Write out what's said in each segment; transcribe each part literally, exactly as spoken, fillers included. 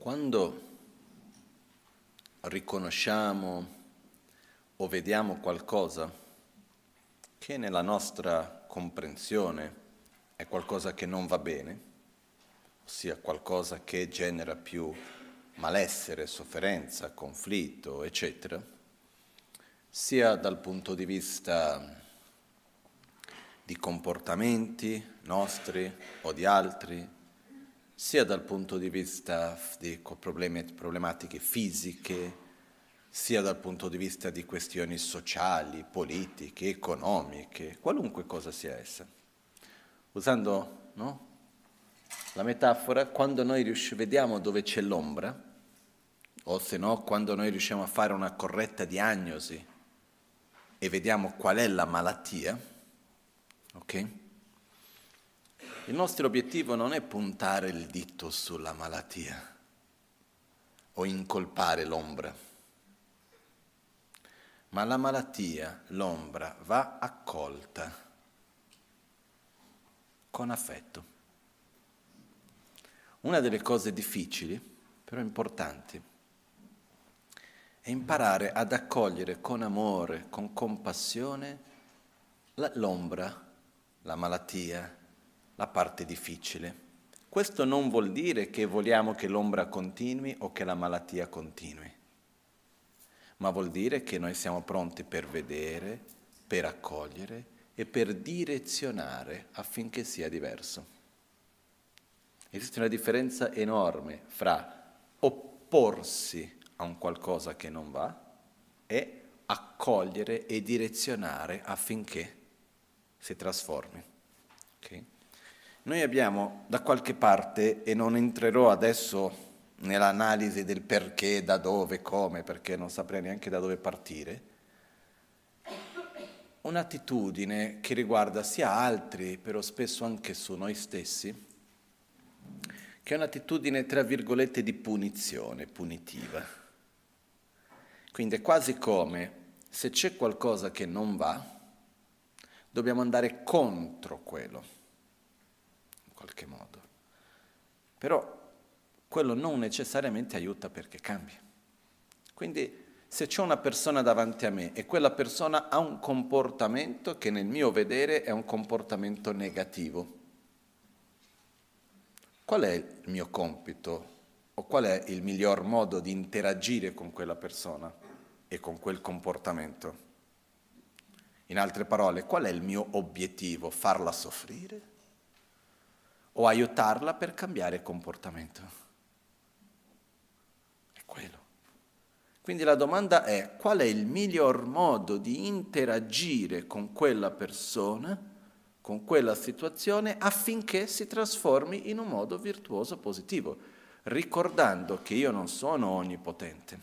Quando riconosciamo o vediamo qualcosa che nella nostra comprensione è qualcosa che non va bene, ossia qualcosa che genera più malessere, sofferenza, conflitto, eccetera, sia dal punto di vista di comportamenti nostri o di altri, sia dal punto di vista di problemi, problematiche fisiche, sia dal punto di vista di questioni sociali, politiche, economiche, qualunque cosa sia essa. Usando no, la metafora, quando noi riusci- vediamo dove c'è l'ombra, o se no, quando noi riusciamo a fare una corretta diagnosi e vediamo qual è la malattia, ok? Il nostro obiettivo non è puntare il dito sulla malattia o incolpare l'ombra, ma la malattia, l'ombra, va accolta con affetto. Una delle cose difficili, però importanti, è imparare ad accogliere con amore, con compassione, la, l'ombra, la malattia, la parte difficile. Questo non vuol dire che vogliamo che l'ombra continui o che la malattia continui, ma vuol dire che noi siamo pronti per vedere, per accogliere e per direzionare affinché sia diverso. Esiste una differenza enorme fra opporsi a un qualcosa che non va e accogliere e direzionare affinché si trasformi. Okay? Noi abbiamo da qualche parte, e non entrerò adesso nell'analisi del perché, da dove, come, perché non saprei neanche da dove partire, un'attitudine che riguarda sia altri, però spesso anche su noi stessi, che è un'attitudine, tra virgolette, di punizione, punitiva. Quindi è quasi come se c'è qualcosa che non va, dobbiamo andare contro quello, in qualche modo. Però quello non necessariamente aiuta perché cambia. Quindi se c'è una persona davanti a me e quella persona ha un comportamento che nel mio vedere è un comportamento negativo, qual è il mio compito o qual è il miglior modo di interagire con quella persona e con quel comportamento? In altre parole, qual è il mio obiettivo? Farla soffrire o aiutarla per cambiare comportamento? È quello. Quindi la domanda è: qual è il miglior modo di interagire con quella persona, con quella situazione, affinché si trasformi in un modo virtuoso, positivo, ricordando che io non sono onnipotente.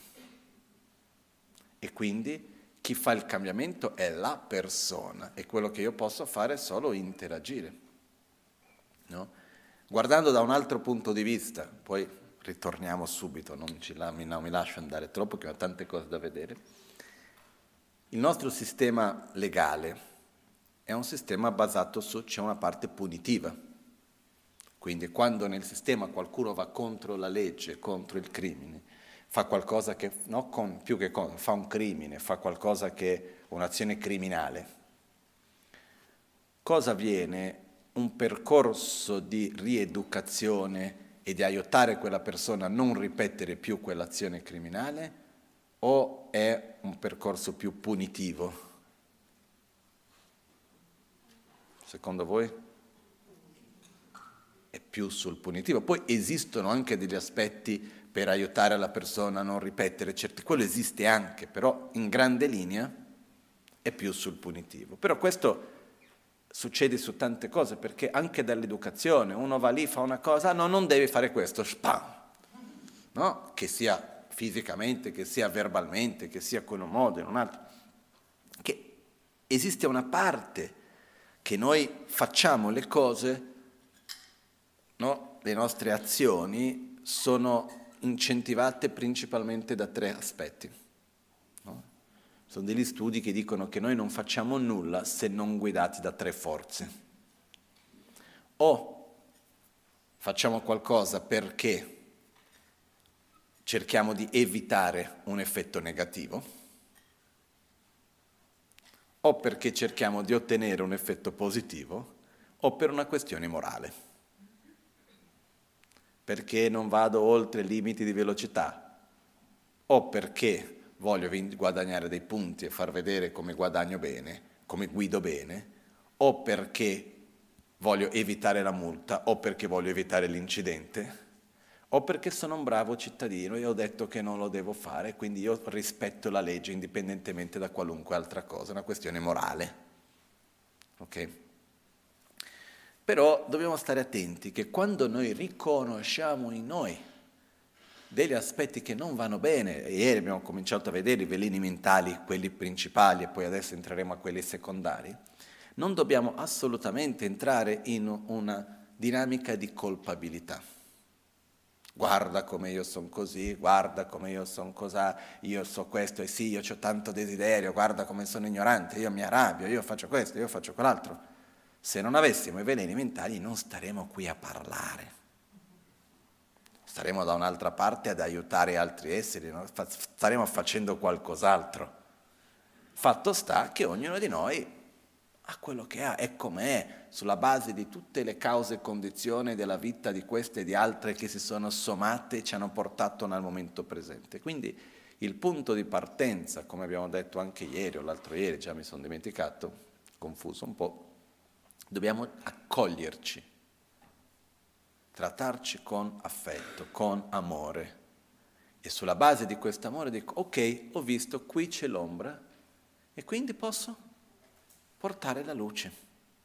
E quindi chi fa il cambiamento è la persona e quello che io posso fare è solo interagire. No? Guardando da un altro punto di vista, poi ritorniamo subito, non, ci, non mi lascio andare troppo, che ho tante cose da vedere. Il nostro sistema legale è un sistema basato su, c'è una parte punitiva. Quindi quando nel sistema qualcuno va contro la legge, contro il crimine, fa qualcosa che, no, con, più che con, fa un crimine, fa qualcosa che è un'azione criminale, cosa avviene? Un percorso di rieducazione e di aiutare quella persona a non ripetere più quell'azione criminale, o è un percorso più punitivo? Secondo voi? È più sul punitivo. Poi esistono anche degli aspetti per aiutare la persona a non ripetere certi, quello esiste anche, però in grande linea è più sul punitivo. Però questo succede su tante cose, perché anche dall'educazione uno va lì, fa una cosa, no, non devi fare questo, spam, no? Che sia fisicamente, che sia verbalmente, che sia con un modo, in un altro. Che esiste una parte che noi facciamo le cose, no? Le nostre azioni sono incentivate principalmente da tre aspetti. No? Sono degli studi che dicono che noi non facciamo nulla se non guidati da tre forze. O facciamo qualcosa perché cerchiamo di evitare un effetto negativo, o perché cerchiamo di ottenere un effetto positivo, o per una questione morale. Perché non vado oltre i limiti di velocità, o perché voglio guadagnare dei punti e far vedere come guadagno bene, come guido bene, o perché voglio evitare la multa, o perché voglio evitare l'incidente, o perché sono un bravo cittadino e ho detto che non lo devo fare, quindi io rispetto la legge indipendentemente da qualunque altra cosa, è una questione morale. Ok? Però dobbiamo stare attenti che quando noi riconosciamo in noi degli aspetti che non vanno bene, e ieri abbiamo cominciato a vedere i veleni mentali, quelli principali, e poi adesso entreremo a quelli secondari, non dobbiamo assolutamente entrare in una dinamica di colpabilità. Guarda come io sono così, guarda come io sono cosà, io so questo e sì, io ho tanto desiderio, guarda come sono ignorante, io mi arrabbio, io faccio questo, io faccio quell'altro. Se non avessimo i veleni mentali non staremo qui a parlare. Staremo da un'altra parte ad aiutare altri esseri, no? Staremo facendo qualcos'altro. Fatto sta che ognuno di noi ha quello che ha, è com'è, sulla base di tutte le cause e condizioni della vita di queste e di altre che si sono sommate e ci hanno portato nel momento presente. Quindi il punto di partenza, come abbiamo detto anche ieri o l'altro ieri, già mi sono dimenticato, confuso un po', dobbiamo accoglierci, trattarci con affetto, con amore. E sulla base di questo amore dico, ok, ho visto, qui c'è l'ombra e quindi posso portare la luce.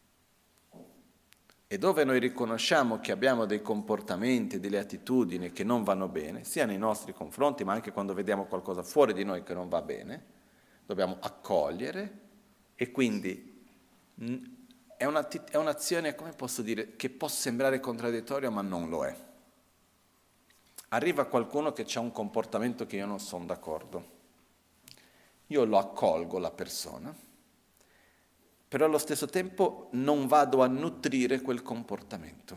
E dove noi riconosciamo che abbiamo dei comportamenti, delle attitudini che non vanno bene, sia nei nostri confronti, ma anche quando vediamo qualcosa fuori di noi che non va bene, dobbiamo accogliere e quindi è, una, è un'azione, come posso dire, che può sembrare contraddittoria ma non lo è. Arriva qualcuno che ha un comportamento che io non sono d'accordo, io lo accolgo la persona, però allo stesso tempo non vado a nutrire quel comportamento.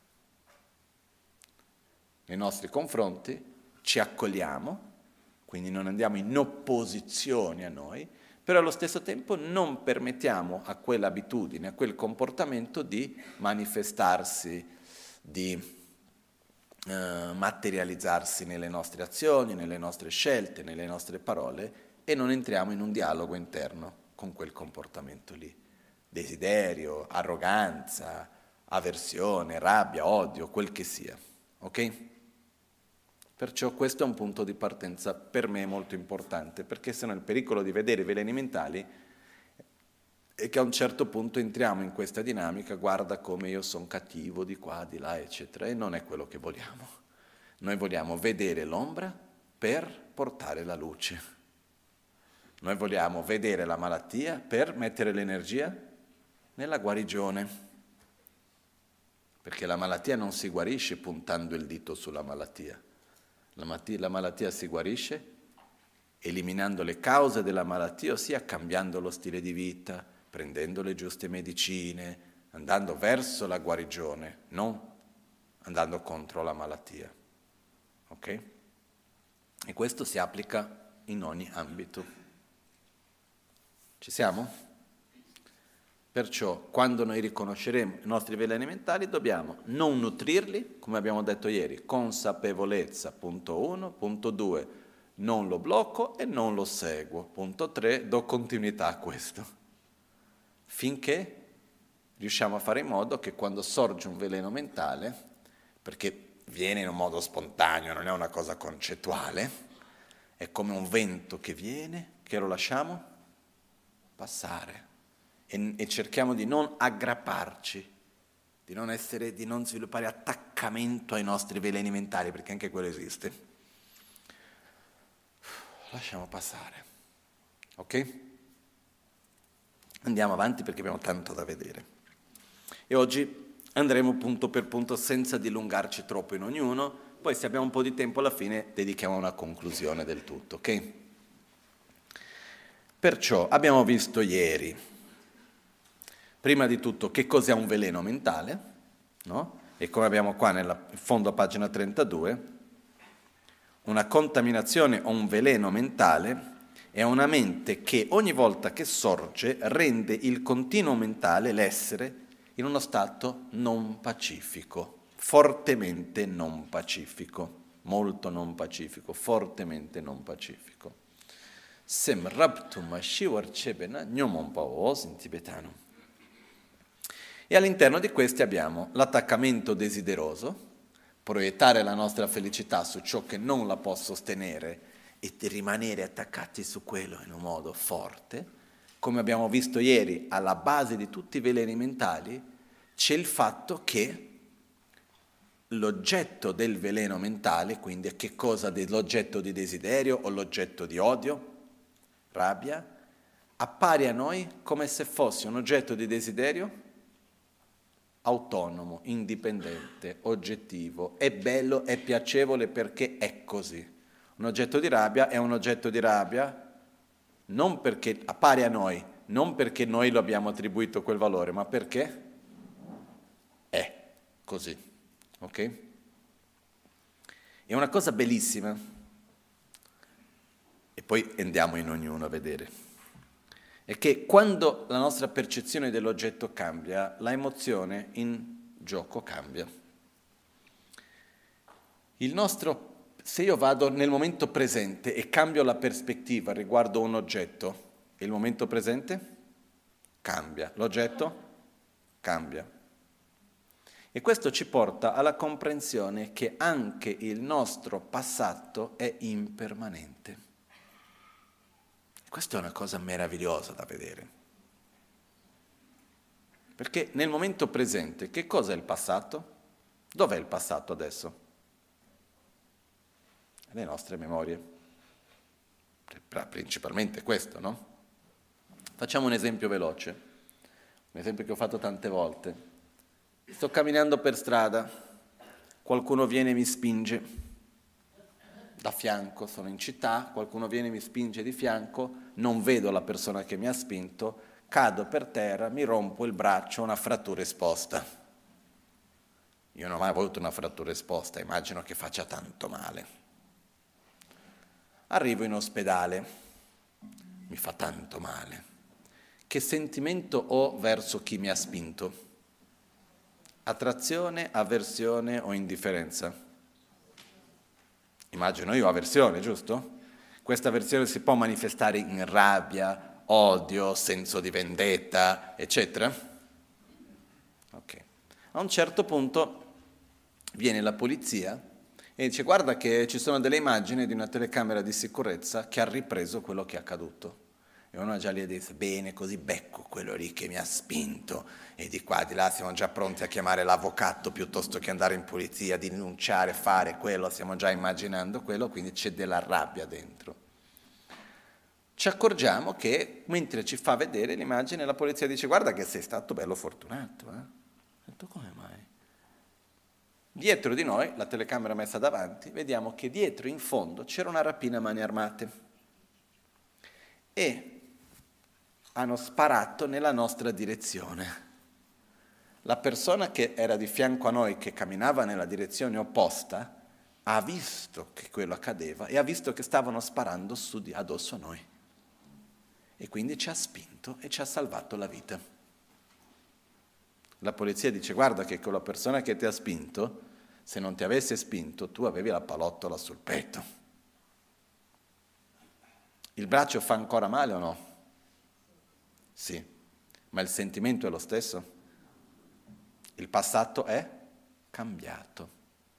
Nei nostri confronti ci accogliamo, quindi non andiamo in opposizione a noi, però allo stesso tempo non permettiamo a quell'abitudine, a quel comportamento di manifestarsi, di eh, materializzarsi nelle nostre azioni, nelle nostre scelte, nelle nostre parole, e non entriamo in un dialogo interno con quel comportamento lì. Desiderio, arroganza, avversione, rabbia, odio, quel che sia. Ok? Perciò questo è un punto di partenza per me molto importante, perché se no il pericolo di vedere i veleni mentali è che a un certo punto entriamo in questa dinamica, guarda come io sono cattivo di qua, di là, eccetera, e non è quello che vogliamo. Noi vogliamo vedere l'ombra per portare la luce. Noi vogliamo vedere la malattia per mettere l'energia nella guarigione, perché la malattia non si guarisce puntando il dito sulla malattia. La, mati- la malattia si guarisce eliminando le cause della malattia, ossia cambiando lo stile di vita, prendendo le giuste medicine, andando verso la guarigione, non andando contro la malattia. Ok? E questo si applica in ogni ambito. Ci siamo? Perciò, quando noi riconosceremo i nostri veleni mentali, dobbiamo non nutrirli, come abbiamo detto ieri, consapevolezza, punto uno, punto due, non lo blocco e non lo seguo, punto tre, do continuità a questo, finché riusciamo a fare in modo che quando sorge un veleno mentale, perché viene in un modo spontaneo, non è una cosa concettuale, è come un vento che viene, che lo lasciamo passare e, e cerchiamo di non aggrapparci, di non essere, di non sviluppare attaccamento ai nostri veleni mentali, perché anche quello esiste. Lasciamo passare, ok? Andiamo avanti perché abbiamo tanto da vedere. E oggi andremo punto per punto senza dilungarci troppo in ognuno, poi se abbiamo un po' di tempo alla fine dedichiamo una conclusione del tutto, ok? Perciò abbiamo visto ieri, prima di tutto, che cos'è un veleno mentale, no? E come abbiamo qua nel fondo a pagina trentadue, una contaminazione o un veleno mentale è una mente che ogni volta che sorge rende il continuo mentale, l'essere, in uno stato non pacifico, fortemente non pacifico, molto non pacifico, fortemente non pacifico. Sem raptum shivar chebena gnomon paos in tibetano. E all'interno di questi abbiamo l'attaccamento desideroso, proiettare la nostra felicità su ciò che non la può sostenere e rimanere attaccati su quello in un modo forte. Come abbiamo visto ieri, alla base di tutti i veleni mentali c'è il fatto che l'oggetto del veleno mentale, quindi che cosa dell'oggetto di desiderio o l'oggetto di odio, rabbia, appare a noi come se fosse un oggetto di desiderio autonomo, indipendente, oggettivo, è bello, è piacevole perché è così. Un oggetto di rabbia è un oggetto di rabbia non perché appare a noi, non perché noi lo abbiamo attribuito quel valore, ma perché è così. Ok? È una cosa bellissima. E poi andiamo in ognuno a vedere. È che quando la nostra percezione dell'oggetto cambia, la emozione in gioco cambia. Il nostro Se io vado nel momento presente e cambio la prospettiva riguardo un oggetto, il momento presente cambia, l'oggetto cambia. E questo ci porta alla comprensione che anche il nostro passato è impermanente. Questa è una cosa meravigliosa da vedere. Perché nel momento presente, che cosa è il passato? Dov'è il passato adesso? Le nostre memorie. Principalmente questo, no? Facciamo un esempio veloce, un esempio che ho fatto tante volte. Sto camminando per strada, qualcuno viene e mi spinge da fianco, sono in città, qualcuno viene e mi spinge di fianco, non vedo la persona che mi ha spinto, cado per terra, mi rompo il braccio, una frattura esposta. Io non ho mai avuto una frattura esposta, immagino che faccia tanto male. Arrivo in ospedale, mi fa tanto male. Che sentimento ho verso chi mi ha spinto? Attrazione, avversione o indifferenza? Immagino io avversione, giusto? Questa avversione si può manifestare in rabbia, odio, senso di vendetta, eccetera? Ok. A un certo punto viene la polizia e dice: guarda che ci sono delle immagini di una telecamera di sicurezza che ha ripreso quello che è accaduto. E uno già lì dice: bene, così becco quello lì che mi ha spinto, e di qua di là siamo già pronti a chiamare l'avvocato piuttosto che andare in polizia, denunciare, fare quello, stiamo già immaginando quello, quindi c'è della rabbia dentro. Ci accorgiamo che mentre ci fa vedere l'immagine la polizia dice: guarda che sei stato bello fortunato, eh? Ho detto: come mai? Dietro di noi, la telecamera messa davanti, vediamo che dietro in fondo c'era una rapina a mani armate e hanno sparato nella nostra direzione. La persona che era di fianco a noi, che camminava nella direzione opposta, ha visto che quello accadeva e ha visto che stavano sparando su di addosso a noi. E quindi ci ha spinto e ci ha salvato la vita. La polizia dice: guarda che quella persona che ti ha spinto, se non ti avesse spinto, tu avevi la palottola sul petto. Il braccio fa ancora male o no? Sì, ma il sentimento è lo stesso. Il passato è cambiato.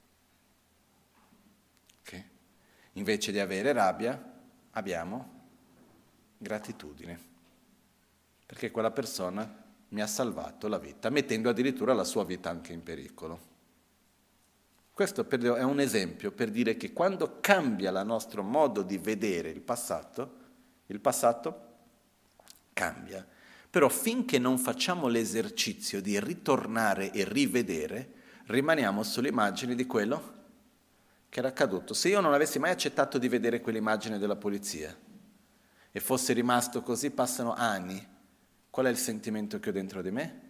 Okay? Invece di avere rabbia, abbiamo gratitudine, perché quella persona mi ha salvato la vita, mettendo addirittura la sua vita anche in pericolo. Questo è un esempio per dire che quando cambia il nostro modo di vedere il passato, il passato cambia. Però finché non facciamo l'esercizio di ritornare e rivedere, rimaniamo sulle immagini di quello che era accaduto. Se io non avessi mai accettato di vedere quell'immagine della polizia e fosse rimasto così, passano anni, qual è il sentimento che ho dentro di me?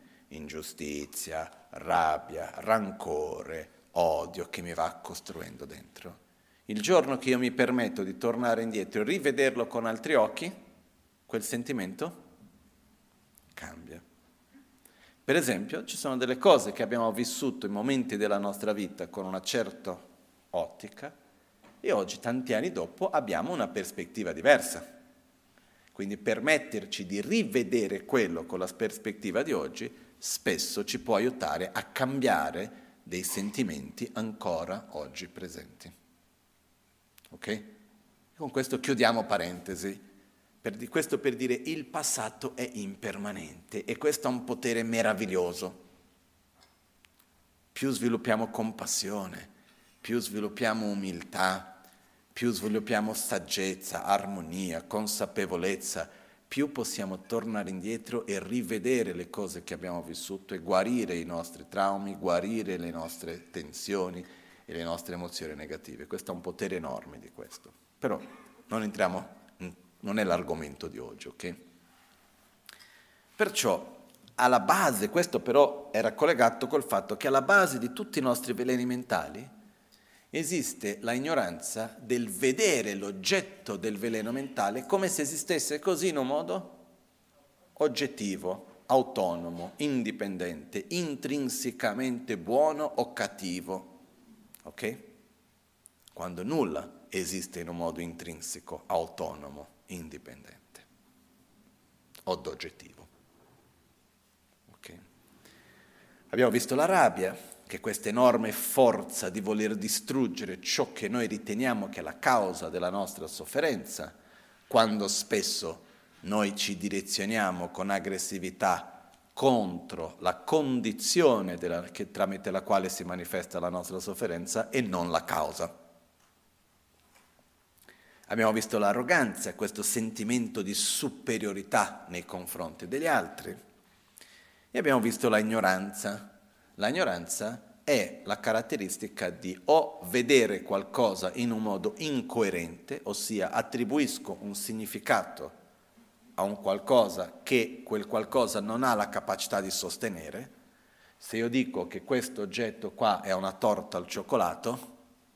Ingiustizia, rabbia, rancore, odio che mi va costruendo dentro. Il giorno che io mi permetto di tornare indietro e rivederlo con altri occhi, quel sentimento cambia. Per esempio, ci sono delle cose che abbiamo vissuto in momenti della nostra vita con una certa ottica e oggi, tanti anni dopo, abbiamo una prospettiva diversa. Quindi permetterci di rivedere quello con la prospettiva di oggi spesso ci può aiutare a cambiare dei sentimenti ancora oggi presenti. Ok? Con questo chiudiamo parentesi. Per di, questo per dire il passato è impermanente e questo ha un potere meraviglioso. Più sviluppiamo compassione, più sviluppiamo umiltà, più sviluppiamo saggezza, armonia, consapevolezza, più possiamo tornare indietro e rivedere le cose che abbiamo vissuto e guarire i nostri traumi, guarire le nostre tensioni e le nostre emozioni negative. Questo ha un potere enorme di questo. Però non entriamo, non è l'argomento di oggi, ok? Perciò, alla base, questo però era collegato col fatto che alla base di tutti i nostri veleni mentali esiste la ignoranza del vedere l'oggetto del veleno mentale come se esistesse così in un modo oggettivo, autonomo, indipendente, intrinsecamente buono o cattivo. Ok? Quando nulla esiste in un modo intrinseco, autonomo, indipendente o oggettivo. Ok? Abbiamo visto la rabbia, che questa enorme forza di voler distruggere ciò che noi riteniamo che è la causa della nostra sofferenza, quando spesso noi ci direzioniamo con aggressività contro la condizione della, che, tramite la quale si manifesta la nostra sofferenza e non la causa. Abbiamo visto l'arroganza, questo sentimento di superiorità nei confronti degli altri, e abbiamo visto la ignoranza. La ignoranza è la caratteristica di o vedere qualcosa in un modo incoerente, ossia attribuisco un significato a un qualcosa che quel qualcosa non ha la capacità di sostenere. Se io dico che questo oggetto qua è una torta al cioccolato,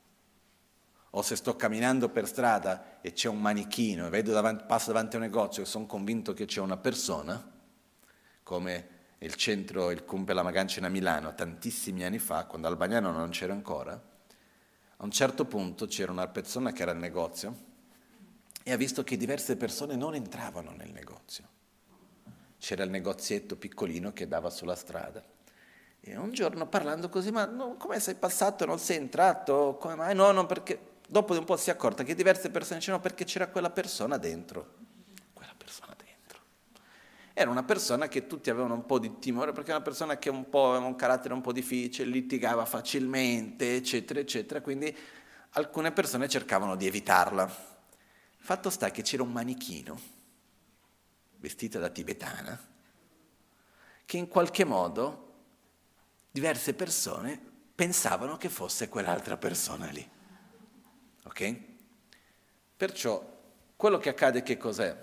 o se sto camminando per strada e c'è un manichino e vedo davanti, passo davanti a un negozio e sono convinto che c'è una persona, come il centro, il Cumpela Magancina a Milano, tantissimi anni fa, quando Albagnano non c'era ancora, a un certo punto c'era una persona che era al negozio e ha visto che diverse persone non entravano nel negozio. C'era il negozietto piccolino che dava sulla strada. E un giorno parlando così, ma no, come sei passato, non sei entrato? Come mai? No, no, perché dopo di un po' si è accorta che diverse persone dicevano perché c'era quella persona dentro. Quella persona dentro. Era una persona che tutti avevano un po' di timore, perché è una persona che un po' aveva un carattere un po' difficile, litigava facilmente, eccetera, eccetera, quindi alcune persone cercavano di evitarla. Fatto sta che c'era un manichino, vestita da tibetana, che in qualche modo diverse persone pensavano che fosse quell'altra persona lì. Ok? Perciò, quello che accade che cos'è?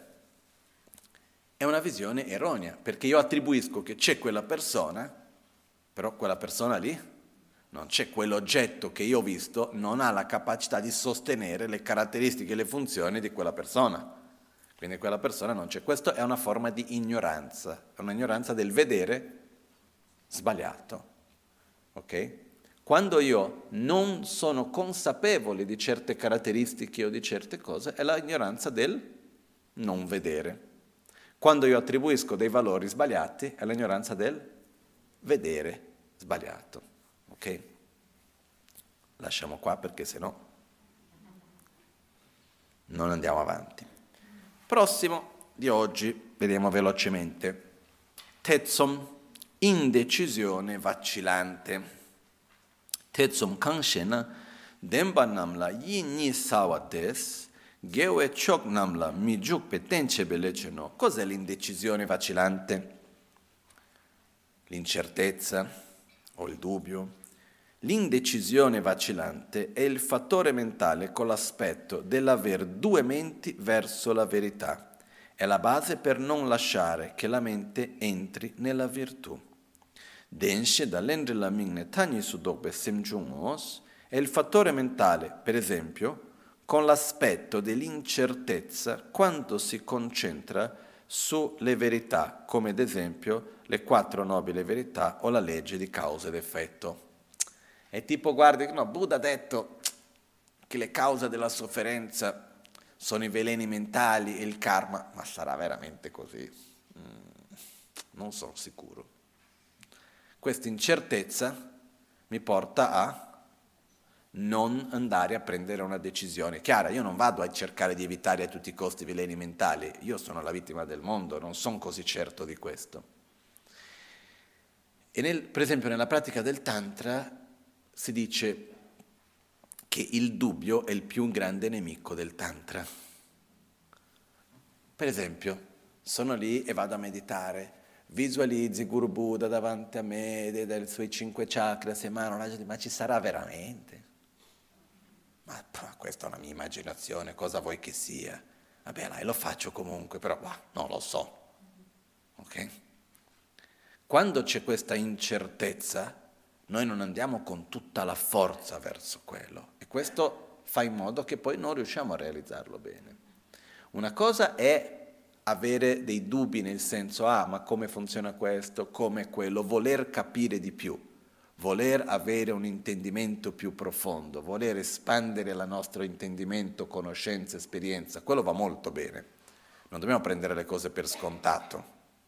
È una visione erronea, perché io attribuisco che c'è quella persona, però quella persona lì non c'è, quell'oggetto che io ho visto non ha la capacità di sostenere le caratteristiche e le funzioni di quella persona. Quindi quella persona non c'è. Questa è una forma di ignoranza, è un'ignoranza del vedere sbagliato. Ok? Quando io non sono consapevole di certe caratteristiche o di certe cose, è l'ignoranza del non vedere. Quando io attribuisco dei valori sbagliati, è l'ignoranza del vedere sbagliato. Ok? Lasciamo qua perché sennò non andiamo avanti. Prossimo di oggi, vediamo velocemente. Tetsom, indecisione vacillante. Tetsom kangshen, demba namla yin ni sawates, Gewe chok namla mi juk petenche beleceno. Cos'è l'indecisione vacillante? L'incertezza o il dubbio? L'indecisione vacillante è il fattore mentale con l'aspetto dell'aver due menti verso la verità. È la base per non lasciare che la mente entri nella virtù. Denshe da lendre la mingne tagni su dope semjungos, È il fattore mentale, per esempio, con l'aspetto dell'incertezza quando si concentra sulle verità, come ad esempio le quattro nobili verità o la legge di causa ed effetto. È tipo, guardi, no, Buddha ha detto che le cause della sofferenza sono i veleni mentali e il karma, ma sarà veramente così? Mm, non sono sicuro. Questa incertezza mi porta a non andare a prendere una decisione chiara. Io non vado a cercare di evitare a tutti i costi i veleni mentali, io sono la vittima del mondo, non sono così certo di questo. E nel, per esempio nella pratica del Tantra si dice che il dubbio è il più grande nemico del Tantra. Per esempio, sono lì e vado a meditare, visualizzi Guru Buddha davanti a me, dai suoi cinque chakra, ma ci sarà veramente? Ma questa è una mia immaginazione, cosa vuoi che sia? Vabbè, dai, lo faccio comunque, però bah, non lo so. Ok? Quando c'è questa incertezza, noi non andiamo con tutta la forza verso quello e questo fa in modo che poi non riusciamo a realizzarlo bene. Una cosa è avere dei dubbi nel senso, ah, ma come funziona questo, come quello, voler capire di più. Voler avere un intendimento più profondo, voler espandere il nostro intendimento, conoscenza, esperienza, quello va molto bene. Non dobbiamo prendere le cose per scontato,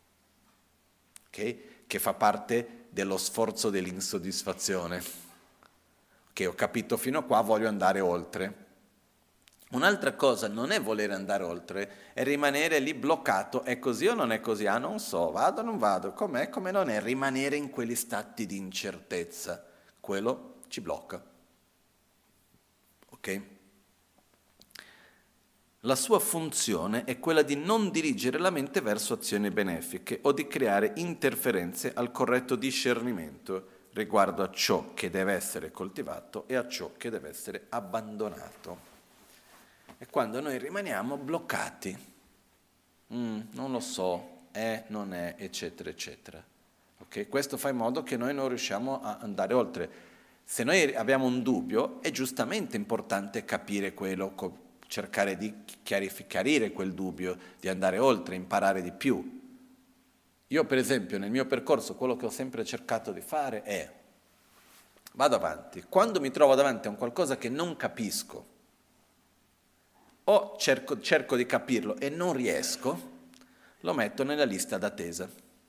okay? Che fa parte dello sforzo dell'insoddisfazione. Che ho capito fino a qua, voglio andare oltre. Un'altra cosa non è voler andare oltre, è rimanere lì bloccato, è così o non è così? Ah, non so, vado o non vado, com'è, come non è, rimanere in quegli stati di incertezza, quello ci blocca. Ok? La sua funzione è quella di non dirigere la mente verso azioni benefiche o di creare interferenze al corretto discernimento riguardo a ciò che deve essere coltivato e a ciò che deve essere abbandonato. E quando noi rimaniamo bloccati, mm, non lo so, è, non è, eccetera, eccetera. Okay? Questo fa in modo che noi non riusciamo a andare oltre. Se noi abbiamo un dubbio, è giustamente importante capire quello, cercare di chiarire quel dubbio, di andare oltre, imparare di più. Io, per esempio, nel mio percorso, quello che ho sempre cercato di fare è, vado avanti, quando mi trovo davanti a un qualcosa che non capisco, o cerco, cerco di capirlo e non riesco, lo metto nella lista d'attesa.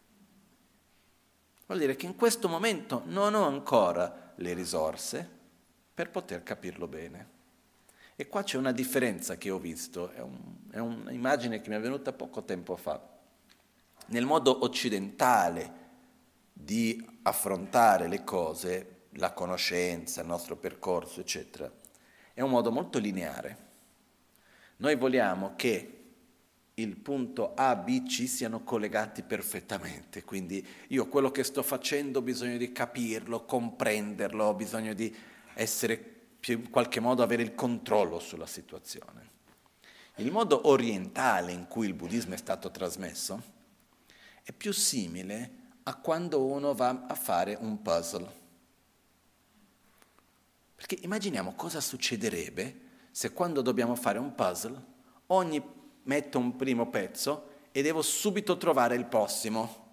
Vuol dire che in questo momento non ho ancora le risorse per poter capirlo bene. E qua c'è una differenza che ho visto, è, un, è un'immagine che mi è venuta poco tempo fa. Nel modo occidentale di affrontare le cose, la conoscenza, il nostro percorso, eccetera, è un modo molto lineare. Noi vogliamo che il punto A, B, C siano collegati perfettamente, quindi io quello che sto facendo ho bisogno di capirlo, comprenderlo, ho bisogno di essere, più, in qualche modo, avere il controllo sulla situazione. Il modo orientale in cui il buddismo è stato trasmesso è più simile a quando uno va a fare un puzzle. Perché immaginiamo cosa succederebbe se quando dobbiamo fare un puzzle, ogni metto un primo pezzo e devo subito trovare il prossimo.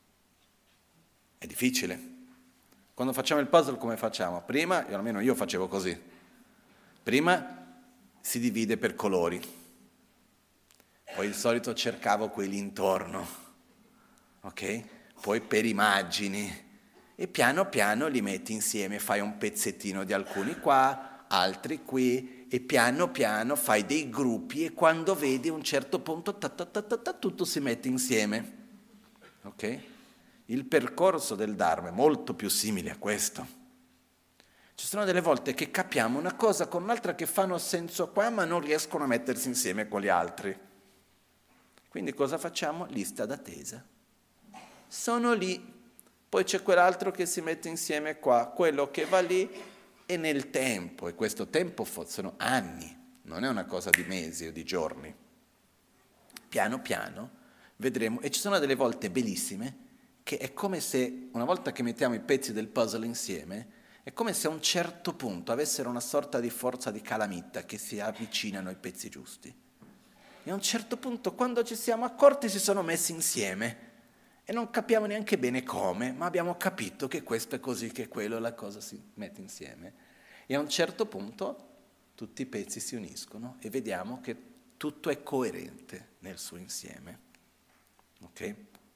È difficile. Quando facciamo il puzzle come facciamo? Prima, almeno io facevo così, prima si divide per colori, poi di solito cercavo quelli intorno, ok? Poi per immagini e piano piano li metti insieme, fai un pezzettino di alcuni qua, altri qui, e piano piano fai dei gruppi e quando vedi un certo punto ta, ta, ta, ta, ta, tutto si mette insieme. Ok? Il percorso del Dharma è molto più simile a questo. Ci sono delle volte che capiamo una cosa con un'altra che fanno senso qua ma non riescono a mettersi insieme con gli altri. Quindi cosa facciamo? Lista d'attesa. Sono lì, poi c'è quell'altro che si mette insieme qua, quello che va lì. E nel tempo, e questo tempo sono anni, non è una cosa di mesi o di giorni, piano piano vedremo, e ci sono delle volte bellissime, che è come se una volta che mettiamo i pezzi del puzzle insieme, È come se a un certo punto avessero una sorta di forza di calamita che si avvicinano ai pezzi giusti. E a un certo punto, quando ci siamo accorti, si sono messi insieme. E non capiamo neanche bene come, ma abbiamo capito che questo è così, che quello e la cosa si mette insieme. E a un certo punto tutti i pezzi si uniscono e vediamo che tutto è coerente nel suo insieme. Ok?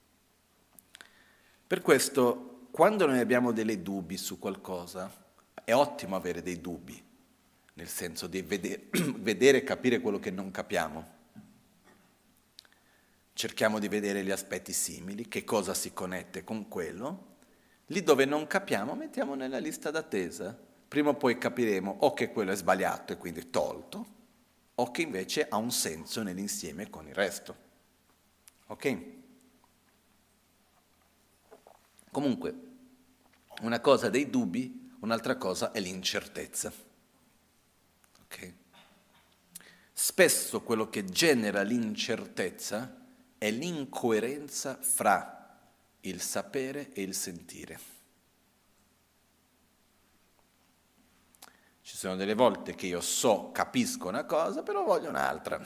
Per questo, quando noi abbiamo dei dubbi su qualcosa, è ottimo avere dei dubbi, nel senso di vedere, vedere e capire quello che non capiamo. Cerchiamo di vedere gli aspetti simili, che cosa si connette con quello. Lì dove non capiamo, mettiamo nella lista d'attesa. Prima o poi capiremo o che quello è sbagliato e quindi tolto, o che invece ha un senso nell'insieme con il resto. Ok? Comunque, una cosa dei dubbi, un'altra cosa è l'incertezza. Ok? Spesso quello che genera l'incertezza è l'incoerenza fra il sapere e il sentire. Ci sono delle volte che io so, capisco una cosa, però voglio un'altra.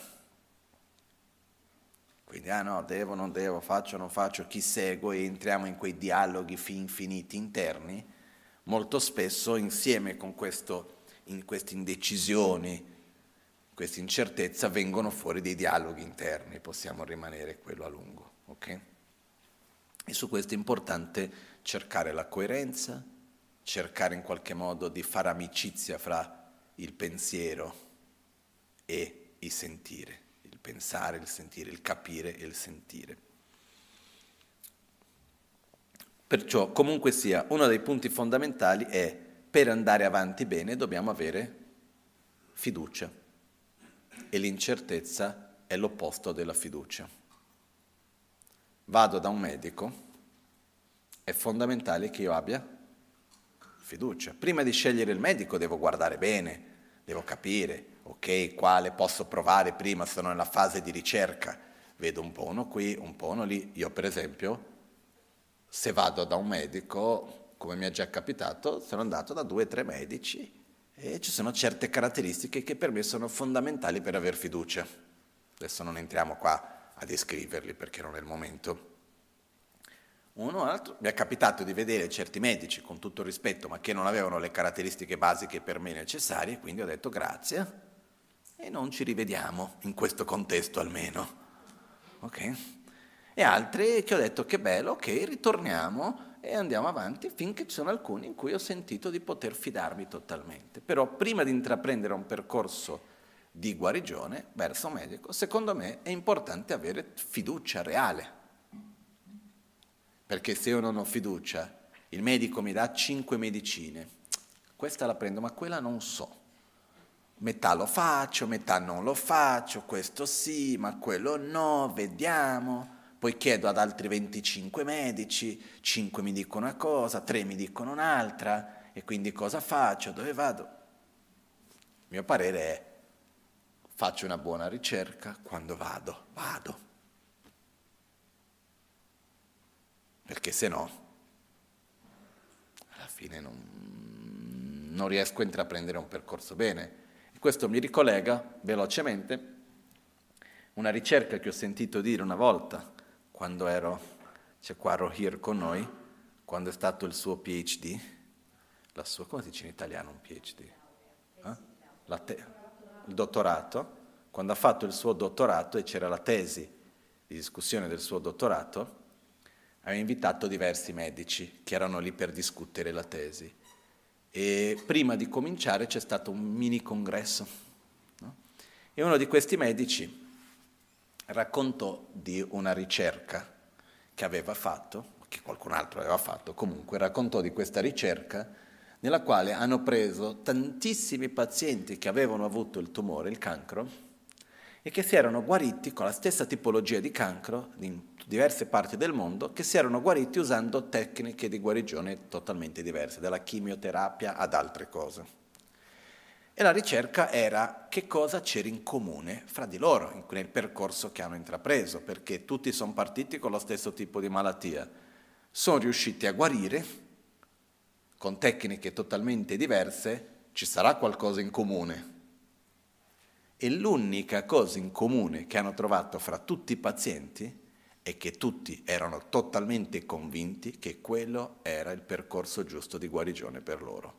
Quindi, ah no, devo, non devo, faccio, non faccio, chi seguo, e entriamo in quei dialoghi infiniti interni, molto spesso insieme con questo, in queste indecisioni, questa incertezza, vengono fuori dei dialoghi interni, possiamo rimanere quello a lungo, ok? E su questo è importante cercare la coerenza, cercare in qualche modo di fare amicizia fra il pensiero e il sentire, il pensare, il sentire, il capire e il sentire. Perciò, comunque sia, uno dei punti fondamentali è, per andare avanti bene, dobbiamo avere fiducia. E l'incertezza è l'opposto della fiducia. Vado da un medico, è fondamentale che io abbia fiducia. Prima di scegliere il medico devo guardare bene, devo capire, ok, quale posso provare prima, sono nella fase di ricerca, vedo un po' uno qui, un po' uno lì. Io per esempio, se vado da un medico, come mi è già capitato, sono andato da due o tre medici, e ci sono certe caratteristiche che per me sono fondamentali per aver fiducia. Adesso non entriamo qua a descriverli perché non è il momento. Uno o altro, mi è capitato di vedere certi medici, con tutto il rispetto, ma che non avevano le caratteristiche basiche per me necessarie, quindi ho detto grazie e non ci rivediamo, in questo contesto almeno. Ok? E altri che ho detto che bello, ok, ritorniamo e andiamo avanti finché ci sono alcuni in cui ho sentito di poter fidarmi totalmente. Però prima di intraprendere un percorso di guarigione verso un medico, secondo me è importante avere fiducia reale. Perché se io non ho fiducia, il medico mi dà cinque medicine, questa la prendo, ma quella non so. Metà lo faccio, metà non lo faccio, questo sì, ma quello no, vediamo. Poi chiedo ad altri venticinque medici, cinque mi dicono una cosa, tre mi dicono un'altra, e quindi cosa faccio, dove vado? Il mio parere è, faccio una buona ricerca, quando vado, vado. Perché se no, alla fine non, non riesco a intraprendere un percorso bene. E questo mi ricollega velocemente una ricerca che ho sentito dire una volta, quando ero, c'è qua Rohir con noi, quando è stato il suo PhD, la sua, come si dice in italiano un PhD? Eh? La te, il dottorato, quando ha fatto il suo dottorato e c'era la tesi di discussione del suo dottorato, aveva invitato diversi medici che erano lì per discutere la tesi. E prima di cominciare c'è stato un mini congresso, no? E uno di questi medici raccontò di una ricerca che aveva fatto, che qualcun altro aveva fatto, comunque raccontò di questa ricerca nella quale hanno preso tantissimi pazienti che avevano avuto il tumore, il cancro, e che si erano guariti con la stessa tipologia di cancro in diverse parti del mondo, che si erano guariti usando tecniche di guarigione totalmente diverse, dalla chimioterapia ad altre cose. E la ricerca era che cosa c'era in comune fra di loro nel percorso che hanno intrapreso, perché tutti sono partiti con lo stesso tipo di malattia, sono riusciti a guarire con tecniche totalmente diverse, ci sarà qualcosa in comune. E l'unica cosa in comune che hanno trovato fra tutti i pazienti è che tutti erano totalmente convinti che quello era il percorso giusto di guarigione per loro.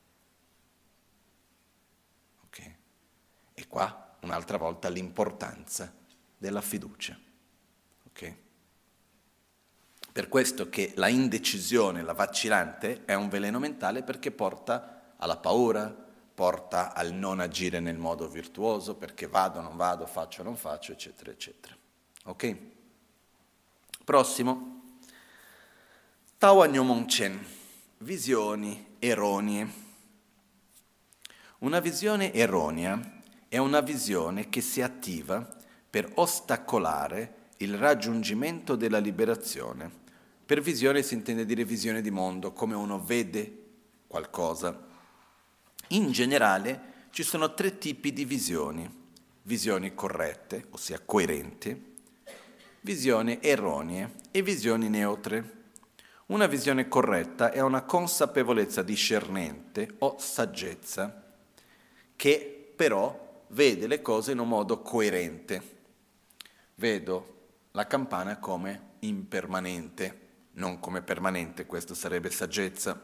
Ok? E qua, un'altra volta, l'importanza della fiducia. Ok? Per questo che la indecisione, la vacillante, è un veleno mentale perché porta alla paura, porta al non agire nel modo virtuoso, perché vado, non vado, faccio, non faccio, eccetera, eccetera. Ok? Prossimo. Tawa Nyomongchen, visioni erronee. Una visione erronea è una visione che si attiva per ostacolare il raggiungimento della liberazione. Per visione si intende dire visione di mondo, come uno vede qualcosa. In generale ci sono tre tipi di visioni: visioni corrette, ossia coerenti, visioni erronee e visioni neutre. Una visione corretta è una consapevolezza discernente o saggezza che però vede le cose in un modo coerente. Vedo la campana come impermanente, non come permanente, questo sarebbe saggezza.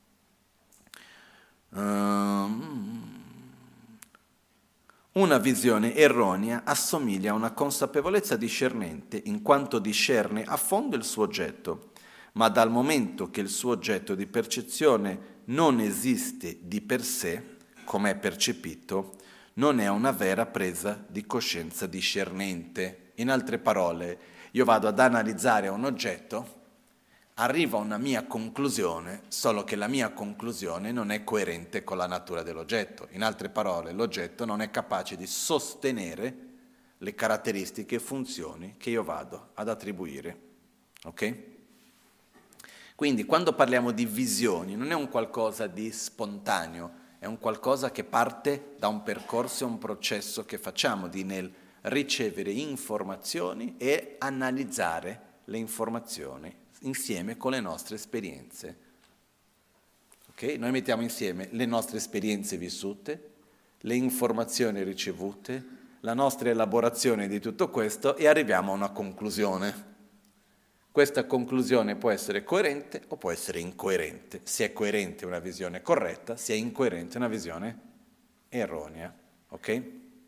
Um, una visione erronea assomiglia a una consapevolezza discernente in quanto discerne a fondo il suo oggetto, ma dal momento che il suo oggetto di percezione non esiste di per sé, come è percepito, non è una vera presa di coscienza discernente. In altre parole, io vado ad analizzare un oggetto, arrivo a una mia conclusione, solo che la mia conclusione non è coerente con la natura dell'oggetto. In altre parole, l'oggetto non è capace di sostenere le caratteristiche e funzioni che io vado ad attribuire. Ok? Quindi quando parliamo di visioni non è un qualcosa di spontaneo, è un qualcosa che parte da un percorso e un processo che facciamo di nel ricevere informazioni e analizzare le informazioni insieme con le nostre esperienze. Okay? Noi mettiamo insieme le nostre esperienze vissute, le informazioni ricevute, la nostra elaborazione di tutto questo e arriviamo a una conclusione. Questa conclusione può essere coerente o può essere incoerente. Se è coerente è una visione corretta, se è incoerente è una visione erronea. Ok?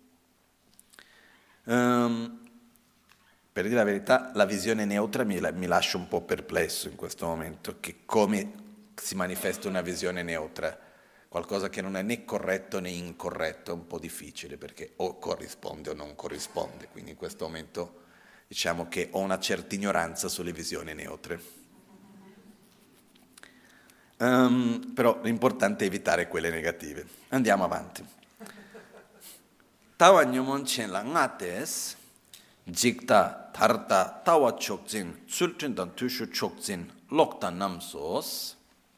Um, per dire la verità, la visione neutra mi, la, mi lascia un po' perplesso in questo momento, che come si manifesta una visione neutra, qualcosa che non è né corretto né incorretto, è un po' difficile, perché o corrisponde o non corrisponde, quindi in questo momento diciamo che ho una certa ignoranza sulle visioni neutre. Um, però l'importante è evitare quelle negative. Andiamo avanti. Tawa Nyomongchen la ngates, jikta tarta tawa chokjin, sultindan tushu chokjin, lokta namsos.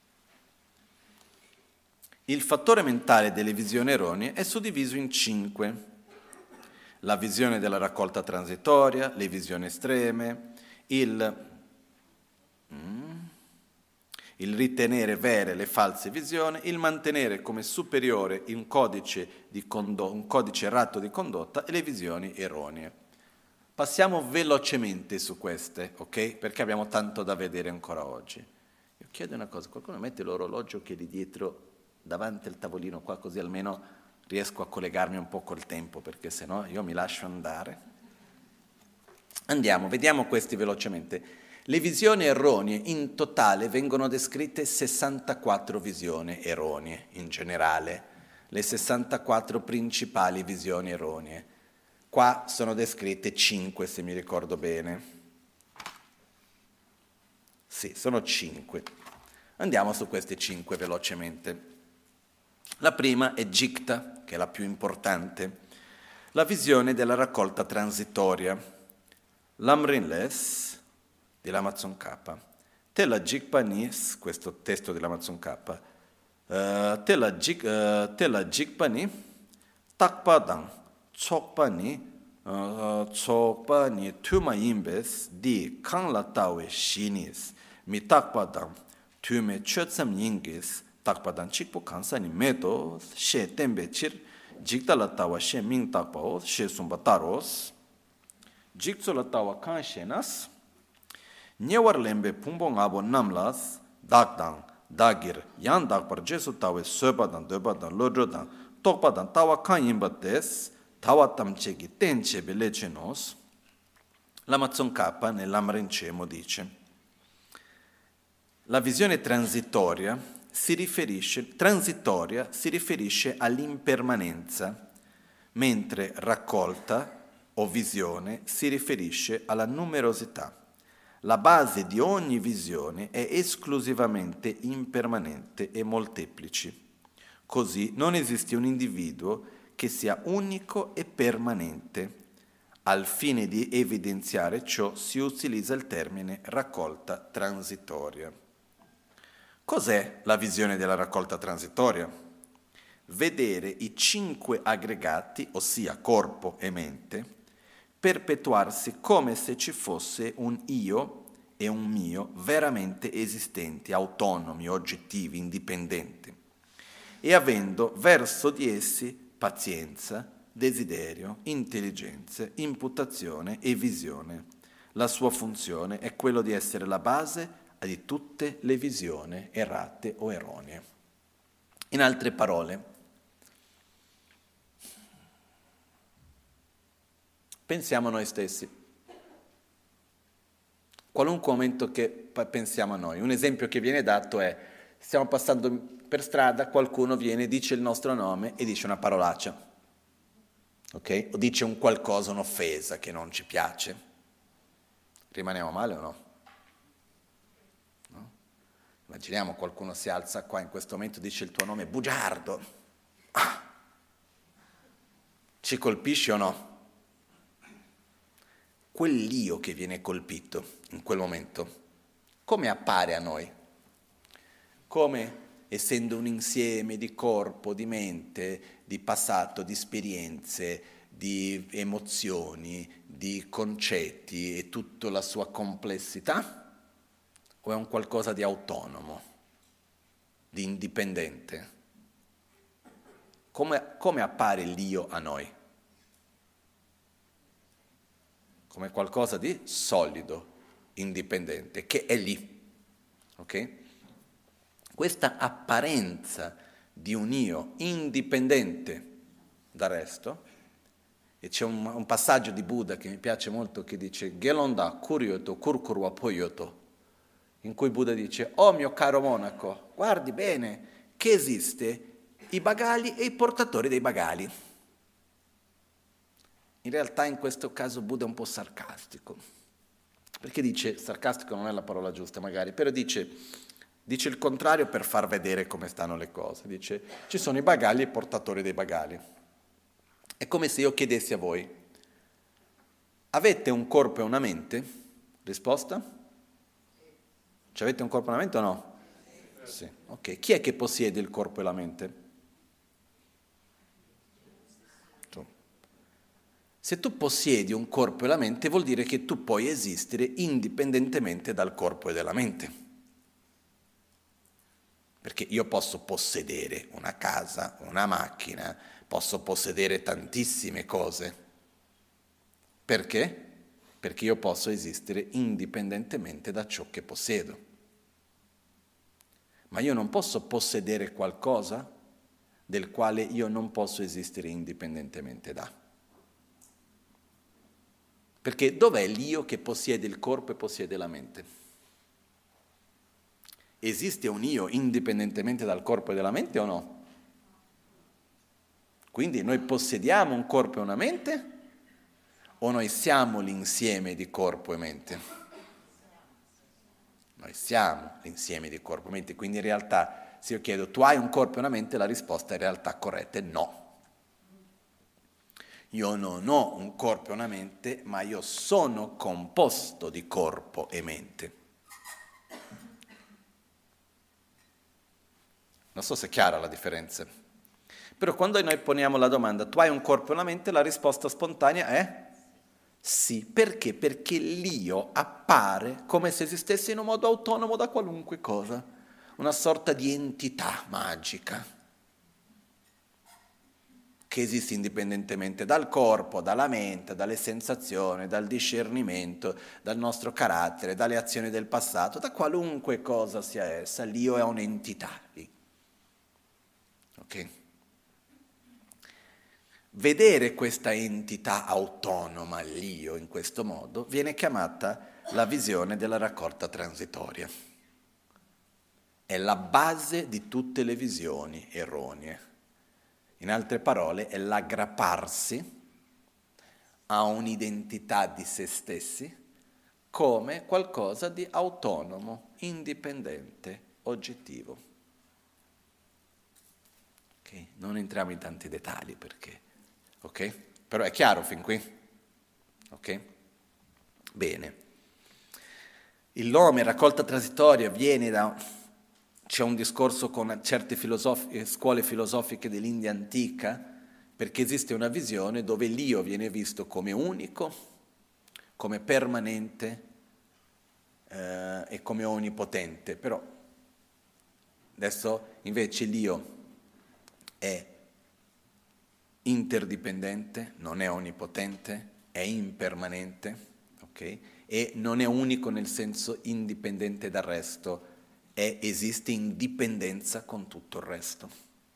Il fattore mentale delle visioni erronee è suddiviso in cinque. La visione della raccolta transitoria, le visioni estreme, il, mm, il ritenere vere le false visioni, il mantenere come superiore un codice, di condo- un codice errato di condotta e le visioni erronee. Passiamo velocemente su queste, ok? Perché abbiamo tanto da vedere ancora oggi. Io chiedo una cosa, qualcuno mette l'orologio che è lì dietro davanti al tavolino qua, così almeno riesco a collegarmi un po' col tempo, perché sennò io mi lascio andare. Andiamo, vediamo questi velocemente. Le visioni erronee in totale vengono descritte sessantaquattro visioni erronee in generale, le sessantaquattro principali visioni erronee. Qua sono descritte cinque, se mi ricordo bene. Sì, sono cinque. Andiamo su queste cinque velocemente. La prima è Jikta, che è la più importante, la visione della raccolta transitoria. L'Amrinles dell'Ama Tsongkhapa, Tela Jikpanis, questo testo dell'Ama Tsongkhapa, uh, Tela Jik, uh, Tela Jikpani, Takpadang, Tsokpani, uh, Tsokpani Tuma Imbes, Di Kangla Tawe Shinis, Mi Takpadang, Tume chotsam yingis takpadan chikpo kansani metos, she tembe chir, jikta tawa she ming takpaos, she sumbataros, jikso tawa kan shenas, nyewar lembe pumbo ngabo namlas, dakdang, dagir, yan dakpar jesu tawe sobadan, dobadan, lodrodan, tokpadan tawa kan yimbates, tawa tamchegi tenchebe lecenos. L'Amazon K nell'Amrencemo dice: la visione transitoria si riferisce, transitoria si riferisce all'impermanenza, mentre raccolta o visione si riferisce alla numerosità. La base di ogni visione è esclusivamente impermanente e molteplici. Così non esiste un individuo che sia unico e permanente. Al fine di evidenziare ciò si utilizza il termine raccolta transitoria. Cos'è la visione della raccolta transitoria? Vedere i cinque aggregati, ossia corpo e mente, perpetuarsi come se ci fosse un io e un mio veramente esistenti, autonomi, oggettivi, indipendenti, e avendo verso di essi pazienza, desiderio, intelligenza, imputazione e visione. La sua funzione è quello di essere la base di tutte le visioni errate o erronee. In altre parole, pensiamo a noi stessi. Qualunque momento che pensiamo a noi. Un esempio che viene dato è: stiamo passando per strada, qualcuno viene, dice il nostro nome e dice una parolaccia. Ok? O dice un qualcosa, un'offesa che non ci piace. Rimaniamo male o no? No? Immaginiamo qualcuno si alza qua in questo momento e dice il tuo nome, bugiardo. Ah! Ci colpisce o no? Quell'io che viene colpito in quel momento, come appare a noi? Come, essendo un insieme di corpo, di mente, di passato, di esperienze, di emozioni, di concetti e tutta la sua complessità? O è un qualcosa di autonomo, di indipendente? Come, come appare l'io a noi? Come qualcosa di solido, indipendente, che è lì. Ok? Questa apparenza di un io indipendente dal resto, e c'è un, un passaggio di Buddha che mi piace molto che dice Gelonda kuryoto kurkurwa poyoto, in cui Buddha dice: oh mio caro monaco, guardi bene che esiste i bagagli e i portatori dei bagagli. In realtà in questo caso Buddha è un po' sarcastico, perché dice, sarcastico non è la parola giusta magari, però dice, dice il contrario per far vedere come stanno le cose. Dice, ci sono i bagagli e i portatori dei bagagli. È come se io chiedessi a voi, avete un corpo e una mente? Risposta? Ci avete un corpo e una mente o no? Sì. Ok, chi è che possiede il corpo e la mente? Tu. Se tu possiedi un corpo e la mente, vuol dire che tu puoi esistere indipendentemente dal corpo e dalla mente. Perché io posso possedere una casa, una macchina, posso possedere tantissime cose. Perché? Perché io posso esistere indipendentemente da ciò che possiedo. Ma io non posso possedere qualcosa del quale io non posso esistere indipendentemente da. Perché dov'è l'io che possiede il corpo e possiede la mente? Esiste un io indipendentemente dal corpo e dalla mente o no? Quindi noi possediamo un corpo e una mente o noi siamo l'insieme di corpo e mente? Noi siamo l'insieme di corpo e mente, quindi in realtà se io chiedo tu hai un corpo e una mente, la risposta in realtà corretta è no. Io non ho un corpo e una mente, ma io sono composto di corpo e mente. Non so se è chiara la differenza. Però quando noi poniamo la domanda, tu hai un corpo e una mente, la risposta spontanea è sì. Perché? Perché l'io appare come se esistesse in un modo autonomo da qualunque cosa. una sorta di entità magica che esiste indipendentemente dal corpo, dalla mente, dalle sensazioni, dal discernimento, dal nostro carattere, dalle azioni del passato, da qualunque cosa sia essa. L'io è un'entità lì. Ok? Vedere questa entità autonoma, l'io, in questo modo, viene chiamata la visione della raccolta transitoria. È la base di tutte le visioni erronee. In altre parole, è l'aggrapparsi a un'identità di se stessi come qualcosa di autonomo, indipendente, oggettivo. Okay? Non entriamo in tanti dettagli perché, ok? Però è chiaro fin qui? Ok? Bene. Il nome raccolta transitoria viene da... C'è un discorso con certe filosofi- scuole filosofiche dell'India antica, perché esiste una visione dove l'io viene visto come unico, come permanente eh, e come onnipotente. Però adesso invece l'io è interdipendente, non è onnipotente, è impermanente, ok? E non è unico nel senso indipendente dal resto, è, esiste in dipendenza con tutto il resto.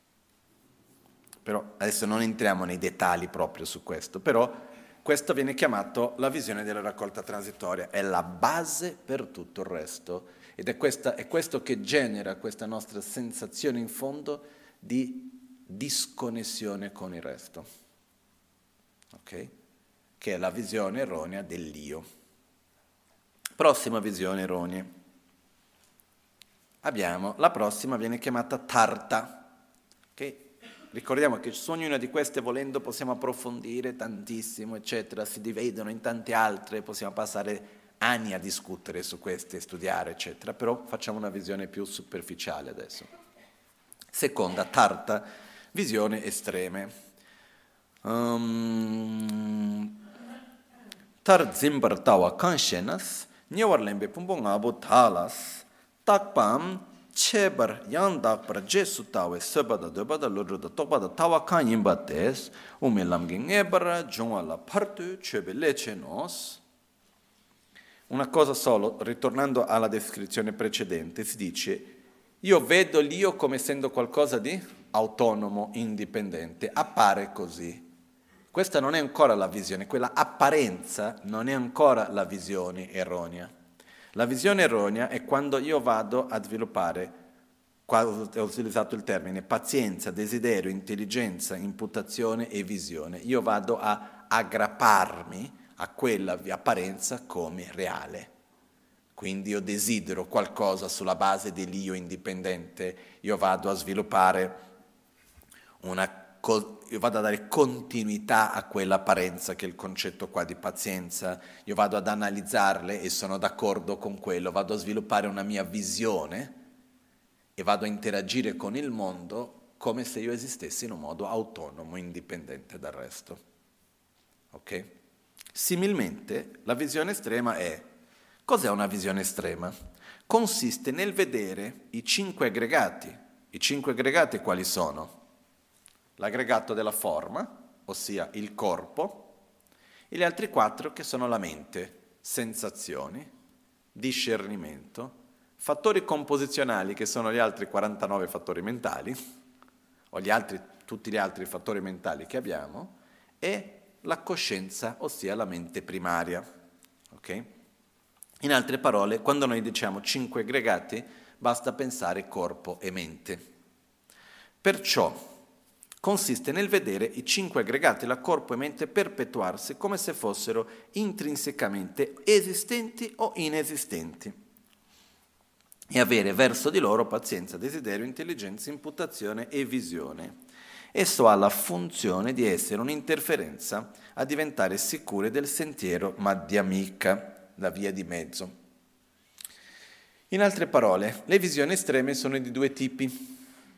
Però adesso non entriamo nei dettagli proprio su questo, però questo viene chiamato la visione della raccolta transitoria, è la base per tutto il resto ed è, questa, è questo che genera questa nostra sensazione in fondo di disconnessione con il resto, ok? Che è la visione erronea dell'io. Prossima visione erronea. Abbiamo, la prossima viene chiamata Tarta, che ricordiamo che su ognuna di queste volendo possiamo approfondire tantissimo, eccetera, si dividono in tante altre, possiamo passare anni a discutere su queste, studiare, eccetera, però facciamo una visione più superficiale adesso. Seconda, Tarta, visione estreme. Um, tar zimbar tawa kanshenas, nyawarlembe pumbong abu talas, takpam chebar yandakpar jesu tawe sebada debada lodroda tokbada tawa kan yimbates umelamge ngebara jongwala partu chebe leche nos. Una cosa solo, ritornando alla descrizione precedente, si dice io vedo l'io come essendo qualcosa di autonomo, indipendente, appare così. Questa non è ancora la visione, quella apparenza non è ancora la visione erronea. La visione erronea è quando io vado a sviluppare, qua ho utilizzato il termine, pazienza, desiderio, intelligenza, imputazione e visione. Io vado a aggrapparmi a quella apparenza come reale. Quindi io desidero qualcosa sulla base dell'io indipendente, io vado a sviluppare una io vado a dare continuità a quell'apparenza che è il concetto qua di pazienza, io vado ad analizzarle e sono d'accordo con quello, vado a sviluppare una mia visione e vado a interagire con il mondo come se io esistessi in un modo autonomo, indipendente dal resto. Ok? Similmente, la visione estrema è, cos'è una visione estrema? Consiste nel vedere i cinque aggregati. I cinque aggregati quali sono? L'aggregato della forma, ossia il corpo, e gli altri quattro che sono la mente, sensazioni, discernimento, fattori composizionali che sono gli altri quarantanove fattori mentali, o gli altri, tutti gli altri fattori mentali che abbiamo, e la coscienza, ossia la mente primaria. Ok? In altre parole, quando noi diciamo cinque aggregati, basta pensare corpo e mente. Perciò, consiste nel vedere i cinque aggregati, la corpo e mente, perpetuarsi come se fossero intrinsecamente esistenti o inesistenti e avere verso di loro pazienza, desiderio, intelligenza, imputazione e visione. Esso ha la funzione di essere un'interferenza a diventare sicure del sentiero Madhyamika, la via di mezzo. In altre parole, le visioni estreme sono di due tipi: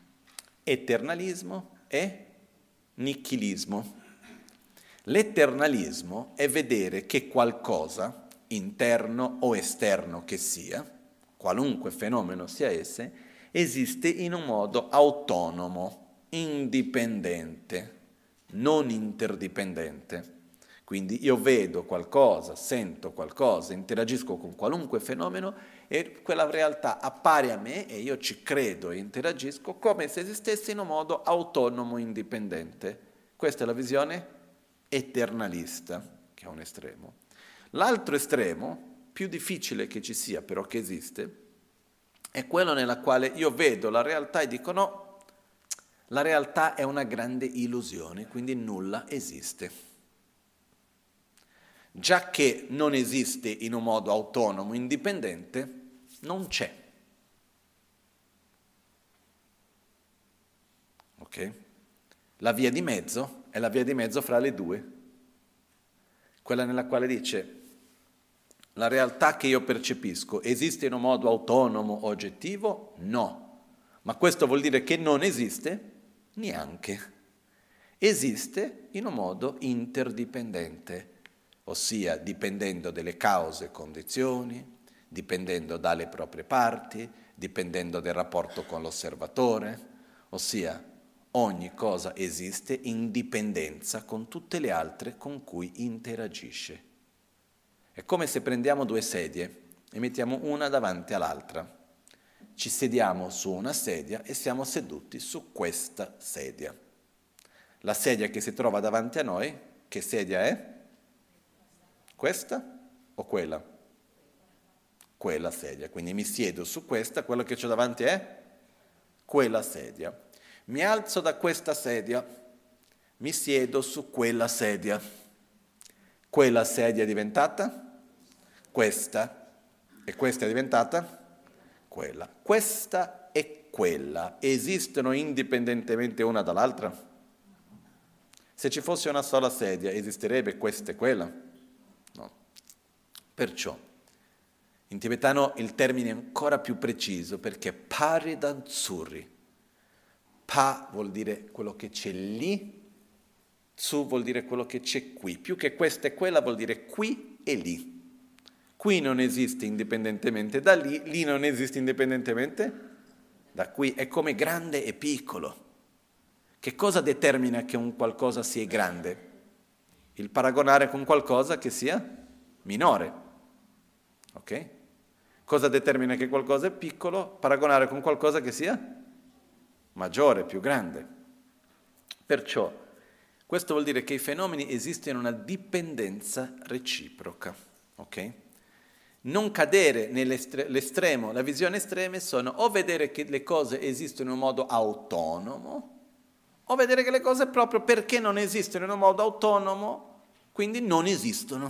eternalismo e nichilismo. L'eternalismo è vedere che qualcosa, interno o esterno che sia, qualunque fenomeno sia esse, esiste in un modo autonomo, indipendente, non interdipendente. Quindi io vedo qualcosa, sento qualcosa, interagisco con qualunque fenomeno e quella realtà appare a me e io ci credo e interagisco come se esistesse in un modo autonomo, indipendente. Questa è la visione eternalista, che è un estremo. L'altro estremo, più difficile che ci sia, però che esiste, è quello nella quale io vedo la realtà e dico no, la realtà è una grande illusione, quindi nulla esiste. Già che non esiste in un modo autonomo, indipendente, non c'è. Ok? La via di mezzo è la via di mezzo fra le due, quella nella quale dice la realtà che io percepisco esiste in un modo autonomo, oggettivo? No. Ma questo vuol dire che non esiste? Neanche. Esiste in un modo interdipendente, ossia dipendendo dalle cause e condizioni, dipendendo dalle proprie parti, dipendendo dal rapporto con l'osservatore, ossia ogni cosa esiste in dipendenza con tutte le altre con cui interagisce. È come se prendiamo due sedie e mettiamo una davanti all'altra. Ci sediamo su una sedia e siamo seduti su questa sedia. La sedia che si trova davanti a noi, che sedia è? Questa o quella? Quella sedia. Quindi mi siedo su questa, quello che c'ho davanti è quella sedia. Mi alzo da questa sedia, mi siedo su quella sedia. Quella sedia è diventata questa e questa è diventata quella. Questa e quella esistono indipendentemente una dall'altra? Se ci fosse una sola sedia, esisterebbe questa e quella? No. Perciò, in tibetano il termine è ancora più preciso perché paridantsuri. Pa vuol dire quello che c'è lì, tsu vuol dire quello che c'è qui. Più che questa e quella vuol dire qui e lì. Qui non esiste indipendentemente da lì, lì non esiste indipendentemente da qui. È come grande e piccolo. Che cosa determina che un qualcosa sia grande? Il paragonare con qualcosa che sia minore. Ok? Cosa determina che qualcosa è piccolo? Paragonare con qualcosa che sia maggiore, più grande. Perciò, questo vuol dire che i fenomeni esistono in una dipendenza reciproca. Ok? Non cadere nell'estremo, la visione estrema sono o vedere che le cose esistono in un modo autonomo, o vedere che le cose proprio perché non esistono in un modo autonomo, quindi non esistono.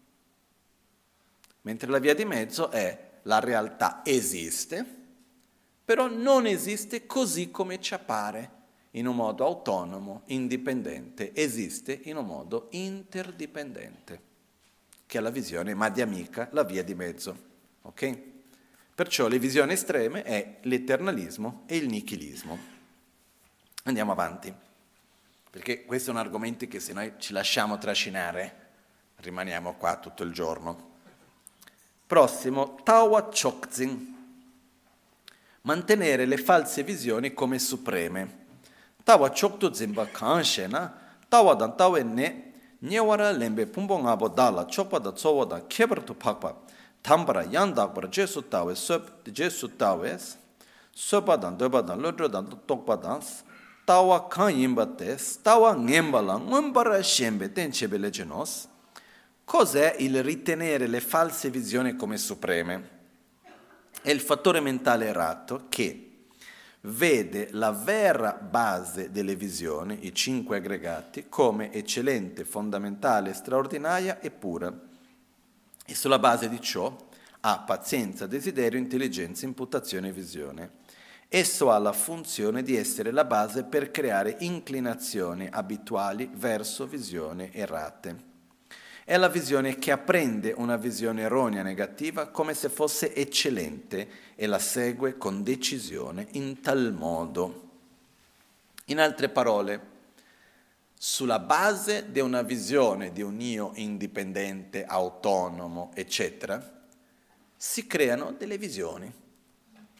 Mentre la via di mezzo è la realtà esiste, però non esiste così come ci appare, in un modo autonomo, indipendente, esiste in un modo interdipendente, che è la visione madhyamika, la via di mezzo. Ok? Perciò le visioni estreme è l'eternalismo e il nichilismo. Andiamo avanti, perché questi sono argomenti che se noi ci lasciamo trascinare, rimaniamo qua tutto il giorno. Prossimo, Tawa Chokzin. Mantenere le false visioni come supreme. Tawa Choktuzin ba kanshena, Tawa dan tawe ne, nyewara lembe pumbo ngabo dala, chokpa da tsowa da kebar tu pakpa, tambara yandakbar jesu tawe, söp jesu tawes, söpa dan doba dan lodro dan tokpa dans, Tawa kan yimbates, tawa ngembala, ngumbara shembe ten chebele genos. Cos'è il ritenere le false visioni come supreme? È il fattore mentale errato che vede la vera base delle visioni, i cinque aggregati, come eccellente, fondamentale, straordinaria e pura. E sulla base di ciò ha pazienza, desiderio, intelligenza, imputazione e visione. Esso ha la funzione di essere la base per creare inclinazioni abituali verso visioni errate. È la visione che apprende una visione erronea negativa come se fosse eccellente e la segue con decisione in tal modo. In altre parole, sulla base di una visione di un io indipendente, autonomo, eccetera, si creano delle visioni.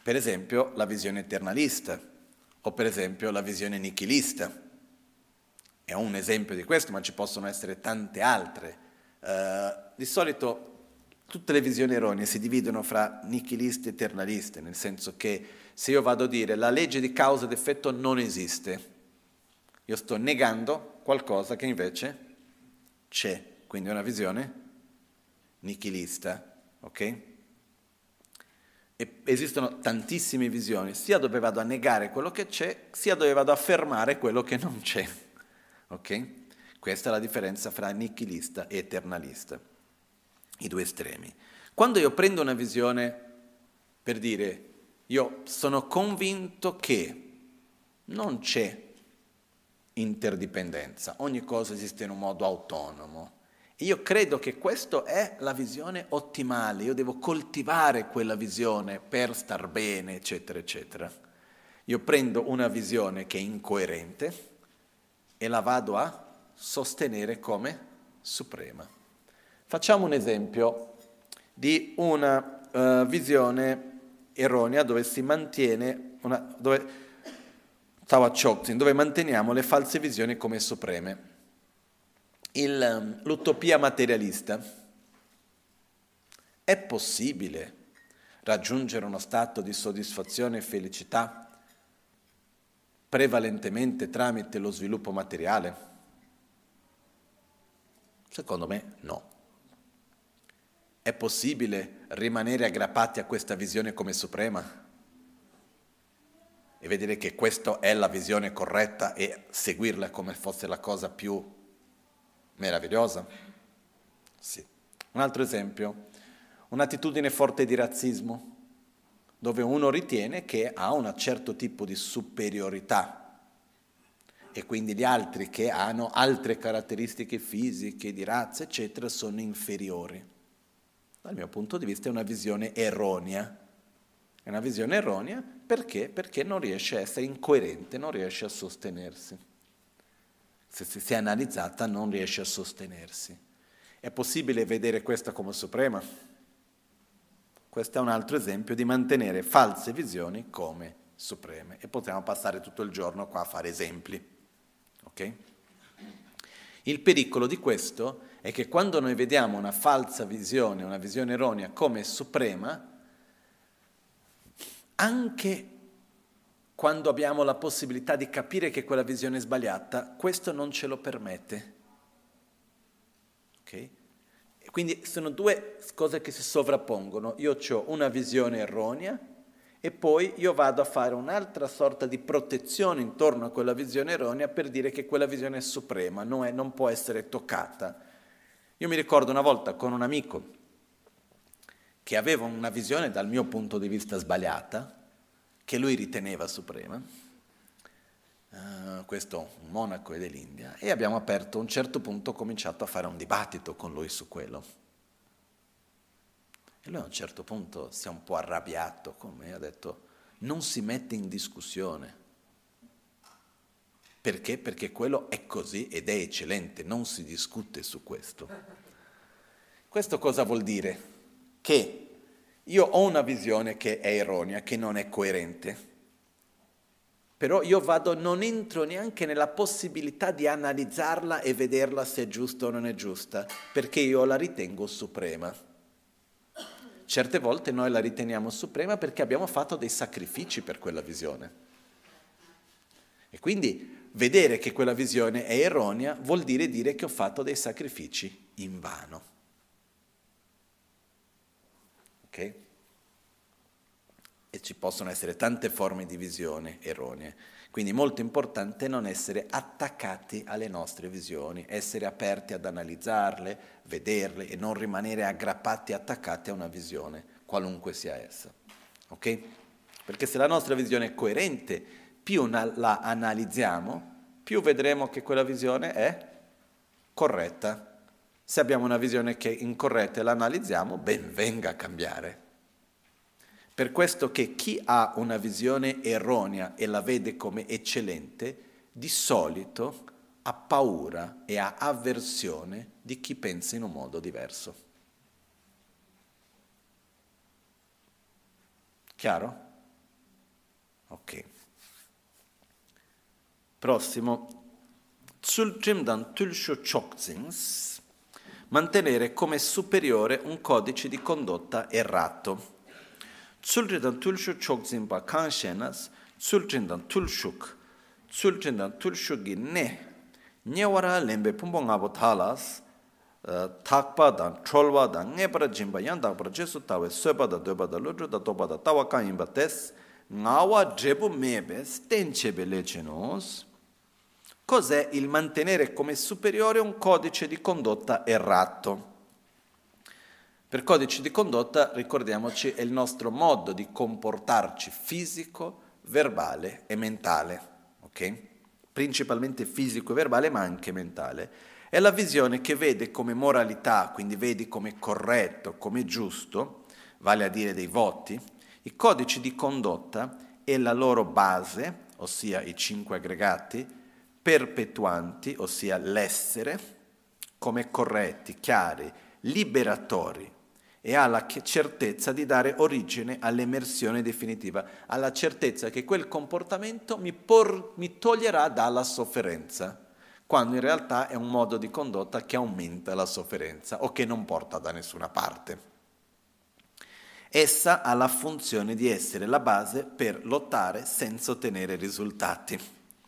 Per esempio la visione eternalista, o per esempio la visione nichilista. È un esempio di questo, ma ci possono essere tante altre. Uh, di solito tutte le visioni erronee si dividono fra nichiliste e eternaliste, nel senso che se io vado a dire la legge di causa ed effetto non esiste, io sto negando qualcosa che invece c'è, quindi è una visione nichilista, ok? E esistono tantissime visioni, sia dove vado a negare quello che c'è, sia dove vado a affermare quello che non c'è, ok? Questa è la differenza fra nichilista e eternalista, i due estremi. Quando io prendo una visione per dire io sono convinto che non c'è interdipendenza, ogni cosa esiste in un modo autonomo, e io credo che questa è la visione ottimale, io devo coltivare quella visione per star bene, eccetera, eccetera. Io prendo una visione che è incoerente e la vado a sostenere come suprema. Facciamo un esempio di una uh, visione erronea dove si mantiene, una, dove, dove manteniamo le false visioni come supreme. Il, um, l'utopia materialista. È possibile raggiungere uno stato di soddisfazione e felicità prevalentemente tramite lo sviluppo materiale? Secondo me no. È possibile rimanere aggrappati a questa visione come suprema e vedere che questa è la visione corretta e seguirla come fosse la cosa più meravigliosa? Sì. Un altro esempio, un'attitudine forte di razzismo, dove uno ritiene che ha un certo tipo di superiorità e quindi gli altri che hanno altre caratteristiche fisiche, di razza, eccetera, sono inferiori. Dal mio punto di vista è una visione erronea. È una visione erronea perché? Perché non riesce a essere incoerente, non riesce a sostenersi. Se si è analizzata non riesce a sostenersi. È possibile vedere questa come suprema? Questo è un altro esempio di mantenere false visioni come supreme. E potremmo passare tutto il giorno qua a fare esempi. Okay? Il pericolo di questo è che quando noi vediamo una falsa visione, una visione erronea come suprema, anche quando abbiamo la possibilità di capire che quella visione è sbagliata, questo non ce lo permette. Ok? Quindi sono due cose che si sovrappongono. Io ho una visione erronea e poi io vado a fare un'altra sorta di protezione intorno a quella visione erronea per dire che quella visione è suprema, non, è, non può essere toccata. Io mi ricordo una volta con un amico che aveva una visione dal mio punto di vista sbagliata, che lui riteneva suprema, uh, questo un monaco dell'India, e abbiamo aperto a un certo punto, ho cominciato a fare un dibattito con lui su quello. E lui a un certo punto si è un po' arrabbiato con me, ha detto non si mette in discussione. Perché? Perché quello è così ed è eccellente, non si discute su questo. Questo cosa vuol dire? Che io ho una visione che è erronea, che non è coerente, però io vado, non entro neanche nella possibilità di analizzarla e vederla se è giusta o non è giusta, perché io la ritengo suprema. Certe volte noi la riteniamo suprema perché abbiamo fatto dei sacrifici per quella visione. E quindi vedere che quella visione è erronea vuol dire dire che ho fatto dei sacrifici invano. Ok? E ci possono essere tante forme di visione erronee. Quindi è molto importante non essere attaccati alle nostre visioni, essere aperti ad analizzarle, vederle e non rimanere aggrappati e attaccati a una visione, qualunque sia essa. Ok? Perché se la nostra visione è coerente, più la analizziamo, più vedremo che quella visione è corretta. Se abbiamo una visione che è incorretta e la analizziamo, ben venga a cambiare. Per questo che chi ha una visione erronea e la vede come eccellente, di solito ha paura e ha avversione di chi pensa in un modo diverso. Chiaro? Ok. Prossimo. Tsultrimdan tulshu chokzings. Mantenere come superiore un codice di condotta errato. Tsultrimdan tulshu chokzimba kanshenas. Tsultrimdan tulshuk. Tsultrimdan tulshugi ne. Nyewara lembe pumbo ngabo talas. Takpadan, trolwadan, ngebra jimba yandakbra jesu tawe sebada debada ludruda tobada tawaka imba tes. Ngawa drebu mebe stenchebe lecenos. Cos'è il mantenere come superiore un codice di condotta errato? Per codice di condotta, ricordiamoci, è il nostro modo di comportarci fisico, verbale e mentale, ok? Principalmente fisico e verbale, ma anche mentale. È la visione che vede come moralità, quindi vedi come corretto, come giusto, vale a dire dei voti, i codici di condotta e la loro base, ossia i cinque aggregati, perpetuanti, ossia l'essere, come corretti, chiari, liberatori, e ha la certezza di dare origine all'emersione definitiva, alla certezza che quel comportamento mi, por- mi toglierà dalla sofferenza, quando in realtà è un modo di condotta che aumenta la sofferenza o che non porta da nessuna parte. Essa ha la funzione di essere la base per lottare senza ottenere risultati.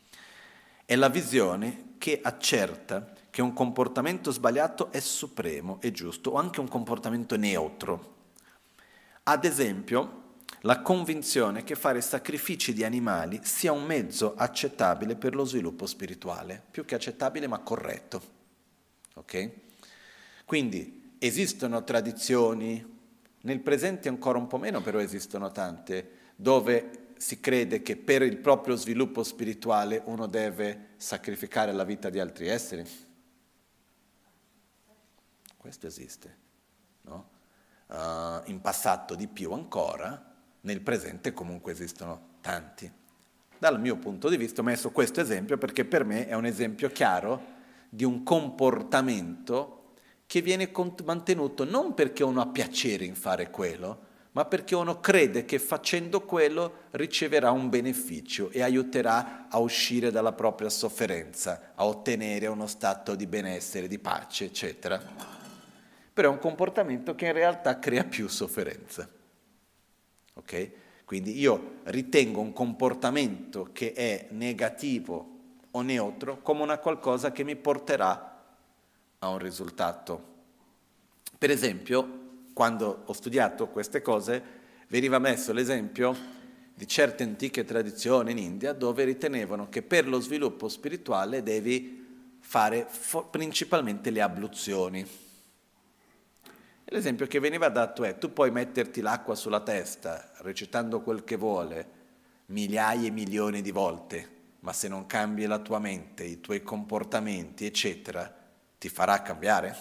È la visione che accerta che un comportamento sbagliato è supremo e giusto, o anche un comportamento neutro. Ad esempio, la convinzione che fare sacrifici di animali sia un mezzo accettabile per lo sviluppo spirituale, più che accettabile ma corretto. Ok? Quindi esistono tradizioni, nel presente ancora un po' meno, però esistono tante, dove si crede che per il proprio sviluppo spirituale uno deve sacrificare la vita di altri esseri. Questo esiste, no? Uh, in passato di più ancora, nel presente comunque esistono tanti. Dal mio punto di vista ho messo questo esempio perché per me è un esempio chiaro di un comportamento che viene mantenuto non perché uno ha piacere in fare quello, ma perché uno crede che facendo quello riceverà un beneficio e aiuterà a uscire dalla propria sofferenza, a ottenere uno stato di benessere, di pace, eccetera. Però è un comportamento che in realtà crea più sofferenza. Ok? Quindi io ritengo un comportamento che è negativo o neutro come una qualcosa che mi porterà a un risultato. Per esempio, quando ho studiato queste cose, veniva messo l'esempio di certe antiche tradizioni in India dove ritenevano che per lo sviluppo spirituale devi fare fo- principalmente le abluzioni. E l'esempio che veniva dato è: tu puoi metterti l'acqua sulla testa recitando quel che vuole migliaia e milioni di volte, ma se non cambi la tua mente, i tuoi comportamenti, eccetera, ti farà cambiare?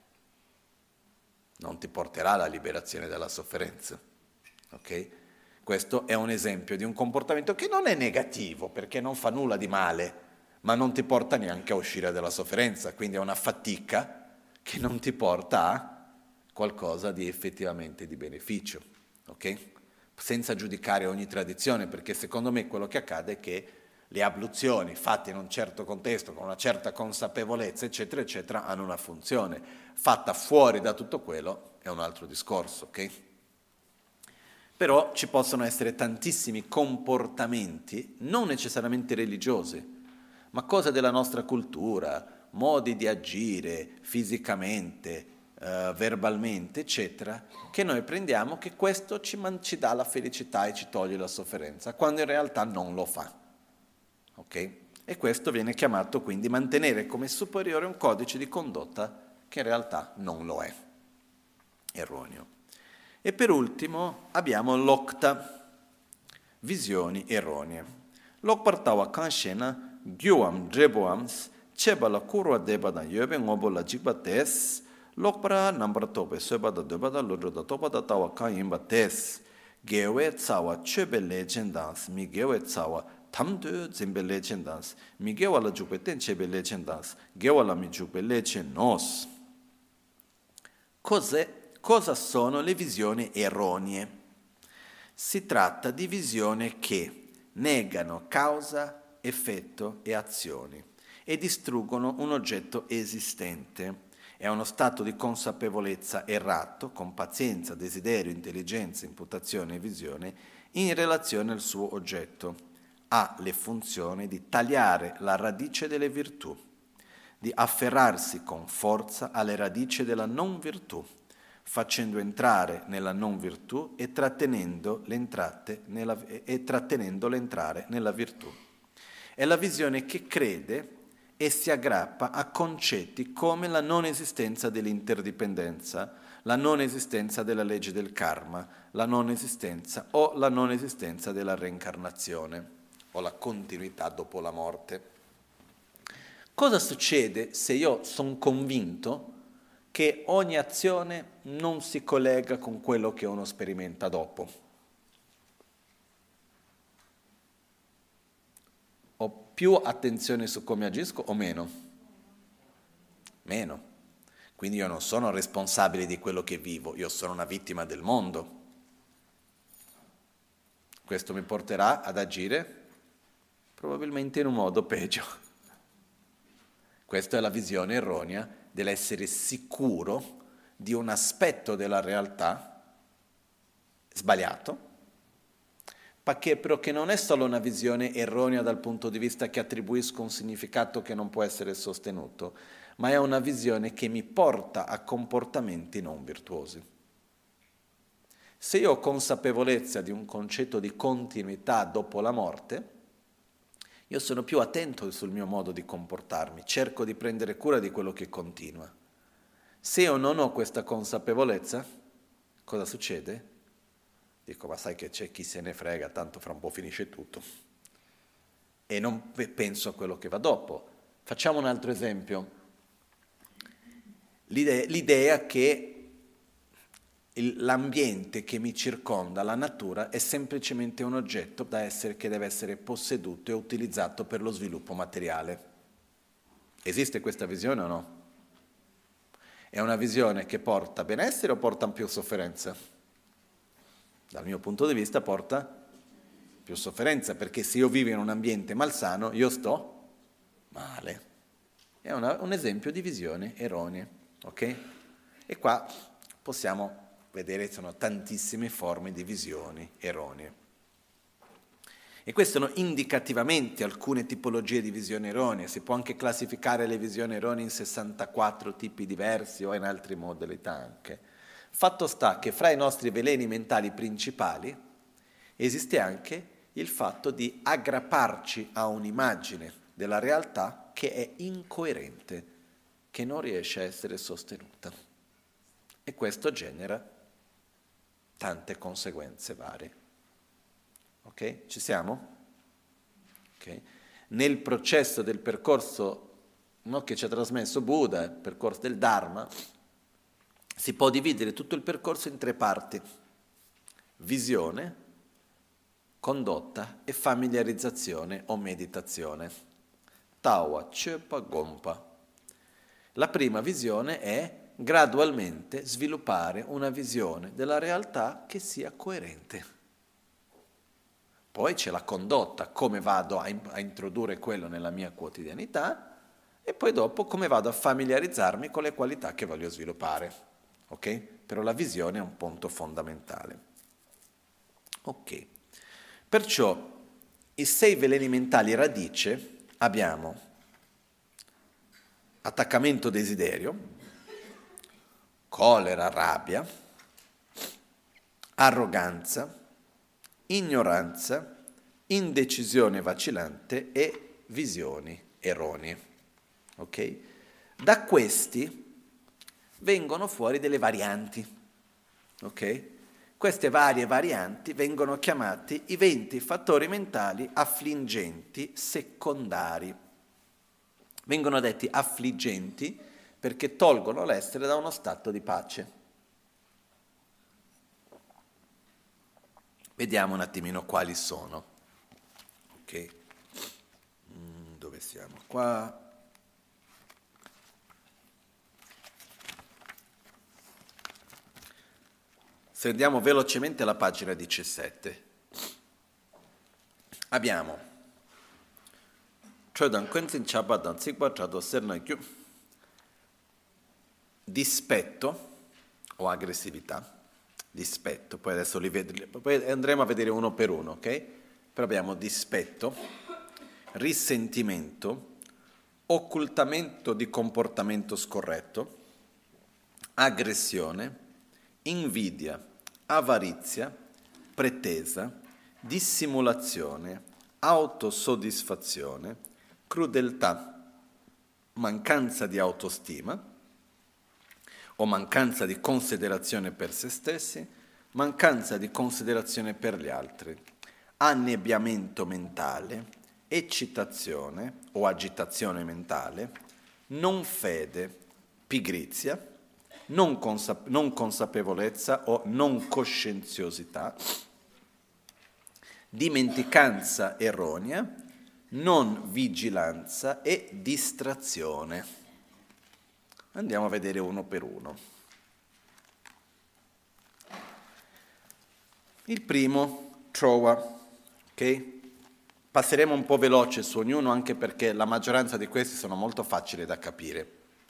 Non ti porterà alla liberazione dalla sofferenza. Ok? Questo è un esempio di un comportamento che non è negativo, perché non fa nulla di male, ma non ti porta neanche a uscire dalla sofferenza, quindi è una fatica che non ti porta a qualcosa di effettivamente di beneficio. Ok? Senza giudicare ogni tradizione, perché secondo me quello che accade è che le abluzioni fatte in un certo contesto, con una certa consapevolezza, eccetera, eccetera, hanno una funzione. Fatta fuori da tutto quello è un altro discorso, ok? Però ci possono essere tantissimi comportamenti, non necessariamente religiosi, ma cose della nostra cultura, modi di agire fisicamente, eh, verbalmente, eccetera, che noi prendiamo che questo ci, man- ci dà la felicità e ci toglie la sofferenza, quando in realtà non lo fa. Ok? E questo viene chiamato quindi mantenere come superiore un codice di condotta che in realtà non lo è, erroneo. E per ultimo abbiamo l'okta, visioni erronee. Lokpartawa kanshena gyuam dreboams chebala kurwa debada yobe ngobola jikbates lokpara nambar tope sebada debada lodroda topada tawa kanyimba tes gewe tsawa chebe legendans mi gewe tsawa tamdo zimbe legendans mi gewala jukbe ten chebe legendans gewala mi jukbe legendos. Cos'è? Cosa sono le visioni erronee? Si tratta di visioni che negano causa, effetto e azioni e distruggono un oggetto esistente. È uno stato di consapevolezza errato, con pazienza, desiderio, intelligenza, imputazione e visione, in relazione al suo oggetto. Ha le funzioni di tagliare la radice delle virtù, di afferrarsi con forza alle radici della non virtù, facendo entrare nella non virtù e trattenendo l'entrate nella, e trattenendo l'entrare nella virtù. È la visione che crede e si aggrappa a concetti come la non esistenza dell'interdipendenza, la non esistenza della legge del karma, la non esistenza o la non esistenza della reincarnazione o la continuità dopo la morte. Cosa succede se io sono convinto che ogni azione non si collega con quello che uno sperimenta dopo? Ho più attenzione su come agisco o meno? Meno. Quindi io non sono responsabile di quello che vivo, io sono una vittima del mondo. Questo mi porterà ad agire probabilmente in un modo peggio. Questa è la visione erronea dell'essere sicuro di un aspetto della realtà sbagliato, perché però che non è solo una visione erronea dal punto di vista che attribuisco un significato che non può essere sostenuto, ma è una visione che mi porta a comportamenti non virtuosi. Se io ho consapevolezza di un concetto di continuità dopo la morte, io sono più attento sul mio modo di comportarmi, cerco di prendere cura di quello che continua. Se io non ho questa consapevolezza, cosa succede? Dico, ma sai che c'è chi se ne frega, tanto fra un po' finisce tutto. E non penso a quello che va dopo. Facciamo un altro esempio. L'idea, l'idea che l'ambiente che mi circonda, la natura, è semplicemente un oggetto da essere, che deve essere posseduto e utilizzato per lo sviluppo materiale. Esiste questa visione o no? È una visione che porta benessere o porta più sofferenza? Dal mio punto di vista porta più sofferenza, perché se io vivo in un ambiente malsano, io sto male. È una, un esempio di visione erronea, ok? E qua possiamo vedere, sono tantissime forme di visioni erronee. E queste sono indicativamente alcune tipologie di visioni erronee. Si può anche classificare le visioni erronee in sessantaquattro tipi diversi o in altre modalità anche. Fatto sta che fra i nostri veleni mentali principali esiste anche il fatto di aggrapparci a un'immagine della realtà che è incoerente, che non riesce a essere sostenuta. E questo genera tante conseguenze varie. Ok? Ci siamo? Ok? Nel processo del percorso, no, che ci ha trasmesso Buddha, il percorso del Dharma, si può dividere tutto il percorso in tre parti: visione, condotta e familiarizzazione o meditazione. Tawa, Chepa, Gompa. La prima visione è gradualmente sviluppare una visione della realtà che sia coerente. Poi c'è la condotta, come vado a, in- a introdurre quello nella mia quotidianità, e poi dopo come vado a familiarizzarmi con le qualità che voglio sviluppare. Ok? Però la visione è un punto fondamentale. Ok. Perciò i sei veleni mentali radice abbiamo attaccamento desiderio, colera, rabbia, arroganza, ignoranza, indecisione vacillante e visioni erronee. Ok? Da questi vengono fuori delle varianti. Ok? Queste varie varianti vengono chiamati i venti fattori mentali affliggenti secondari. Vengono detti affliggenti perché tolgono l'essere da uno stato di pace. Vediamo un attimino quali sono. Ok? Mm, dove siamo? Qua. Se andiamo velocemente alla pagina diciassette. abbiamo Chodan Quentin Chabadan Zigba Chado Sernagyu, dispetto o aggressività. Dispetto, poi adesso li ved- poi andremo a vedere uno per uno, ok? Però abbiamo dispetto, risentimento, occultamento di comportamento scorretto, aggressione, invidia, avarizia, pretesa, dissimulazione, autosoddisfazione, crudeltà, mancanza di autostima o mancanza di considerazione per se stessi, mancanza di considerazione per gli altri, annebbiamento mentale, eccitazione o agitazione mentale, non fede, pigrizia, non, consap- non consapevolezza o non coscienziosità, dimenticanza erronea, non vigilanza e distrazione. Andiamo a vedere uno per uno. Il primo, trova, ok? Passeremo un po' veloce su ognuno anche perché la maggioranza di questi sono molto facili da capire.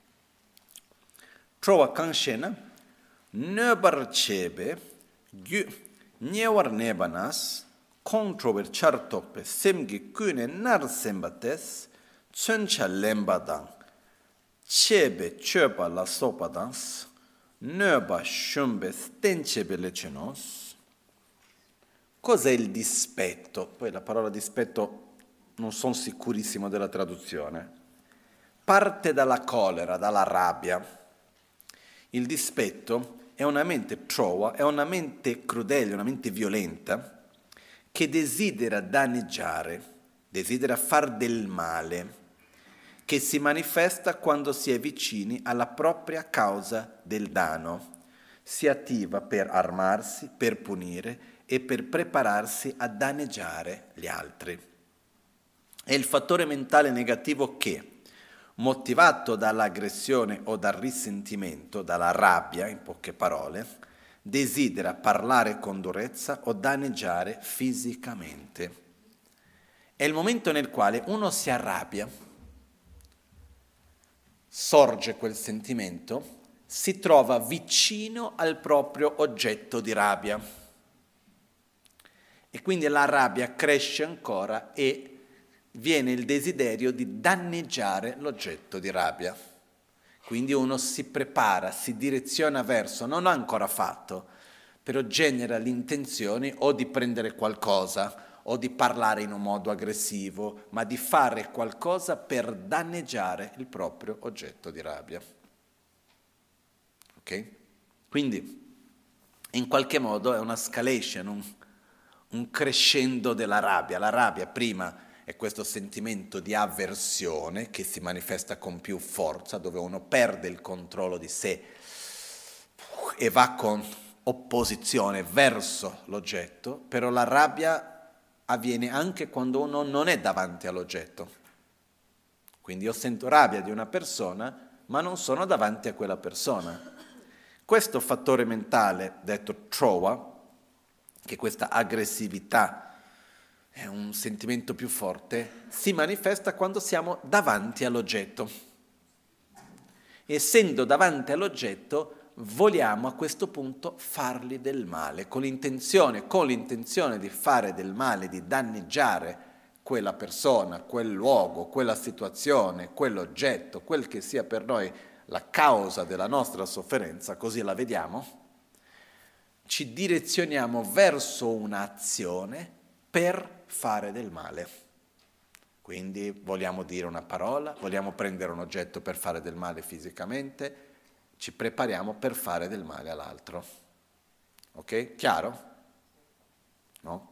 Trova kanshena, nöbar chebe, gyu, nyewar nebanas, kontrover chartokpe, semgi kune nar sembates, chöncha lembadang, chebe chöpa la sopadans, nöba shumbe stenchebe lecenos. Cos'è il dispetto? Poi la parola dispetto non sono sicurissimo della traduzione. Parte dalla colera, dalla rabbia. Il dispetto è una mente trova, è una mente crudele, una mente violenta, che desidera danneggiare, desidera far del male, che si manifesta quando si è vicini alla propria causa del danno. Si attiva per armarsi, per punire e per prepararsi a danneggiare gli altri. È il fattore mentale negativo che, motivato dall'aggressione o dal risentimento, dalla rabbia, in poche parole, desidera parlare con durezza o danneggiare fisicamente. È il momento nel quale uno si arrabbia, sorge quel sentimento, si trova vicino al proprio oggetto di rabbia. E quindi la rabbia cresce ancora e viene il desiderio di danneggiare l'oggetto di rabbia. Quindi uno si prepara, si direziona verso, non l'ha ancora fatto, però genera l'intenzione o di prendere qualcosa o di parlare in un modo aggressivo, ma di fare qualcosa per danneggiare il proprio oggetto di rabbia. Ok? Quindi in qualche modo è una escalation, un un crescendo della rabbia. La rabbia prima è questo sentimento di avversione che si manifesta con più forza, dove uno perde il controllo di sé e va con opposizione verso l'oggetto, però la rabbia avviene anche quando uno non è davanti all'oggetto. Quindi io sento rabbia di una persona, ma non sono davanti a quella persona. Questo fattore mentale, detto trova, che questa aggressività è un sentimento più forte, si manifesta quando siamo davanti all'oggetto. Essendo davanti all'oggetto, vogliamo a questo punto fargli del male, con l'intenzione, con l'intenzione di fare del male, di danneggiare quella persona, quel luogo, quella situazione, quell'oggetto, quel che sia per noi la causa della nostra sofferenza, così la vediamo, ci direzioniamo verso un'azione per fare del male. Quindi vogliamo dire una parola, vogliamo prendere un oggetto per fare del male fisicamente, ci prepariamo per fare del male all'altro. Ok? Chiaro? No?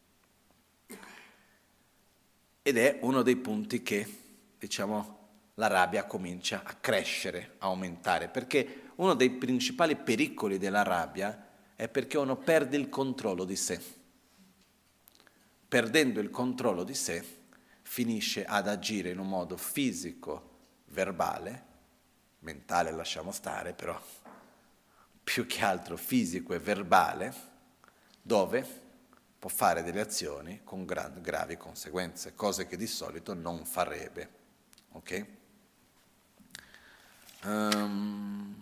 Ed è uno dei punti che, diciamo, la rabbia comincia a crescere, a aumentare, perché uno dei principali pericoli della rabbia è perché uno perde il controllo di sé. Perdendo il controllo di sé, finisce ad agire in un modo fisico, verbale, mentale lasciamo stare, però più che altro fisico e verbale, dove può fare delle azioni con gra- gravi conseguenze, cose che di solito non farebbe. Ok? Um,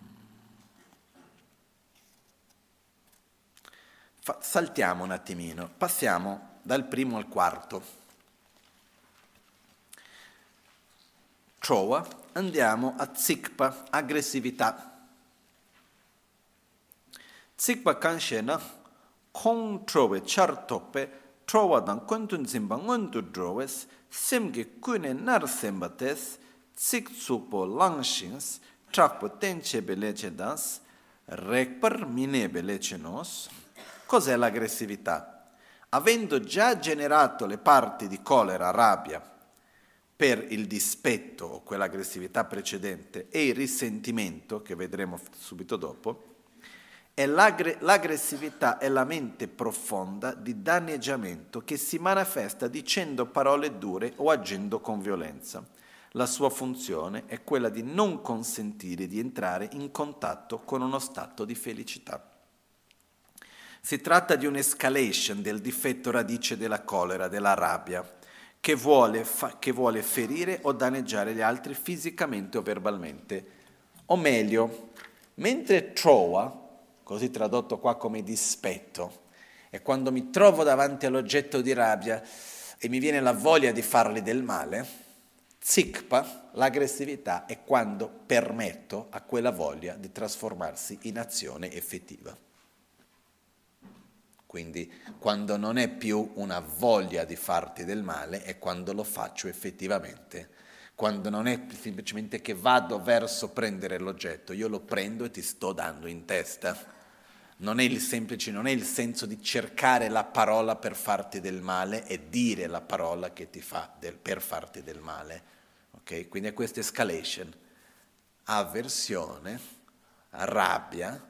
fa- saltiamo un attimino, passiamo dal primo al quarto. Trova, andiamo a Tsikpa, aggressività. Tsikpa kanshena, kong trove char tope, trova dan kuntun zimba ngundu droves, semge kune nar sembates, tsik tsukpo langshins, trakpo tenchebe lechedas, rekpar minebe lechenos. Cos'è l'aggressività? Avendo già generato le parti di colera, rabbia, per il dispetto o quell'aggressività precedente e il risentimento, che vedremo subito dopo, è l'agre- l'aggressività è la mente profonda di danneggiamento che si manifesta dicendo parole dure o agendo con violenza. La sua funzione è quella di non consentire di entrare in contatto con uno stato di felicità. Si tratta di un'escalation del difetto radice della colera, della rabbia, che vuole, fa- che vuole ferire o danneggiare gli altri fisicamente o verbalmente. O meglio, mentre trova, così tradotto qua come dispetto, è quando mi trovo davanti all'oggetto di rabbia e mi viene la voglia di fargli del male, tsikpa, l'aggressività, è quando permetto a quella voglia di trasformarsi in azione effettiva. Quindi quando non è più una voglia di farti del male, è quando lo faccio effettivamente. Quando non è semplicemente che vado verso prendere l'oggetto, io lo prendo e ti sto dando in testa. Non è il semplice, non è il senso di cercare la parola per farti del male e dire la parola che ti fa del, per farti del male. Okay? Quindi è questa escalation. Avversione, rabbia.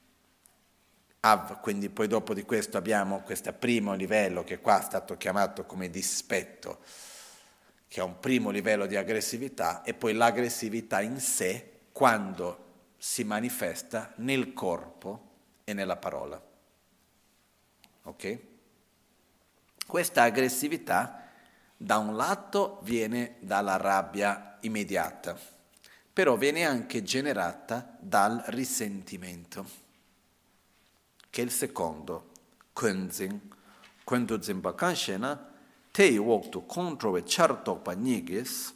Quindi poi dopo di questo abbiamo questo primo livello che qua è stato chiamato come dispetto, che è un primo livello di aggressività, e poi l'aggressività in sé quando si manifesta nel corpo e nella parola. Ok? Questa aggressività da un lato viene dalla rabbia immediata, però viene anche generata dal risentimento, che è il secondo, Kunzing, quando zimba kanshena, tei woktu kontrove chartokpa nigis,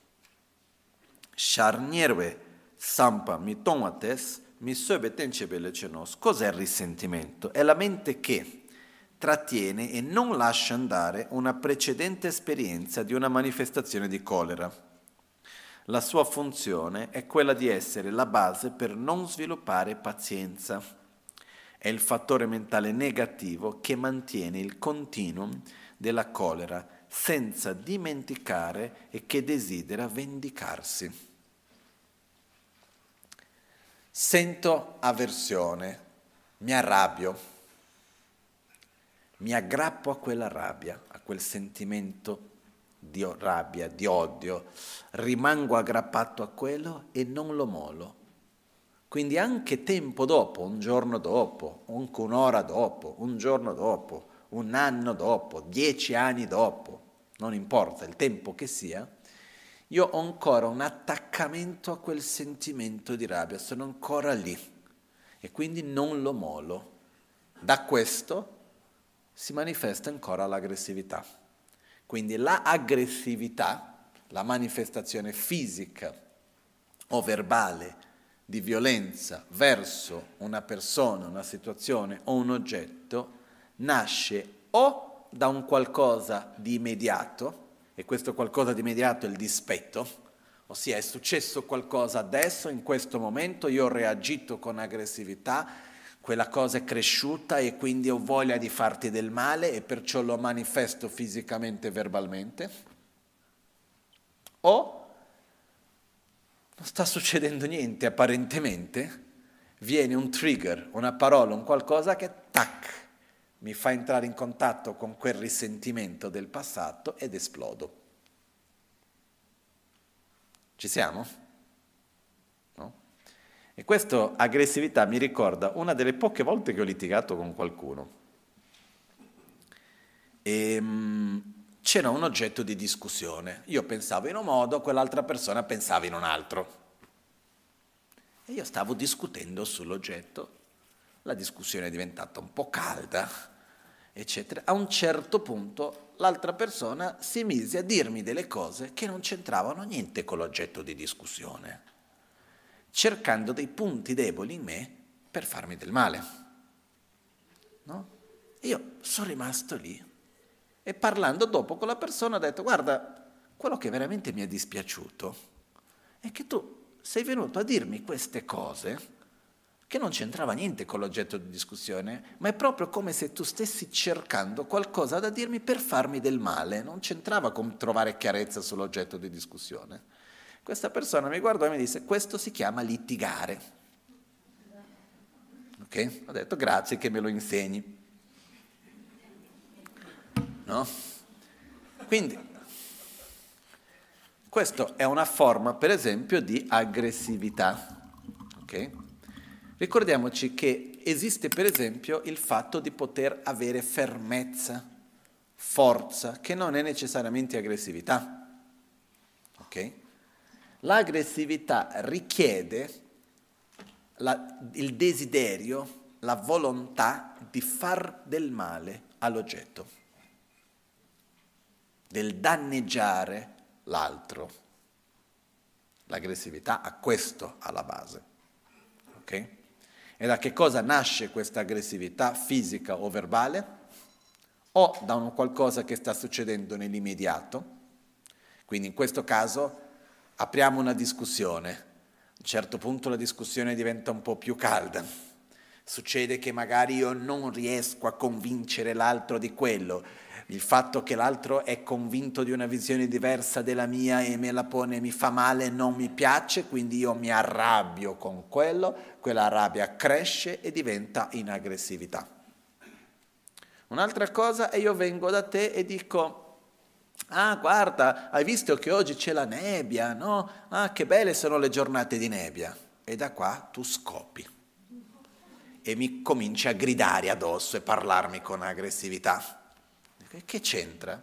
sharnierve sampa mi tomates, mi sobe tenchebe lecenos. Cos'è il risentimento? È la mente che trattiene e non lascia andare una precedente esperienza di una manifestazione di colera. La sua funzione è quella di essere la base per non sviluppare pazienza. È il fattore mentale negativo che mantiene il continuum della colera senza dimenticare e che desidera vendicarsi. Sento avversione, mi arrabbio, mi aggrappo a quella rabbia, a quel sentimento di rabbia, di odio, rimango aggrappato a quello e non lo molo. Quindi anche tempo dopo, un giorno dopo, anche un'ora dopo, un giorno dopo, un anno dopo, dieci anni dopo, non importa il tempo che sia, io ho ancora un attaccamento a quel sentimento di rabbia, sono ancora lì e quindi non lo molo. Da questo si manifesta ancora l'aggressività. Quindi l'aggressività, la manifestazione fisica o verbale di violenza verso una persona, una situazione o un oggetto, nasce o da un qualcosa di immediato, e questo qualcosa di immediato è il dispetto, ossia è successo qualcosa adesso, in questo momento, io ho reagito con aggressività, quella cosa è cresciuta e quindi ho voglia di farti del male e perciò lo manifesto fisicamente e verbalmente, o non sta succedendo niente apparentemente, viene un trigger, una parola, un qualcosa che tac, mi fa entrare in contatto con quel risentimento del passato ed esplodo. Ci siamo? No? E questa aggressività mi ricorda una delle poche volte che ho litigato con qualcuno. e mh, c'era un oggetto di discussione. Io pensavo in un modo, quell'altra persona pensava in un altro. E io stavo discutendo sull'oggetto, la discussione è diventata un po' calda, eccetera. A un certo punto l'altra persona si mise a dirmi delle cose che non c'entravano niente con l'oggetto di discussione, cercando dei punti deboli in me per farmi del male. No? E io sono rimasto lì e parlando dopo con la persona ho detto: guarda, quello che veramente mi è dispiaciuto è che tu sei venuto a dirmi queste cose che non c'entrava niente con l'oggetto di discussione, ma è proprio come se tu stessi cercando qualcosa da dirmi per farmi del male, non c'entrava con trovare chiarezza sull'oggetto di discussione. Questa persona mi guardò e mi disse: questo si chiama litigare. Ok? Ho detto: grazie che me lo insegni. No? Quindi questa è una forma, per esempio, di aggressività. Ok? Ricordiamoci che esiste, per esempio, il fatto di poter avere fermezza, forza, che non è necessariamente aggressività. Ok? L'aggressività richiede la, il desiderio, la volontà di far del male all'oggetto, del danneggiare l'altro. L'aggressività ha questo alla base. Ok? E da che cosa nasce questa aggressività fisica o verbale? O da un qualcosa che sta succedendo nell'immediato. Quindi in questo caso apriamo una discussione. A un certo punto la discussione diventa un po' più calda. Succede che magari io non riesco a convincere l'altro di quello. Il fatto che l'altro è convinto di una visione diversa della mia e me la pone, mi fa male, non mi piace, quindi io mi arrabbio con quello, quella rabbia cresce e diventa in aggressività. Un'altra cosa è io vengo da te e dico: ah, guarda, hai visto che oggi c'è la nebbia, no? Ah, che belle sono le giornate di nebbia. E da qua tu scopi e mi cominci a gridare addosso e parlarmi con aggressività. Che c'entra?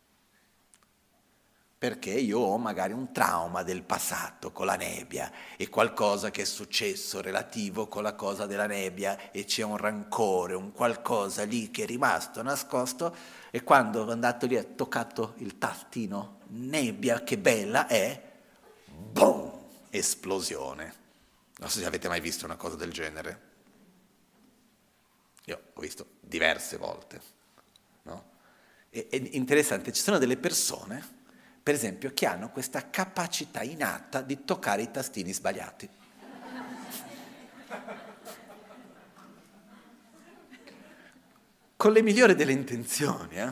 Perché io ho magari un trauma del passato con la nebbia e qualcosa che è successo relativo con la cosa della nebbia e c'è un rancore, un qualcosa lì che è rimasto nascosto, e quando ho andato lì e ho toccato il tastino nebbia, che bella è, boom, esplosione. Non so se avete mai visto una cosa del genere. Io ho visto diverse volte, no? È interessante, ci sono delle persone, per esempio, che hanno questa capacità innata di toccare i tastini sbagliati. Con le migliori delle intenzioni, eh?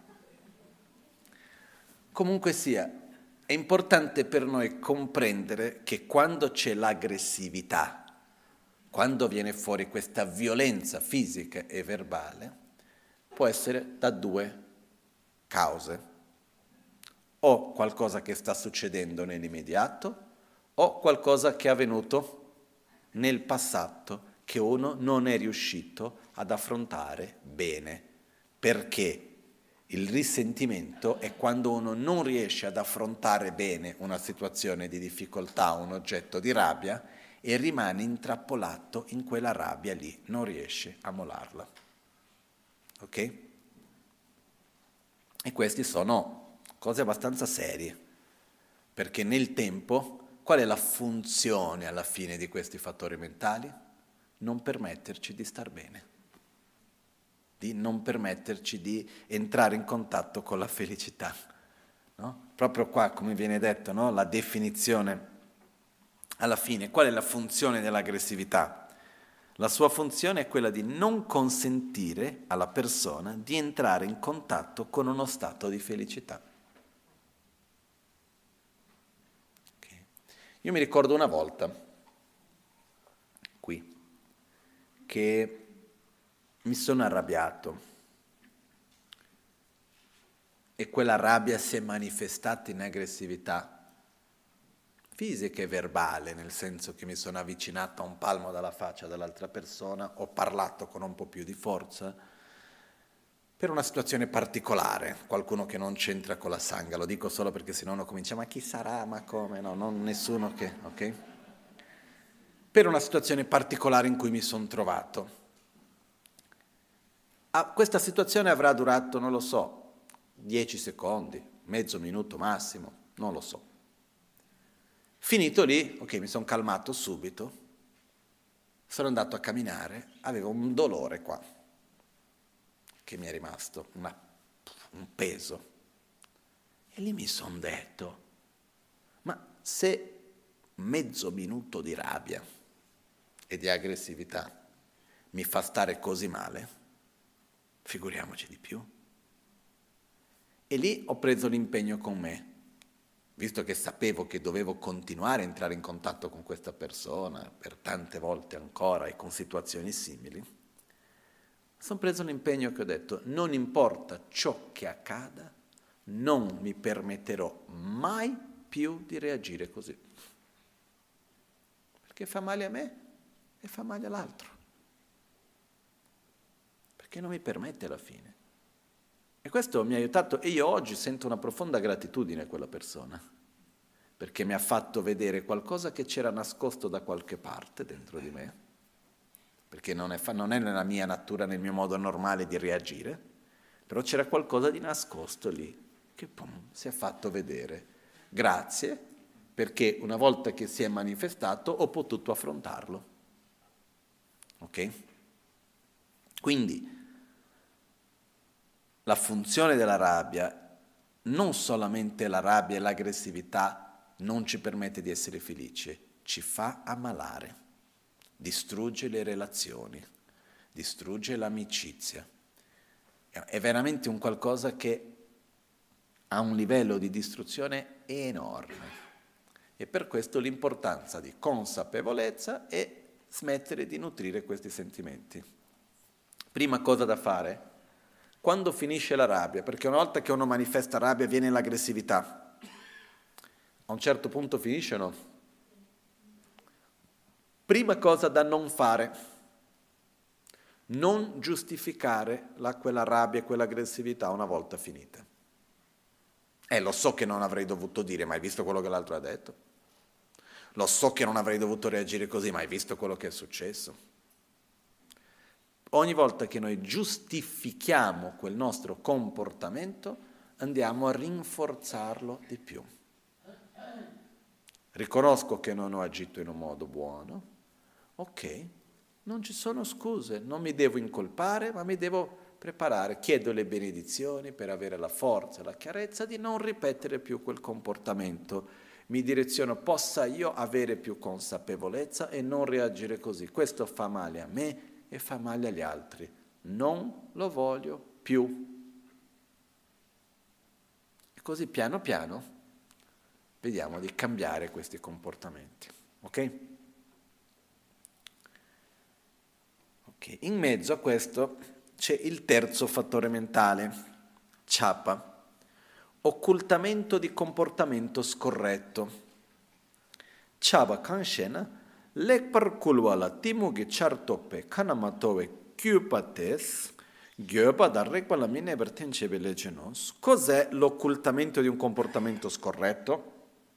Comunque sia, è importante per noi comprendere che quando c'è l'aggressività, quando viene fuori questa violenza fisica e verbale, può essere da due cause. O qualcosa che sta succedendo nell'immediato, o qualcosa che è avvenuto nel passato che uno non è riuscito ad affrontare bene. Perché il risentimento è quando uno non riesce ad affrontare bene una situazione di difficoltà, un oggetto di rabbia, e rimane intrappolato in quella rabbia lì, non riesce a molarla. Ok? E questi sono cose abbastanza serie, perché nel tempo qual è la funzione alla fine di questi fattori mentali? Non permetterci di star bene, di non permetterci di entrare in contatto con la felicità. No? Proprio qua, come viene detto, no? La definizione alla fine, qual è la funzione dell'aggressività? La sua funzione è quella di non consentire alla persona di entrare in contatto con uno stato di felicità. Okay. Io mi ricordo una volta, qui, che mi sono arrabbiato e quella rabbia si è manifestata in aggressività fisica e verbale, nel senso che mi sono avvicinato a un palmo dalla faccia dell'altra persona, ho parlato con un po' più di forza per una situazione particolare, qualcuno che non c'entra con la sangha, lo dico solo perché sennò uno comincia, ma chi sarà, ma come, no, non nessuno che, ok? Per una situazione particolare in cui mi sono trovato. Ah, questa situazione avrà durato, non lo so, dieci secondi, mezzo minuto massimo, non lo so. Finito lì, ok, mi sono calmato subito, sono andato a camminare, avevo un dolore qua, che mi è rimasto, una, un peso. E lì mi sono detto, ma se mezzo minuto di rabbia e di aggressività mi fa stare così male, figuriamoci di più. E lì ho preso l'impegno con me, visto che sapevo che dovevo continuare a entrare in contatto con questa persona per tante volte ancora e con situazioni simili, sono preso l'impegno che ho detto, non importa ciò che accada, non mi permetterò mai più di reagire così. Perché fa male a me e fa male all'altro. Perché non mi permette alla fine. E questo mi ha aiutato e io oggi sento una profonda gratitudine a quella persona, perché mi ha fatto vedere qualcosa che c'era nascosto da qualche parte dentro di me, perché non è, non è nella mia natura, nel mio modo normale di reagire, però c'era qualcosa di nascosto lì, che pum, si è fatto vedere. Grazie, perché una volta che si è manifestato ho potuto affrontarlo. Ok? Quindi la funzione della rabbia, non solamente la rabbia e l'aggressività non ci permette di essere felici, ci fa ammalare, distrugge le relazioni, distrugge l'amicizia. È veramente un qualcosa che ha un livello di distruzione enorme. E per questo l'importanza di consapevolezza e smettere di nutrire questi sentimenti. Prima cosa da fare, quando finisce la rabbia, perché una volta che uno manifesta rabbia viene l'aggressività, a un certo punto finisce o no? Prima cosa da non fare, non giustificare la, quella rabbia e quell'aggressività una volta finita. Eh, lo so che non avrei dovuto dire, ma hai visto quello che l'altro ha detto? Lo so che non avrei dovuto reagire così, ma hai visto quello che è successo? Ogni volta che noi giustifichiamo quel nostro comportamento, andiamo a rinforzarlo di più. Riconosco che non ho agito in un modo buono, ok, non ci sono scuse, non mi devo incolpare, ma mi devo preparare, chiedo le benedizioni per avere la forza e la chiarezza di non ripetere più quel comportamento. Mi direziono, possa io avere più consapevolezza e non reagire così. Questo fa male a me e fa male agli altri. Non lo voglio più. E così piano piano vediamo di cambiare questi comportamenti. Ok? Ok. In mezzo a questo c'è il terzo fattore mentale, chapa, occultamento di comportamento scorretto. Chapa kanshena lekpar kulwala timugi chartoppe kanamatowe kyupates gyoba darrekpa la mine vertencebe legenos. Cos'è l'occultamento di un comportamento scorretto?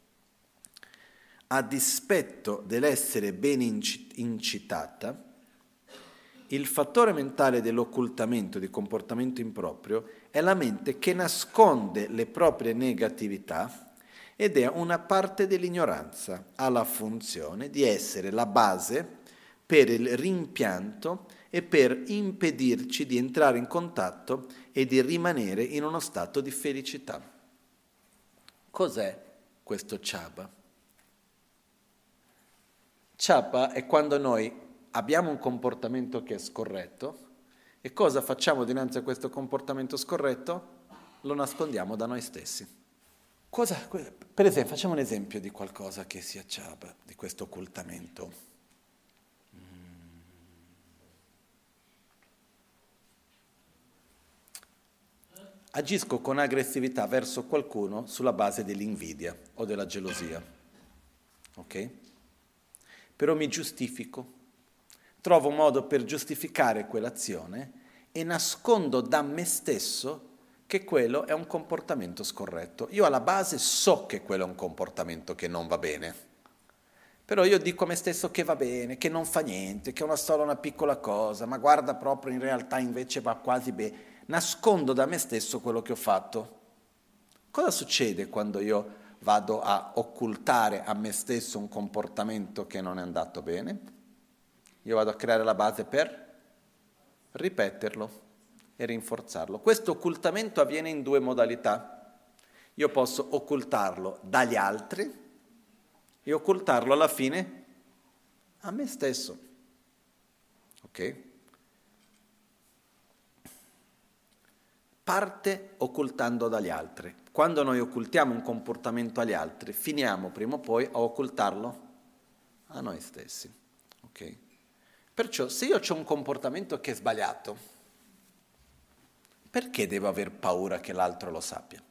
A dispetto dell'essere ben incitata, il fattore mentale dell'occultamento di comportamento improprio è la mente che nasconde le proprie negatività ed è una parte dell'ignoranza, ha la funzione di essere la base per il rimpianto e per impedirci di entrare in contatto e di rimanere in uno stato di felicità. Cos'è questo chapa? Chapa è quando noi abbiamo un comportamento che è scorretto e cosa facciamo dinanzi a questo comportamento scorretto? Lo nascondiamo da noi stessi. Cosa, per esempio, facciamo un esempio di qualcosa che sia chapa, di questo occultamento. Agisco con aggressività verso qualcuno sulla base dell'invidia o della gelosia. Ok? Però mi giustifico. Trovo un modo per giustificare quell'azione e nascondo da me stesso che quello è un comportamento scorretto. Io alla base so che quello è un comportamento che non va bene, però io dico a me stesso che va bene, che non fa niente, che è una solo una piccola cosa, ma guarda proprio in realtà invece va quasi bene. Nascondo da me stesso quello che ho fatto. Cosa succede quando io vado a occultare a me stesso un comportamento che non è andato bene? Io vado a creare la base per ripeterlo e rinforzarlo. Questo occultamento avviene in due modalità. Io posso occultarlo dagli altri e occultarlo alla fine a me stesso. Ok? Parte occultando dagli altri. Quando noi occultiamo un comportamento agli altri, finiamo prima o poi a occultarlo a noi stessi. Ok? Perciò, se io ho un comportamento che è sbagliato, perché devo aver paura che l'altro lo sappia?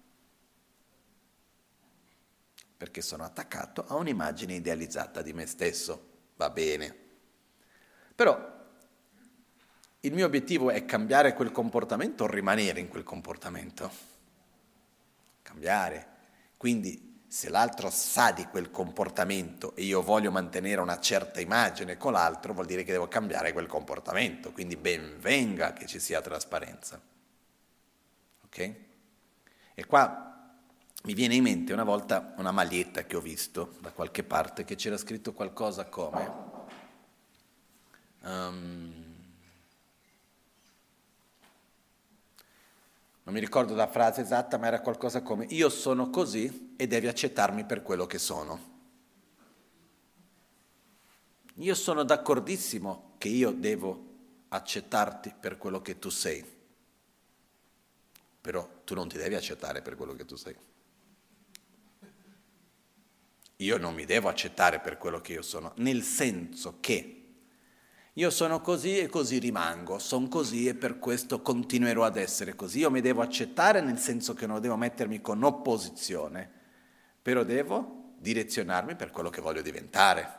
Perché sono attaccato a un'immagine idealizzata di me stesso. Va bene. Però il mio obiettivo è cambiare quel comportamento o rimanere in quel comportamento? Cambiare. Quindi se l'altro sa di quel comportamento e io voglio mantenere una certa immagine con l'altro, vuol dire che devo cambiare quel comportamento. Quindi ben venga che ci sia trasparenza. Ok? E qua mi viene in mente una volta una maglietta che ho visto da qualche parte che c'era scritto qualcosa come um, non mi ricordo la frase esatta, ma era qualcosa come io sono così e devi accettarmi per quello che sono. Io sono d'accordissimo che io devo accettarti per quello che tu sei, però tu non ti devi accettare per quello che tu sei. Io non mi devo accettare per quello che io sono, nel senso che io sono così e così rimango, sono così e per questo continuerò ad essere così. Io mi devo accettare nel senso che non devo mettermi con opposizione, però devo direzionarmi per quello che voglio diventare.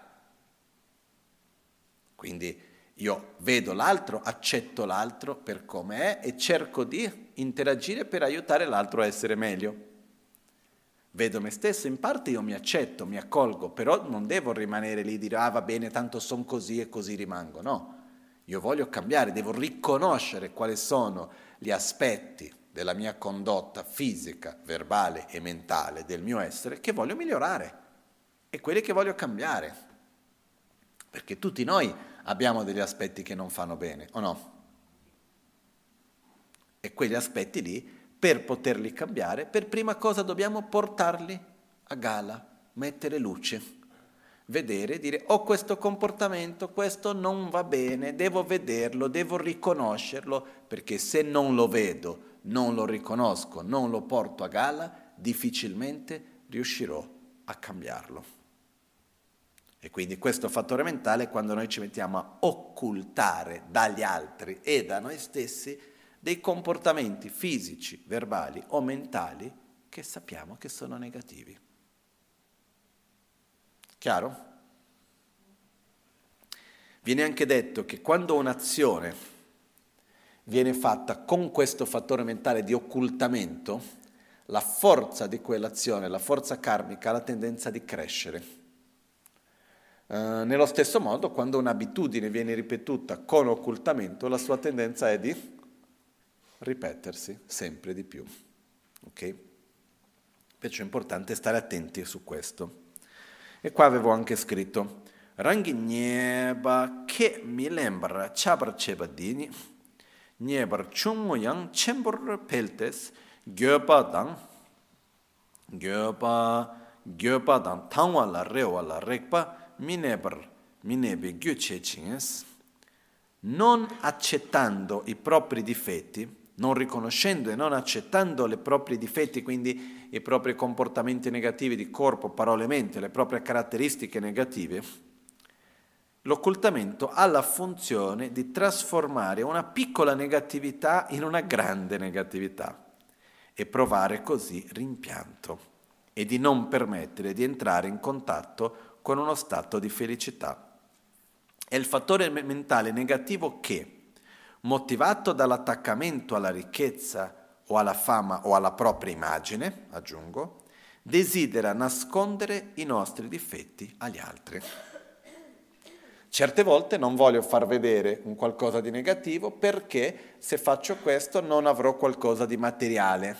Quindi io vedo l'altro, accetto l'altro per come è e cerco di interagire per aiutare l'altro a essere meglio. Vedo me stesso, in parte io mi accetto, mi accolgo, però non devo rimanere lì e dire ah va bene, tanto sono così e così rimango, no. Io voglio cambiare, devo riconoscere quali sono gli aspetti della mia condotta fisica, verbale e mentale, del mio essere, che voglio migliorare e quelli che voglio cambiare. Perché tutti noi abbiamo degli aspetti che non fanno bene, o no? E quegli aspetti lì, per poterli cambiare, per prima cosa dobbiamo portarli a gala, mettere luce, vedere, dire ho questo comportamento, questo non va bene, devo vederlo, devo riconoscerlo, perché se non lo vedo, non lo riconosco, non lo porto a gala, difficilmente riuscirò a cambiarlo. E quindi questo fattore mentale è quando noi ci mettiamo a occultare dagli altri e da noi stessi dei comportamenti fisici, verbali o mentali che sappiamo che sono negativi. Chiaro? Viene anche detto che quando un'azione viene fatta con questo fattore mentale di occultamento, la forza di quell'azione, la forza karmica, ha la tendenza di crescere. Uh, nello stesso modo, quando un'abitudine viene ripetuta con occultamento, la sua tendenza è di ripetersi sempre di più. Ok? Perciò è importante stare attenti su questo. E qua avevo anche scritto Rangi nyeba che mi lembra chabar chebadini nyebar chummo yang chembor peltes gyopa dang gyopa gyopa dang tangwa la rewa la rekpa minebar minebe gyoche chinges non accettando i propri difetti, non riconoscendo e non accettando i propri difetti, quindi i propri comportamenti negativi di corpo, parole e mente, le proprie caratteristiche negative, l'occultamento ha la funzione di trasformare una piccola negatività in una grande negatività e provare così rimpianto e di non permettere di entrare in contatto con uno stato di felicità. È il fattore mentale negativo che, motivato dall'attaccamento alla ricchezza o alla fama o alla propria immagine, aggiungo, desidera nascondere i nostri difetti agli altri. Certe volte non voglio far vedere un qualcosa di negativo perché se faccio questo non avrò qualcosa di materiale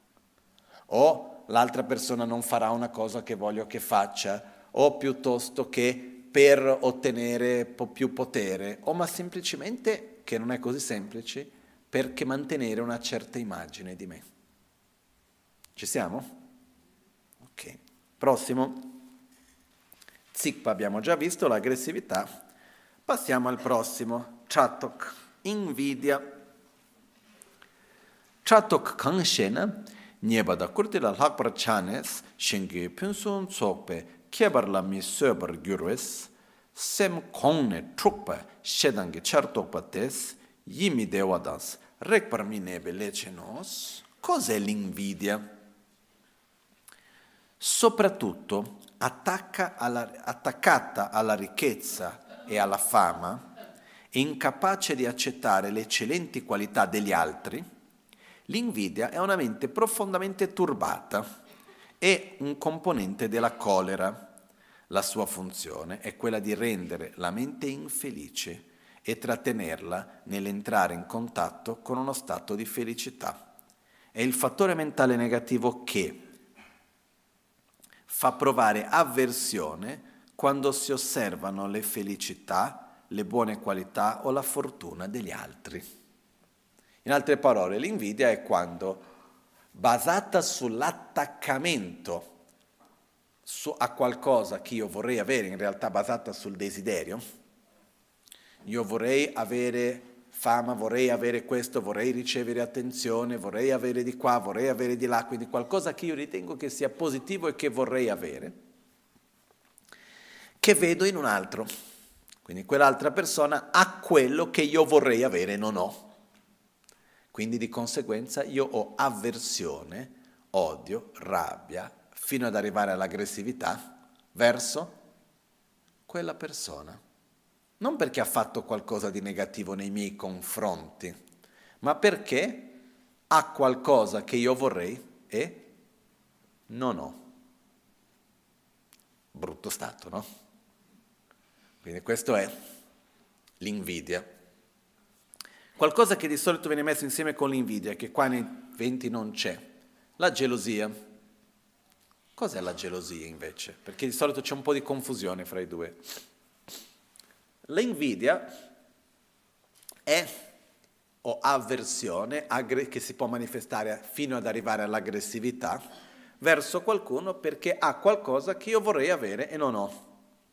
o l'altra persona non farà una cosa che voglio che faccia o piuttosto che per ottenere più potere o ma semplicemente, che non è così semplice, perché mantenere una certa immagine di me. Ci siamo? Ok. Prossimo. Zikpa abbiamo già visto, l'aggressività. Passiamo al prossimo. Chatok, invidia. Chatok kanshena, niebada kurtila lakbar chanes, shingi punsun tsokpe, kebarla mi söber gyurwes, sem kongne trukpa, shedangi chartokpa tes, yimi dewadas, rekbar mi nebe lecenos. Cos'è l'invidia? Soprattutto attacca alla, attaccata alla ricchezza e alla fama, incapace di accettare le eccellenti qualità degli altri, l'invidia è una mente profondamente turbata e un componente della colera. La sua funzione è quella di rendere la mente infelice e trattenerla nell'entrare in contatto con uno stato di felicità. È il fattore mentale negativo che fa provare avversione quando si osservano le felicità, le buone qualità o la fortuna degli altri. In altre parole, l'invidia è quando, basata sull'attaccamento su, a qualcosa che io vorrei avere, in realtà basata sul desiderio, io vorrei avere fama, vorrei avere questo, vorrei ricevere attenzione, vorrei avere di qua, vorrei avere di là, quindi qualcosa che io ritengo che sia positivo e che vorrei avere, che vedo in un altro. Quindi quell'altra persona ha quello che io vorrei avere e non ho. Quindi di conseguenza io ho avversione, odio, rabbia, fino ad arrivare all'aggressività verso quella persona. Non perché ha fatto qualcosa di negativo nei miei confronti, ma perché ha qualcosa che io vorrei e non ho. Brutto stato, no? Quindi questo è l'invidia. Qualcosa che di solito viene messo insieme con l'invidia, che qua nei venti non c'è, la gelosia. Cos'è la gelosia invece? Perché di solito c'è un po' di confusione fra i due. L'invidia è o avversione che si può manifestare fino ad arrivare all'aggressività verso qualcuno perché ha qualcosa che io vorrei avere e non ho.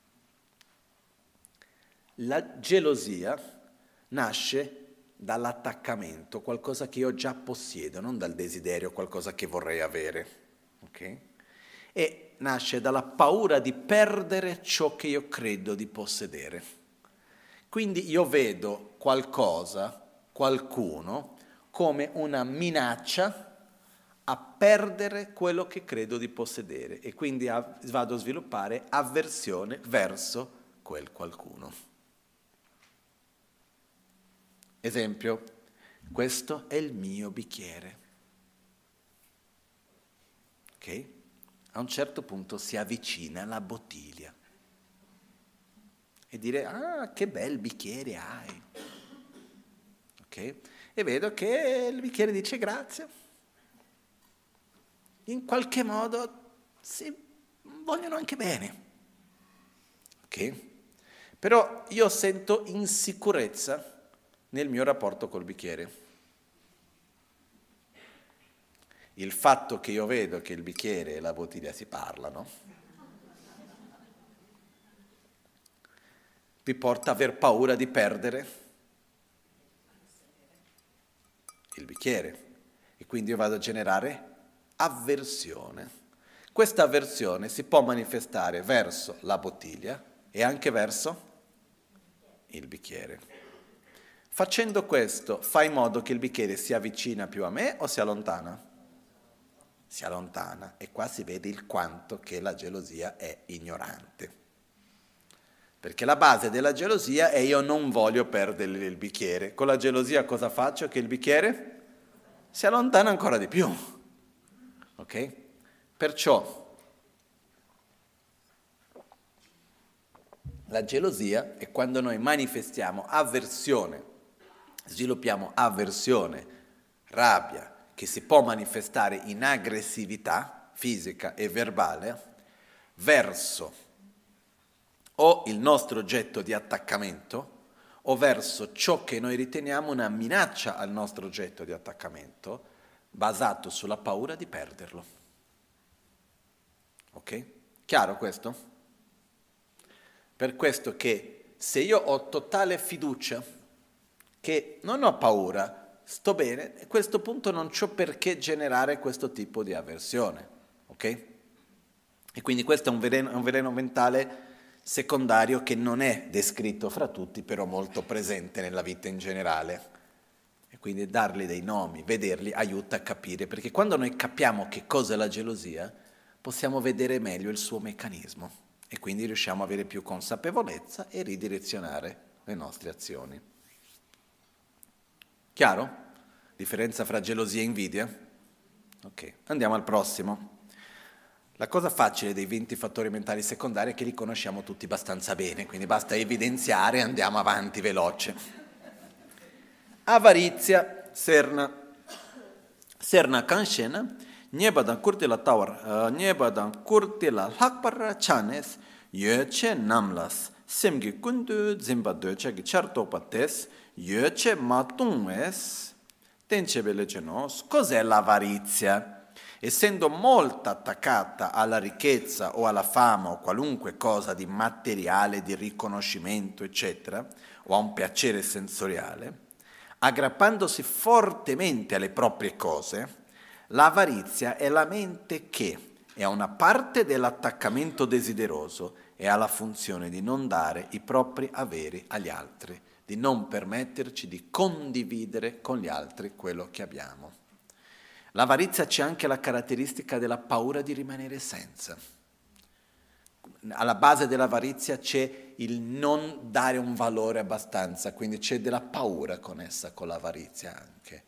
La gelosia nasce dall'attaccamento, qualcosa che io già possiedo, non dal desiderio, qualcosa che vorrei avere. Ok? E nasce dalla paura di perdere ciò che io credo di possedere. Quindi io vedo qualcosa, qualcuno, come una minaccia a perdere quello che credo di possedere e quindi a, vado a sviluppare avversione verso quel qualcuno. Esempio, questo è il mio bicchiere. Ok? A un certo punto si avvicina alla bottiglia. E dire, ah, che bel bicchiere hai. Ok? E vedo che il bicchiere dice grazie. In qualche modo si vogliono anche bene. Ok? Però io sento insicurezza nel mio rapporto col bicchiere. Il fatto che io vedo che il bicchiere e la bottiglia si parlano vi porta a aver paura di perdere il bicchiere e quindi io vado a generare avversione. Questa avversione si può manifestare verso la bottiglia e anche verso il bicchiere. Facendo questo, fa in modo che il bicchiere si avvicina più a me o si allontana? Si allontana e qua si vede il quanto che la gelosia è ignorante. Perché la base della gelosia è io non voglio perdere il bicchiere. Con la gelosia cosa faccio? Che il bicchiere si allontana ancora di più. Ok? Perciò la gelosia è quando noi manifestiamo avversione, sviluppiamo avversione, rabbia, che si può manifestare in aggressività fisica e verbale, verso o il nostro oggetto di attaccamento o verso ciò che noi riteniamo una minaccia al nostro oggetto di attaccamento, basato sulla paura di perderlo. Ok? Chiaro questo? Per questo che se io ho totale fiducia, che non ho paura, sto bene, a questo punto non c'ho perché generare questo tipo di avversione. Ok? E quindi questo è un veleno, un veleno mentale secondario che non è descritto fra tutti, però molto presente nella vita in generale. E quindi dargli dei nomi, vederli, aiuta a capire, perché quando noi capiamo che cosa è la gelosia, possiamo vedere meglio il suo meccanismo e quindi riusciamo ad avere più consapevolezza e ridirezionare le nostre azioni. Chiaro? Differenza fra gelosia e invidia? Ok, andiamo al prossimo. La cosa facile dei venti fattori mentali secondari è che li conosciamo tutti abbastanza bene, quindi basta evidenziare e andiamo avanti veloce. Avarizia, Serna. Serna Kanshena, Nyebadan Kurtila Tawar, Nyebadan Kurtila Lakpar Chanes, Yeche Namlas, Semgi Kundu, Zimba Dochagi Chartopates, Yeche Matunges, Tencebele Genos. Cos'è l'avarizia? Essendo molto attaccata alla ricchezza o alla fama o qualunque cosa di materiale, di riconoscimento, eccetera, o a un piacere sensoriale, aggrappandosi fortemente alle proprie cose, l'avarizia è la mente che è una parte dell'attaccamento desideroso e ha la funzione di non dare i propri averi agli altri, di non permetterci di condividere con gli altri quello che abbiamo. L'avarizia c'è anche la caratteristica della paura di rimanere senza. Alla base dell'avarizia c'è il non dare un valore abbastanza, quindi c'è della paura connessa con l'avarizia anche.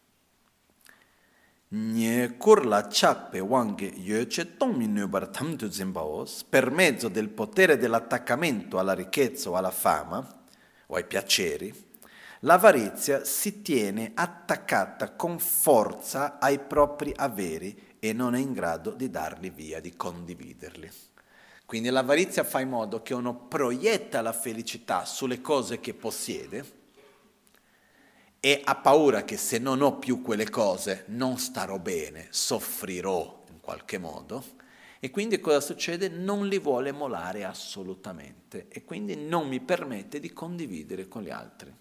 Per mezzo del potere dell'attaccamento alla ricchezza o alla fama o ai piaceri, l'avarizia si tiene attaccata con forza ai propri averi e non è in grado di darli via, di condividerli. Quindi l'avarizia fa in modo che uno proietta la felicità sulle cose che possiede e ha paura che se non ho più quelle cose non starò bene, soffrirò in qualche modo. E quindi cosa succede? Non li vuole molare assolutamente e quindi non mi permette di condividere con gli altri.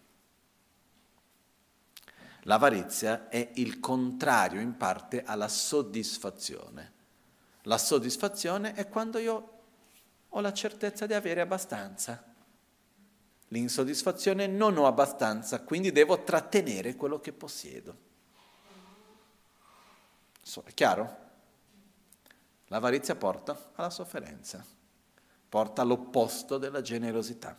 L'avarizia è il contrario in parte alla soddisfazione. La soddisfazione è quando io ho la certezza di avere abbastanza. L'insoddisfazione non ho abbastanza, quindi devo trattenere quello che possiedo. So, è chiaro? L'avarizia porta alla sofferenza, porta all'opposto della generosità.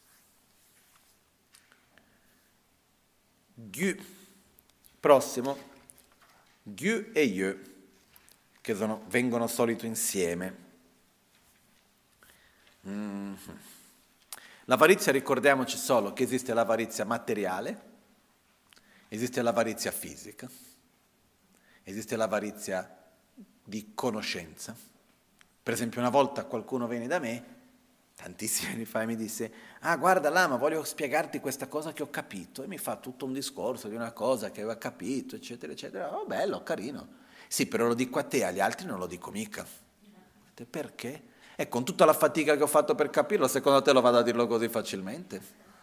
Gyu. Prossimo, Gyu e Yu, che sono, vengono solito insieme. Mm-hmm. L'avarizia, ricordiamoci solo che esiste l'avarizia materiale, esiste l'avarizia fisica, esiste l'avarizia di conoscenza. Per esempio, una volta qualcuno venne da me, tantissimi anni fa, e mi disse: ah, guarda Lama, voglio spiegarti questa cosa che ho capito. E mi fa tutto un discorso di una cosa che aveva capito, eccetera, eccetera. Oh, bello, carino. Sì, però lo dico a te, agli altri non lo dico mica. Perché? E con tutta la fatica che ho fatto per capirlo, secondo te lo vado a dirlo così facilmente?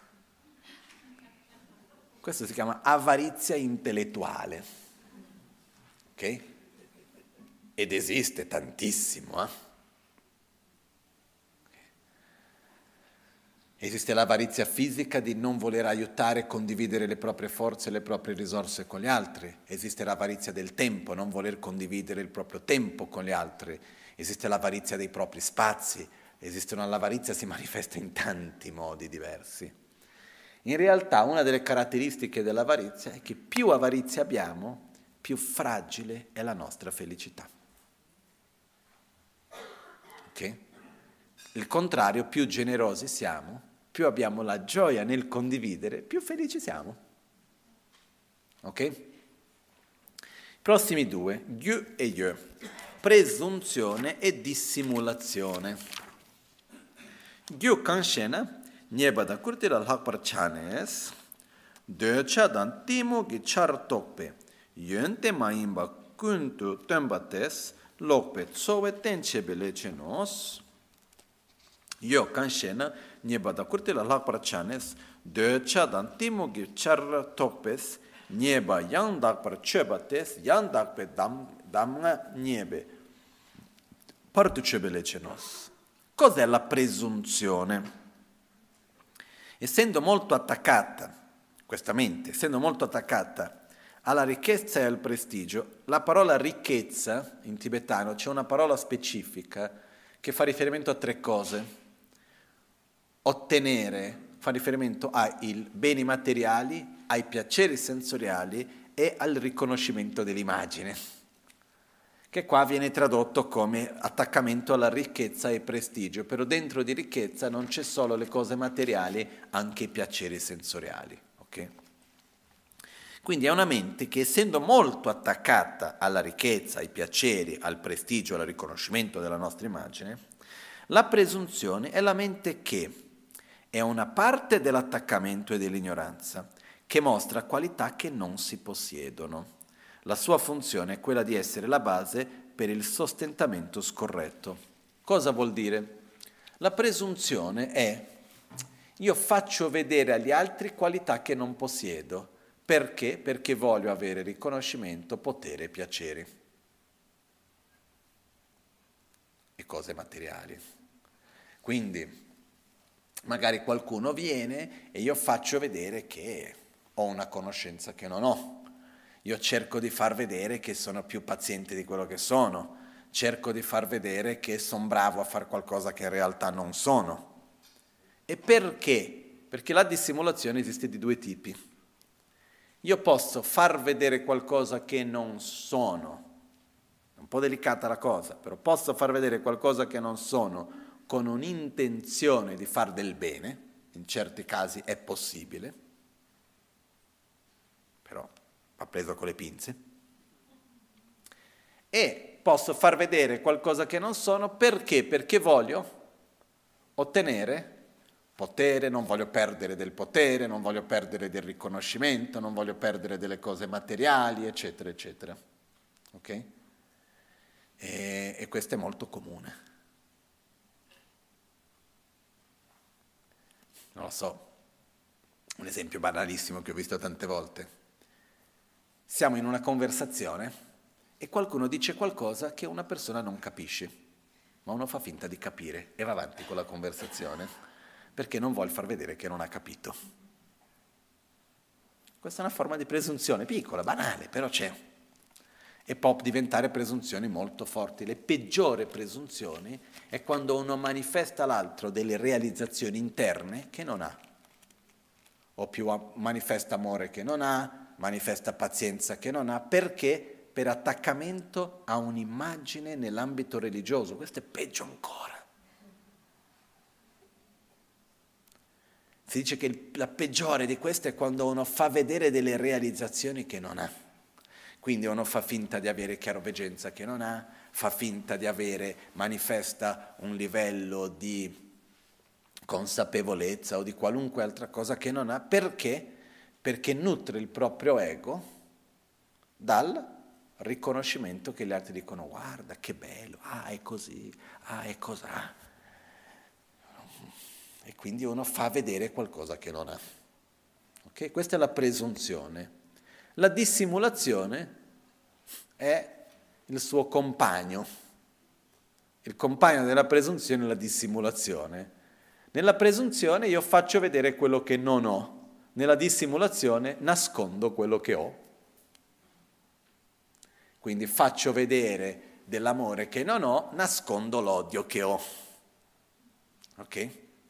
Questo si chiama avarizia intellettuale. Ok? Ed esiste tantissimo, eh? Esiste l'avarizia fisica di non voler aiutare e condividere le proprie forze e le proprie risorse con gli altri. Esiste l'avarizia del tempo, non voler condividere il proprio tempo con gli altri. Esiste l'avarizia dei propri spazi, esistono l'avarizia, si manifesta in tanti modi diversi. In realtà una delle caratteristiche dell'avarizia è che più avarizia abbiamo, più fragile è la nostra felicità. Ok? Il contrario, più generosi siamo, più abbiamo la gioia nel condividere, più felici siamo. Ok? I prossimi due, gyu e yu, presunzione e dissimulazione. Gyu kanshena Nyebada kurtira lakpar chanes, döcha dan timo gi char tokpe, yönte maimba kuntu tembates, lokpe tsowe tenchebe lechenos. Yo kanshena nyebada kurtira lakpar chanes, döcha dan timo gi char tokpes, nyeba yang dakpar chebates, yang dakpe damga nyebe. Partu chebe lechenos. Cos'è la presunzione? Essendo molto attaccata, questa mente, essendo molto attaccata alla ricchezza e al prestigio, la parola ricchezza, in tibetano, c'è una parola specifica che fa riferimento a tre cose. Ottenere fa riferimento ai beni materiali, ai piaceri sensoriali e al riconoscimento dell'immagine, che qua viene tradotto come attaccamento alla ricchezza e prestigio, però dentro di ricchezza non c'è solo le cose materiali, anche i piaceri sensoriali. Okay? Quindi è una mente che, essendo molto attaccata alla ricchezza, ai piaceri, al prestigio, al riconoscimento della nostra immagine, la presunzione è la mente che è una parte dell'attaccamento e dell'ignoranza, che mostra qualità che non si possiedono. La sua funzione è quella di essere la base per il sostentamento scorretto. Cosa vuol dire? La presunzione è: io faccio vedere agli altri qualità che non possiedo. Perché? Perché voglio avere riconoscimento, potere e piaceri. E cose materiali. Quindi, magari qualcuno viene e io faccio vedere che ho una conoscenza che non ho. Io cerco di far vedere che sono più paziente di quello che sono, cerco di far vedere che sono bravo a fare qualcosa che in realtà non sono. E perché? Perché la dissimulazione esiste di due tipi. Io posso far vedere qualcosa che non sono, è un po' delicata la cosa, però posso far vedere qualcosa che non sono con un'intenzione di far del bene, in certi casi è possibile, però va preso con le pinze, e posso far vedere qualcosa che non sono perché? Perché voglio ottenere potere, non voglio perdere del potere, non voglio perdere del riconoscimento, non voglio perdere delle cose materiali, eccetera, eccetera. Ok? E, e questo è molto comune. Non lo so, un esempio banalissimo che ho visto tante volte. Siamo in una conversazione e qualcuno dice qualcosa che una persona non capisce, ma uno fa finta di capire e va avanti con la conversazione perché non vuol far vedere che non ha capito. Questa è una forma di presunzione piccola, banale, però c'è. E può diventare presunzioni molto forti. Le peggiori presunzioni è quando uno manifesta all'altro delle realizzazioni interne che non ha, o più manifesta amore che non ha, manifesta pazienza che non ha, perché? Per attaccamento a un'immagine nell'ambito religioso. Questo è peggio ancora. Si dice che la peggiore di questo è quando uno fa vedere delle realizzazioni che non ha. Quindi uno fa finta di avere chiaroveggenza che non ha, fa finta di avere, manifesta un livello di consapevolezza o di qualunque altra cosa che non ha. Perché? Perché nutre il proprio ego dal riconoscimento che gli altri dicono: guarda che bello, ah è così, ah è cos'ha. E quindi uno fa vedere qualcosa che non ha. Ok? Questa è la presunzione. La dissimulazione è il suo compagno. Il compagno della presunzione è la dissimulazione. Nella presunzione io faccio vedere quello che non ho. Nella dissimulazione nascondo quello che ho. Quindi faccio vedere dell'amore che non ho, nascondo l'odio che ho. Ok?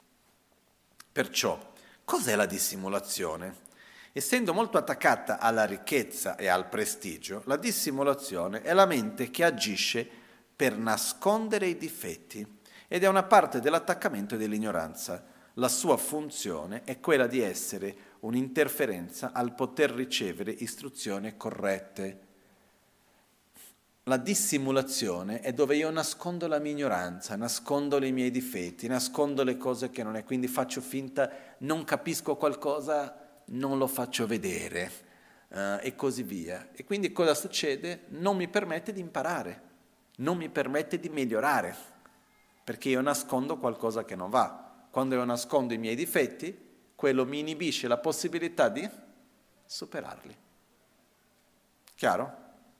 Perciò, cos'è la dissimulazione? Essendo molto attaccata alla ricchezza e al prestigio, la dissimulazione è la mente che agisce per nascondere i difetti ed è una parte dell'attaccamento e dell'ignoranza. La sua funzione è quella di essere un'interferenza al poter ricevere istruzioni corrette. La dissimulazione è dove io nascondo la mia ignoranza, nascondo i miei difetti, nascondo le cose che non è, quindi faccio finta, non capisco qualcosa, non lo faccio vedere uh, e così via. E quindi cosa succede? Non mi permette di imparare, non mi permette di migliorare, perché io nascondo qualcosa che non va. Quando io nascondo i miei difetti, quello mi inibisce la possibilità di superarli. Chiaro?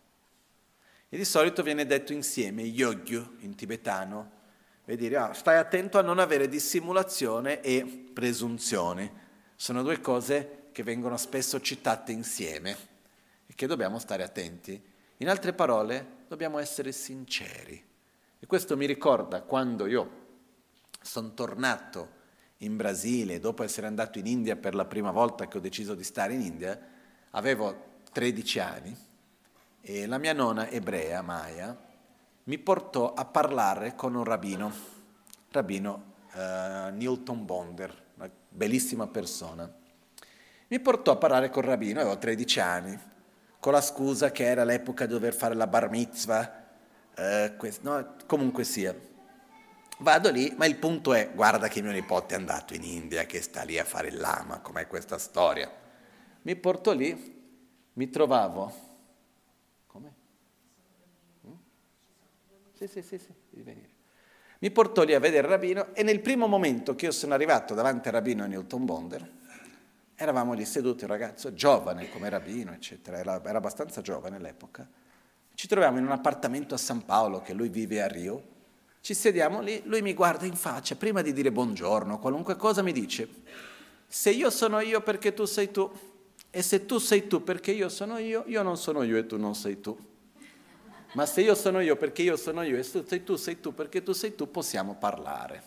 E di solito viene detto insieme, yogyu in tibetano, vuol dire ah, stai attento a non avere dissimulazione e presunzione. Sono due cose che vengono spesso citate insieme e che dobbiamo stare attenti. In altre parole, dobbiamo essere sinceri. E questo mi ricorda quando io sono tornato in Brasile, dopo essere andato in India per la prima volta che ho deciso di stare in India, avevo tredici anni e la mia nonna ebrea, Maya, mi portò a parlare con un rabbino, rabbino uh, Newton Bonder, una bellissima persona. Mi portò a parlare col rabbino, avevo tredici anni, con la scusa che era l'epoca di dover fare la bar mitzvah, uh, quest- no, comunque sia. Vado lì, ma il punto è, guarda che mio nipote è andato in India, che sta lì a fare il lama, com'è questa storia. Mi porto lì, mi trovavo... Come? Mm? Sì, sì, sì, sì, devi venire. Mi portò lì a vedere il rabbino e nel primo momento che io sono arrivato davanti al rabbino Newton Bonder, eravamo lì seduti, un ragazzo giovane come rabbino, eccetera, era, era abbastanza giovane all'epoca. Ci troviamo in un appartamento a San Paolo, che lui vive a Rio. Ci sediamo lì, lui mi guarda in faccia, prima di dire buongiorno, qualunque cosa mi dice, se io sono io perché tu sei tu, e se tu sei tu perché io sono io, io non sono io e tu non sei tu. Ma se io sono io perché io sono io e se sei tu sei tu perché tu sei tu, possiamo parlare.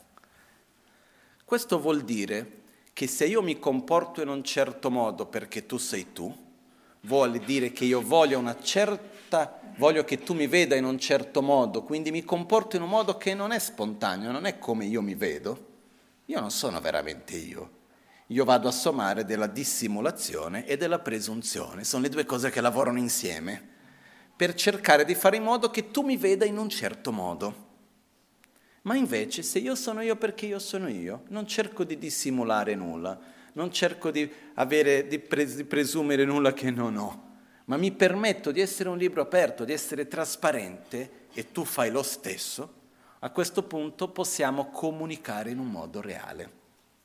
Questo vuol dire che se io mi comporto in un certo modo perché tu sei tu, vuol dire che io voglio una certa, voglio che tu mi veda in un certo modo, quindi mi comporto in un modo che non è spontaneo, non è come io mi vedo. Io non sono veramente io. Io vado a sommare della dissimulazione e della presunzione. Sono le due cose che lavorano insieme per cercare di fare in modo che tu mi veda in un certo modo. Ma invece, se io sono io perché io sono io, non cerco di dissimulare nulla, non cerco di, avere, di, pres- di presumere nulla che non ho, ma mi permetto di essere un libro aperto, di essere trasparente e tu fai lo stesso, a questo punto possiamo comunicare in un modo reale.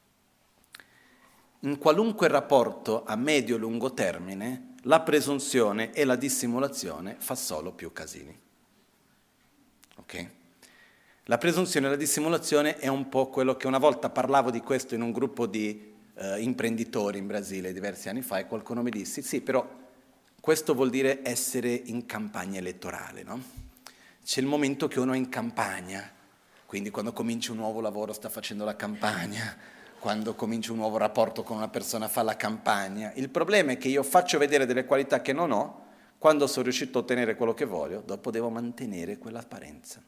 In qualunque rapporto a medio-lungo termine, la presunzione e la dissimulazione fa solo più casini. Ok? La presunzione e la dissimulazione è un po' quello che una volta parlavo di questo in un gruppo di eh, imprenditori in Brasile diversi anni fa e qualcuno mi disse sì, però questo vuol dire essere in campagna elettorale, no? C'è il momento che uno è in campagna, quindi quando comincia un nuovo lavoro sta facendo la campagna, quando comincia un nuovo rapporto con una persona fa la campagna. Il problema è che io faccio vedere delle qualità che non ho, quando sono riuscito a ottenere quello che voglio, dopo devo mantenere quell'apparenza.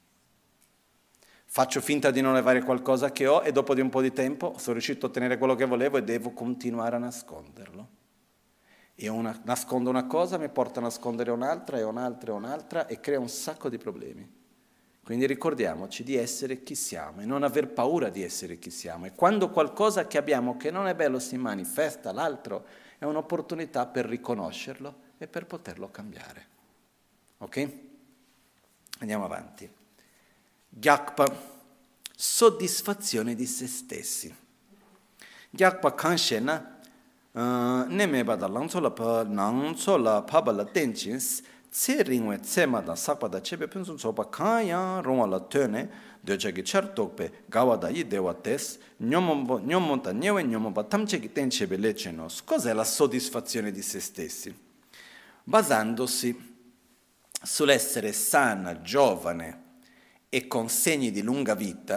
Faccio finta di non avere qualcosa che ho e dopo di un po' di tempo sono riuscito a ottenere quello che volevo e devo continuare a nasconderlo. E una, nascondo una cosa, mi porta a nascondere un'altra e un'altra e un'altra e crea un sacco di problemi. Quindi ricordiamoci di essere chi siamo e non aver paura di essere chi siamo. E quando qualcosa che abbiamo che non è bello si manifesta, l'altro è un'opportunità per riconoscerlo e per poterlo cambiare. Ok? Andiamo avanti. Gyakpa, soddisfazione di se stessi. Gyakpa kanshena, nemeba da langsola pa nangsola pabala tenchins, tse ringwe tse mada sakpa da chebe pinsun sopa kanya rongwa la tene, dojagi char tokpe gawa da yi dewa tes, nyomonta nyewe nyomomba tamchegi tenchebe lecenos. Cos'è la soddisfazione di se stessi? Basandosi sull'essere sana, giovane, e con segni di lunga vita,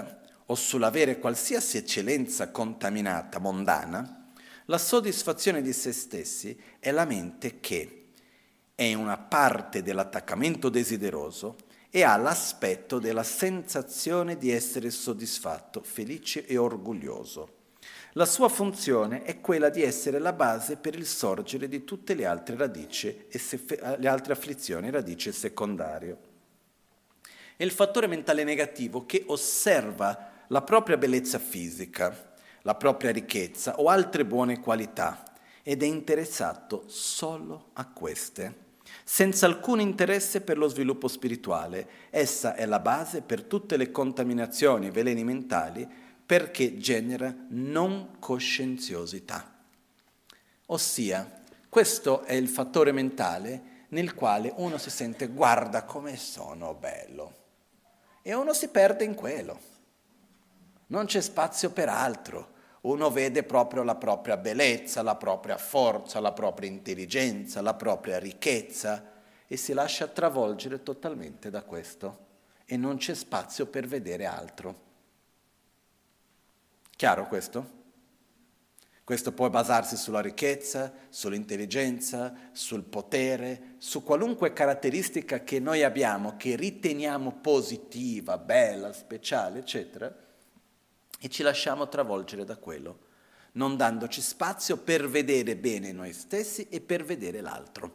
o sull'avere qualsiasi eccellenza contaminata, mondana, la soddisfazione di se stessi è la mente che è una parte dell'attaccamento desideroso e ha l'aspetto della sensazione di essere soddisfatto, felice e orgoglioso. La sua funzione è quella di essere la base per il sorgere di tutte le altre radici e se, le altre afflizioni, radice secondarie. È il fattore mentale negativo che osserva la propria bellezza fisica, la propria ricchezza o altre buone qualità ed è interessato solo a queste. Senza alcun interesse per lo sviluppo spirituale, essa è la base per tutte le contaminazioni e veleni mentali perché genera non coscienziosità. Ossia, questo è il fattore mentale nel quale uno si sente guarda come sono bello e uno si perde in quello. Non c'è spazio per altro. Uno vede proprio la propria bellezza, la propria forza, la propria intelligenza, la propria ricchezza e si lascia travolgere totalmente da questo e non c'è spazio per vedere altro. Chiaro questo? Questo può basarsi sulla ricchezza, sull'intelligenza, sul potere, su qualunque caratteristica che noi abbiamo, che riteniamo positiva, bella, speciale, eccetera, e ci lasciamo travolgere da quello, non dandoci spazio per vedere bene noi stessi e per vedere l'altro.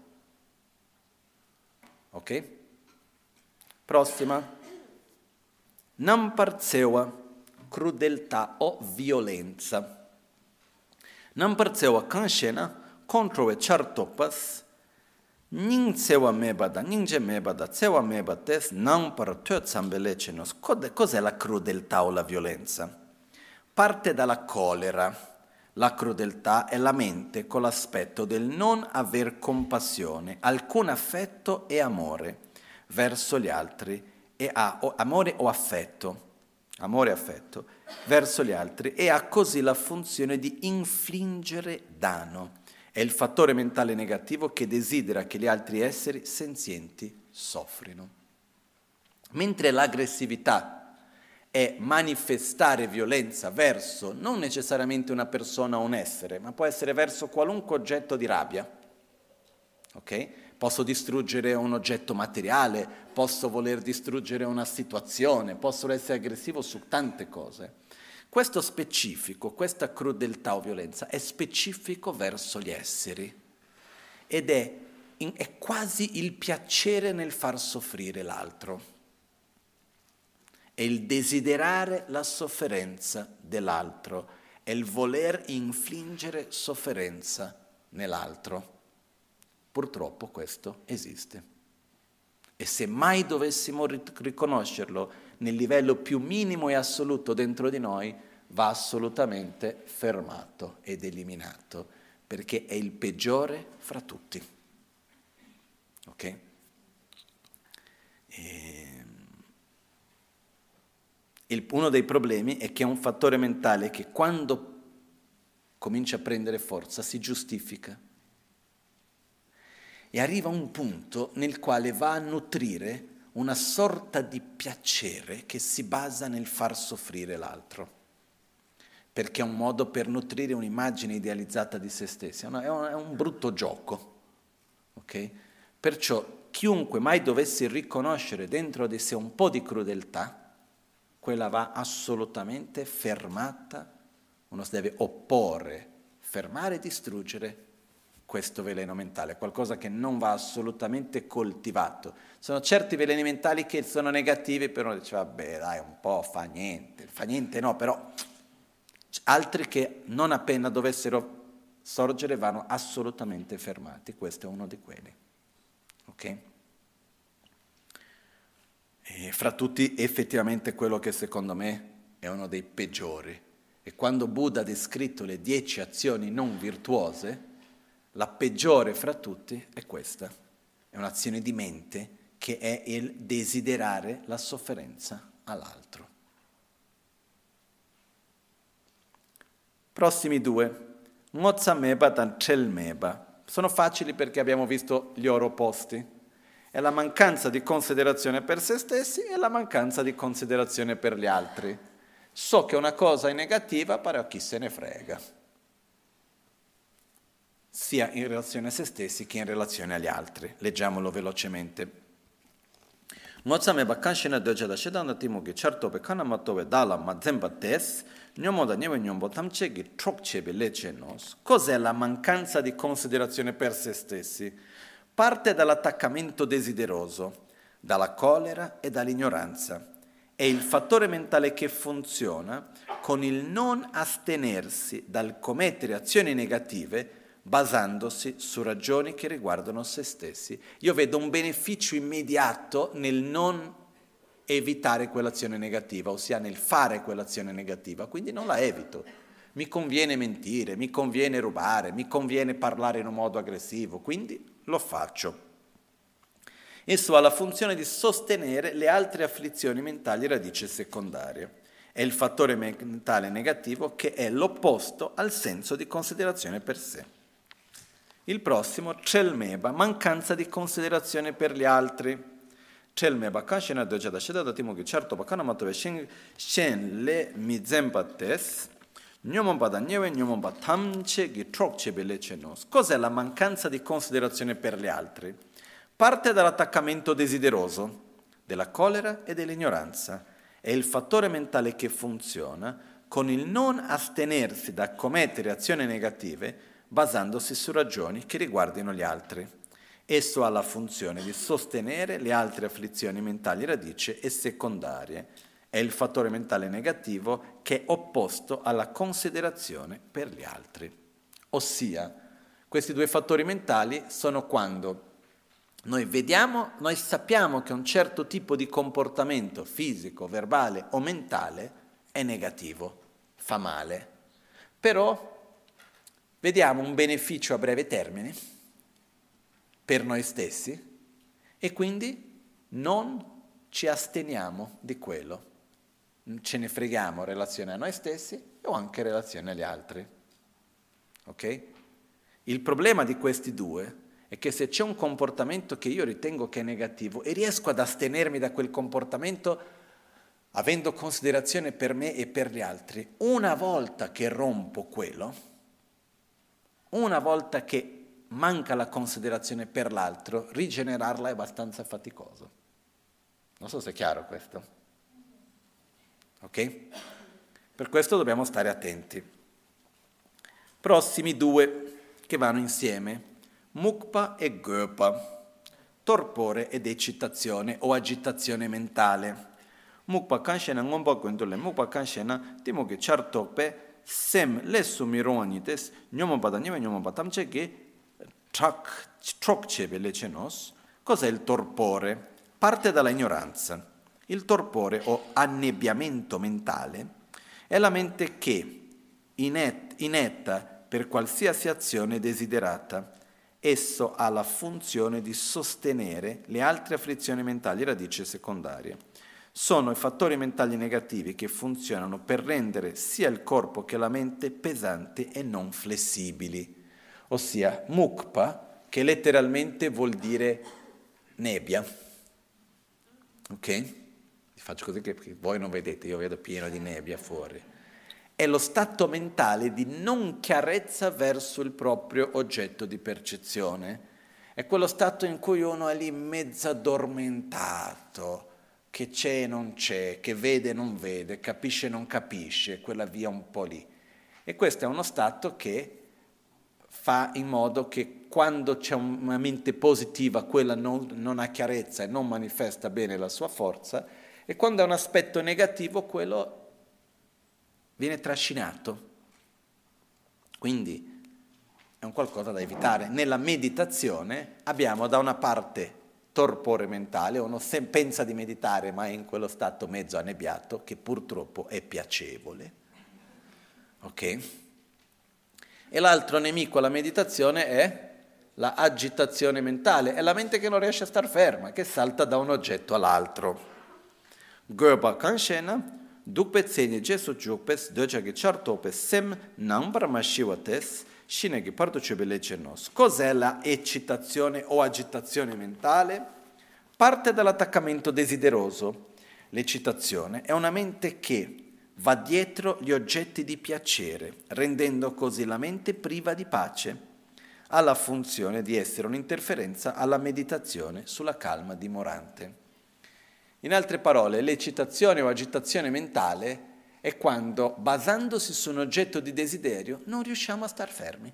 Ok? Prossima. Nampartsewa, crudeltà o violenza. Nampartsewa kanshena contro e chartopas, ning tsewa mebada, ning mebada, tsewa mebates, namparteo zambelecenos. Cos'è la crudeltà o la violenza? Parte dalla colera. La crudeltà è la mente con l'aspetto del non aver compassione, alcun affetto e amore verso gli altri, e ha o amore o affetto, amore e affetto verso gli altri, e ha così la funzione di infliggere danno. È il fattore mentale negativo che desidera che gli altri esseri senzienti soffrino. Mentre l'aggressività è manifestare violenza verso non necessariamente una persona o un essere, ma può essere verso qualunque oggetto di rabbia. Ok? Posso distruggere un oggetto materiale, posso voler distruggere una situazione, posso essere aggressivo su tante cose. Questo specifico, questa crudeltà o violenza è specifico verso gli esseri ed è, in, è quasi il piacere nel far soffrire l'altro. È il desiderare la sofferenza dell'altro, è il voler infliggere sofferenza nell'altro. Purtroppo questo esiste. E se mai dovessimo riconoscerlo nel livello più minimo e assoluto dentro di noi, va assolutamente fermato ed eliminato, perché è il peggiore fra tutti. Ok? E... Il, uno dei problemi è che è un fattore mentale che quando comincia a prendere forza si giustifica e arriva a un punto nel quale va a nutrire una sorta di piacere che si basa nel far soffrire l'altro, perché è un modo per nutrire un'immagine idealizzata di se stessi, è, una, è, un, è un brutto gioco, ok? Perciò chiunque mai dovesse riconoscere dentro di sé un po' di crudeltà, quella va assolutamente fermata, uno si deve opporre, fermare e distruggere questo veleno mentale, qualcosa che non va assolutamente coltivato. Sono certi veleni mentali che sono negativi, però uno dice vabbè dai un po' fa niente, fa niente no, però altri che non appena dovessero sorgere vanno assolutamente fermati, questo è uno di quelli, ok? E fra tutti effettivamente quello che secondo me è uno dei peggiori. E quando Buddha ha descritto le dieci azioni non virtuose, la peggiore fra tutti è questa. È un'azione di mente che è il desiderare la sofferenza all'altro. Prossimi due. Ngozza meba dan chel meba. Sono facili perché abbiamo visto gli loro opposti. È la mancanza di considerazione per se stessi e la mancanza di considerazione per gli altri. So che una cosa è negativa, però chi se ne frega, sia in relazione a se stessi che in relazione agli altri. Leggiamolo velocemente. Ngotsame bakkanshina doja da shedanda timo ki charto pe kana matove dala mazemba tes, gnomo da nyewe nyombo tamche gi trokchebe lece nos. Cos'è la mancanza di considerazione per se stessi? Parte dall'attaccamento desideroso, dalla colera e dall'ignoranza. È il fattore mentale che funziona con il non astenersi dal commettere azioni negative basandosi su ragioni che riguardano se stessi. Io vedo un beneficio immediato nel non evitare quell'azione negativa, ossia nel fare quell'azione negativa, quindi non la evito. Mi conviene mentire, mi conviene rubare, mi conviene parlare in un modo aggressivo, quindi lo faccio. Esso ha la funzione di sostenere le altre afflizioni mentali radice secondaria. È il fattore mentale negativo che è l'opposto al senso di considerazione per sé. Il prossimo, Chelmeba, mancanza di considerazione per gli altri. Chelmeba, Kashina Doja da Sheda da Timo certo Bakana Matove Shen le Mizempates, Gnomomba da Niewe, Gnomomba Tamche, Gitrokce Belecenos. Cos'è la mancanza di considerazione per gli altri? Parte dall'attaccamento desideroso, della colera e dell'ignoranza. È il fattore mentale che funziona con il non astenersi da commettere azioni negative basandosi su ragioni che riguardino gli altri. Esso ha la funzione di sostenere le altre afflizioni mentali radice e secondarie. È il fattore mentale negativo che è opposto alla considerazione per gli altri. Ossia, questi due fattori mentali sono quando noi vediamo, noi sappiamo che un certo tipo di comportamento fisico, verbale o mentale è negativo, fa male, però vediamo un beneficio a breve termine per noi stessi e quindi non ci asteniamo di quello, ce ne freghiamo in relazione a noi stessi o anche in relazione agli altri. Ok? Il problema di questi due è che se c'è un comportamento che io ritengo che è negativo e riesco ad astenermi da quel comportamento avendo considerazione per me e per gli altri, una volta che rompo quello, una volta che manca la considerazione per l'altro, rigenerarla è abbastanza faticoso. Non so se è chiaro questo. Ok? Per questo dobbiamo stare attenti. Prossimi due che vanno insieme. Mukpa e Göpa. Torpore ed eccitazione o agitazione mentale. Mukpa kanshena ngomba gondole. Mukpa kanshena timoge chartope. Sem le sumironites, gnomo badanive, gnomo batamce che trokcebe lecenos. Cos'è il torpore? Parte dalla ignoranza. Il torpore o annebbiamento mentale è la mente che, inet, inetta per qualsiasi azione desiderata, esso ha la funzione di sostenere le altre afflizioni mentali radice secondarie. Sono i fattori mentali negativi che funzionano per rendere sia il corpo che la mente pesanti e non flessibili, ossia mukpa, che letteralmente vuol dire nebbia. Ok? Vi faccio così che voi non vedete, io vedo pieno di nebbia fuori. È lo stato mentale di non chiarezza verso il proprio oggetto di percezione. È quello stato in cui uno è lì mezzo addormentato, che c'è e non c'è, che vede e non vede, capisce e non capisce, quella via un po' lì. E questo è uno stato che fa in modo che quando c'è una mente positiva, quella non, non ha chiarezza e non manifesta bene la sua forza, e quando è un aspetto negativo, quello viene trascinato. Quindi è un qualcosa da evitare. Nella meditazione abbiamo da una parte torpore mentale, uno pensa di meditare ma è in quello stato mezzo annebbiato che purtroppo è piacevole, ok? E l'altro nemico alla meditazione è la agitazione mentale, è la mente che non riesce a star ferma, che salta da un oggetto all'altro. Göpa kanshena, dukpe tseni jesu jukpes, dojagi chartopes sem nambramashivates, Shinegi parto cebelecenos. Cos'è la eccitazione o agitazione mentale? Parte dall'attaccamento desideroso. L'eccitazione è una mente che, va dietro gli oggetti di piacere, rendendo così la mente priva di pace. Ha la funzione di essere un'interferenza alla meditazione sulla calma dimorante. In altre parole, l'eccitazione o agitazione mentale è quando, basandosi su un oggetto di desiderio, non riusciamo a star fermi.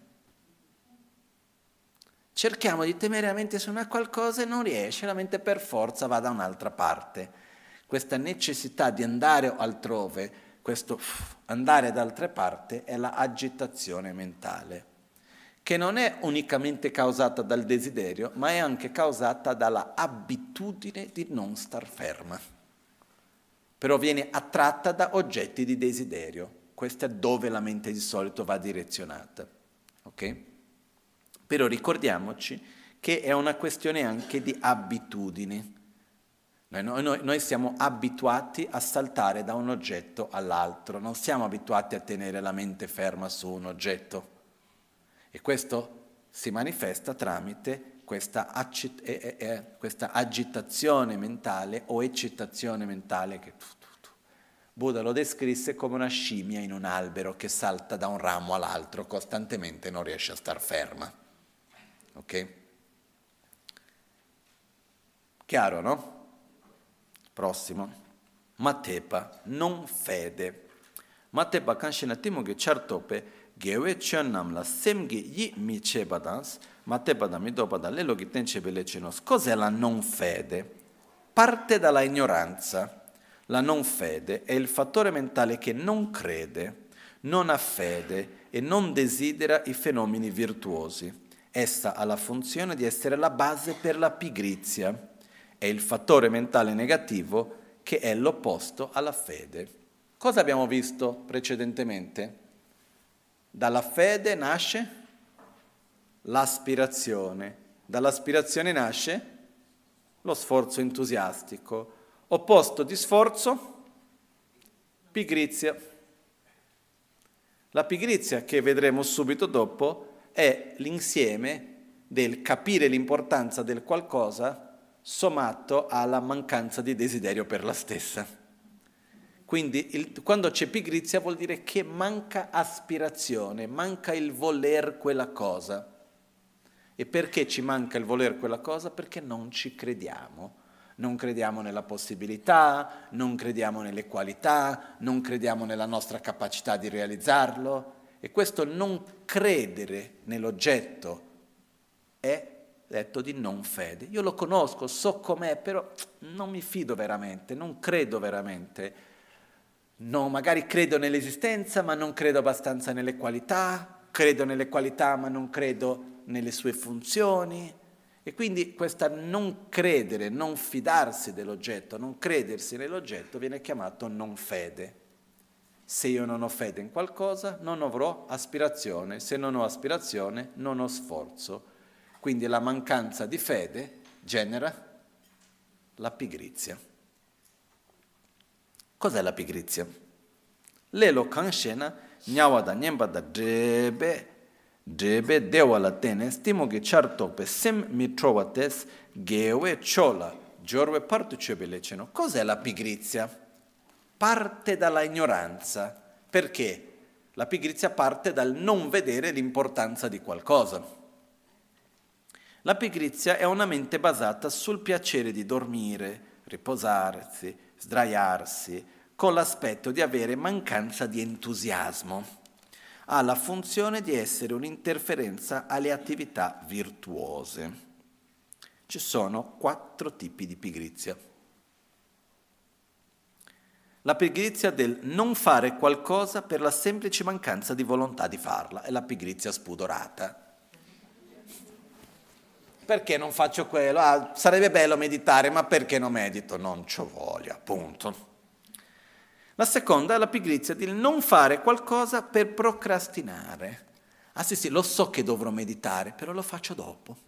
Cerchiamo di tenere la mente su una qualcosa e non riesce, la mente per forza va da un'altra parte. Questa necessità di andare altrove, questo andare da altre parti è la agitazione mentale, che non è unicamente causata dal desiderio, ma è anche causata dalla abitudine di non star ferma. Però viene attratta da oggetti di desiderio. Questo è dove la mente di solito va direzionata. Ok? Però ricordiamoci che è una questione anche di abitudini. Noi, noi, noi siamo abituati a saltare da un oggetto all'altro, non siamo abituati a tenere la mente ferma su un oggetto. E questo si manifesta tramite questa, accit- eh, eh, eh, questa agitazione mentale o eccitazione mentale che tu, tu, tu. Buddha lo descrisse come una scimmia in un albero che salta da un ramo all'altro costantemente e non riesce a star ferma. Ok? Chiaro, no? Prossimo. Matepa, non fede. Matepa kanshina timoge chartope gewe chonnam la semgi yi mi chebadans, matepa da mi dopa da lelo che tenche belecenos. Cos'è la non fede? Parte dalla ignoranza. La non fede è il fattore mentale che non crede, non ha fede e non desidera i fenomeni virtuosi. Essa ha la funzione di essere la base per la pigrizia. È il fattore mentale negativo che è l'opposto alla fede. Cosa abbiamo visto precedentemente? Dalla fede nasce l'aspirazione, dall'aspirazione nasce lo sforzo entusiastico. Opposto di sforzo, pigrizia. La pigrizia, che vedremo subito dopo, è l'insieme del capire l'importanza del qualcosa sommato alla mancanza di desiderio per la stessa. Quindi il, quando c'è pigrizia vuol dire che manca aspirazione, manca il voler quella cosa. E perché ci manca il voler quella cosa? Perché non ci crediamo. Non crediamo nella possibilità, non crediamo nelle qualità, non crediamo nella nostra capacità di realizzarlo. E questo non credere nell'oggetto è detto di non fede. Io lo conosco, so com'è, però non mi fido veramente, non credo veramente. No, magari credo nell'esistenza, ma non credo abbastanza nelle qualità, credo nelle qualità, ma non credo nelle sue funzioni. E quindi questa non credere, non fidarsi dell'oggetto, non credersi nell'oggetto viene chiamato non fede. Se io non ho fede in qualcosa, non avrò aspirazione. Se non ho aspirazione, non ho sforzo. Quindi la mancanza di fede genera la pigrizia. Cos'è la pigrizia? Lelo kanshena nyawada nyembada drebe drebe dewala tenes timoge chartope sem mitrovates gewe chola giorwe partu cebeleceno. Cos'è la pigrizia? Parte dalla ignoranza. Perché? La pigrizia parte dal non vedere l'importanza di qualcosa. La pigrizia è una mente basata sul piacere di dormire, riposarsi, sdraiarsi, con l'aspetto di avere mancanza di entusiasmo. Ha la funzione di essere un'interferenza alle attività virtuose. Ci sono quattro tipi di pigrizia. La pigrizia del non fare qualcosa per la semplice mancanza di volontà di farla, è la pigrizia spudorata. Perché non faccio quello? Ah, sarebbe bello meditare, ma perché non medito? Non c'ho voglia, appunto. La seconda è la pigrizia di non fare qualcosa per procrastinare. Ah sì sì, lo so che dovrò meditare, però lo faccio dopo.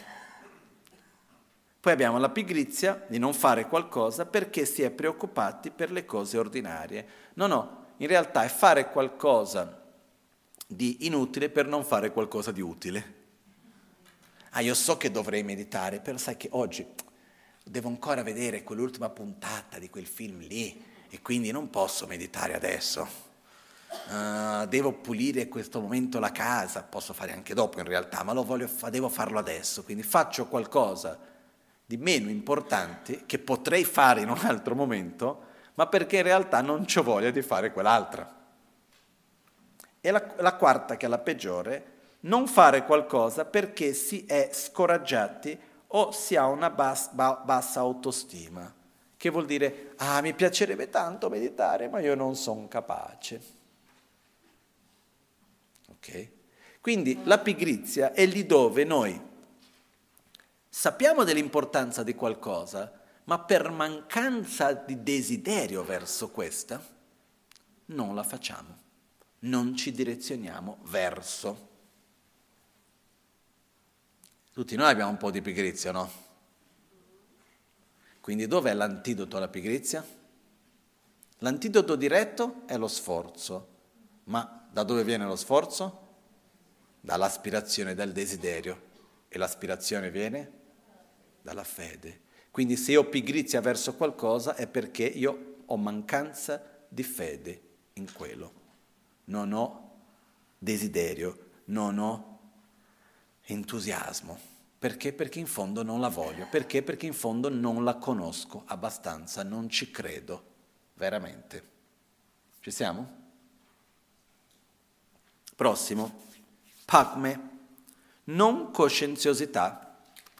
Poi abbiamo la pigrizia di non fare qualcosa perché si è preoccupati per le cose ordinarie. No, no, in realtà è fare qualcosa di inutile per non fare qualcosa di utile. Ah, io so che dovrei meditare, però sai che oggi devo ancora vedere quell'ultima puntata di quel film lì e quindi non posso meditare adesso. Uh, devo pulire in questo momento la casa, posso fare anche dopo in realtà, ma lo voglio fa- devo farlo adesso, quindi faccio qualcosa di meno importante che potrei fare in un altro momento, ma perché in realtà non c'ho voglia di fare quell'altra. E la, la quarta, che è la peggiore, non fare qualcosa perché si è scoraggiati o si ha una bas- ba- bassa autostima, che vuol dire, ah, mi piacerebbe tanto meditare, ma io non sono capace. Okay? Quindi la pigrizia è lì dove noi sappiamo dell'importanza di qualcosa, ma per mancanza di desiderio verso questa non la facciamo, non ci direzioniamo verso. Tutti noi abbiamo un po' di pigrizia, no? Quindi dov'è l'antidoto alla pigrizia? L'antidoto diretto è lo sforzo, ma da dove viene lo sforzo? Dall'aspirazione, dal desiderio. E l'aspirazione viene dalla fede. Quindi se io ho pigrizia verso qualcosa è perché io ho mancanza di fede in quello. Non ho desiderio, non ho entusiasmo. Perché? Perché in fondo non la voglio. Perché? Perché in fondo non la conosco abbastanza, non ci credo veramente. Ci siamo? Prossimo, pagme, non coscienziosità.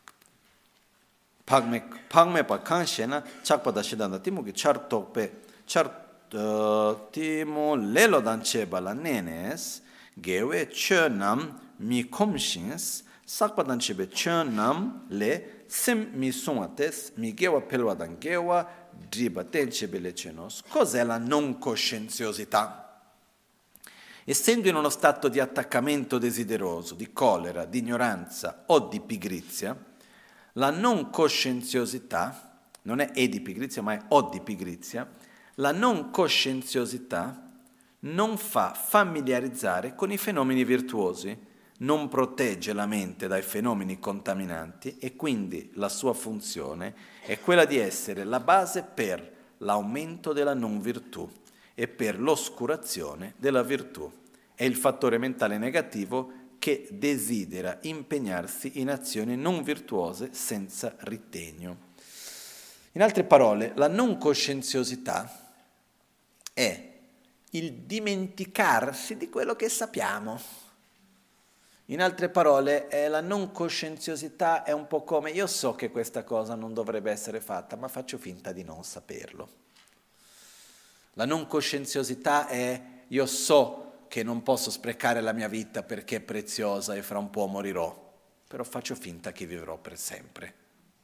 Pagme, pagme pa kanshena, chakpada shidanda timu ki char tokpe, char timu lelo dan cheba la nenes, gewe chönam mi komshins, sakpadan chebe chönam le sim mi sumates, mi gewa pelwa dan gewa, driba ten chebe le cenos. Cos'è la non coscienziosità? Essendo in uno stato di attaccamento desideroso, di collera, di ignoranza o di pigrizia, la non coscienziosità, non è e di pigrizia ma è o di pigrizia, la non coscienziosità non fa familiarizzare con i fenomeni virtuosi, non protegge la mente dai fenomeni contaminanti e quindi la sua funzione è quella di essere la base per l'aumento della non virtù e per l'oscurazione della virtù. È il fattore mentale negativo che desidera impegnarsi in azioni non virtuose senza ritegno. In altre parole, la non coscienziosità è il dimenticarsi di quello che sappiamo. In altre parole, è la non coscienziosità è un po' come io so che questa cosa non dovrebbe essere fatta, ma faccio finta di non saperlo. La non coscienziosità è io so che non posso sprecare la mia vita perché è preziosa e fra un po' morirò, però faccio finta che vivrò per sempre.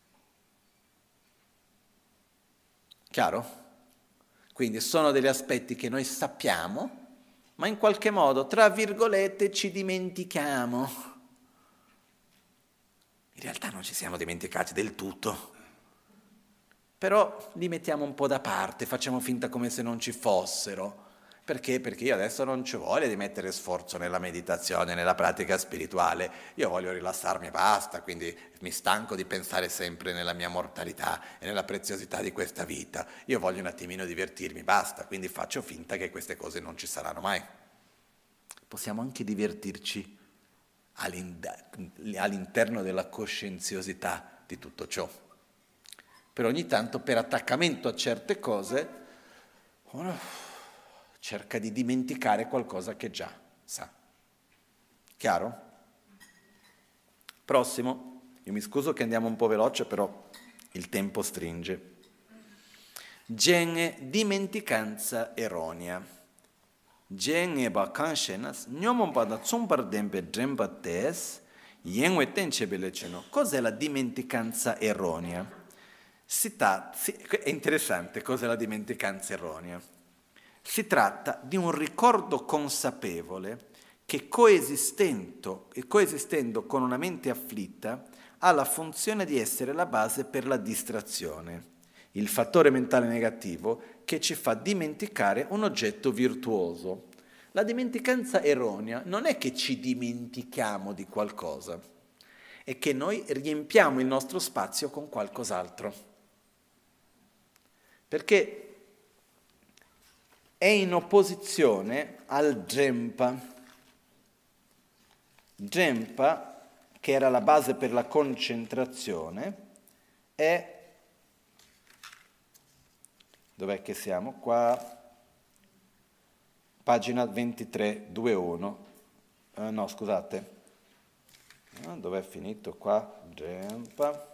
Chiaro? Quindi sono degli aspetti che noi sappiamo, ma in qualche modo, tra virgolette, ci dimentichiamo. In realtà non ci siamo dimenticati del tutto. Però li mettiamo un po' da parte, facciamo finta come se non ci fossero. Perché? Perché io adesso non ci voglio di mettere sforzo nella meditazione, nella pratica spirituale. Io voglio rilassarmi e basta, quindi mi stanco di pensare sempre nella mia mortalità e nella preziosità di questa vita. Io voglio un attimino divertirmi, basta, quindi faccio finta che queste cose non ci saranno mai. Possiamo anche divertirci all'interno della coscienziosità di tutto ciò. Però ogni tanto per attaccamento a certe cose uno cerca di dimenticare qualcosa che già sa. Chiaro? Prossimo. Io mi scuso che andiamo un po' veloce, però il tempo stringe. Gene dimenticanza erronea. Gene ba kanshenas nyomon pada tsumbar dembe dremba tes yenwe tenchebele ceno. Cos'è la dimenticanza erronea? Si ta, si, è interessante cos'è la dimenticanza erronea. Si tratta di un ricordo consapevole che coesistendo, coesistendo con una mente afflitta ha la funzione di essere la base per la distrazione, il fattore mentale negativo che ci fa dimenticare un oggetto virtuoso. La dimenticanza erronea non è che ci dimentichiamo di qualcosa, è che noi riempiamo il nostro spazio con qualcos'altro. Perché è in opposizione al Gempa. Gempa, che era la base per la concentrazione, è... Dov'è che siamo? Qua, pagina ventitré, due uno. Uh, no, scusate. Uh, dov'è finito qua? Gempa.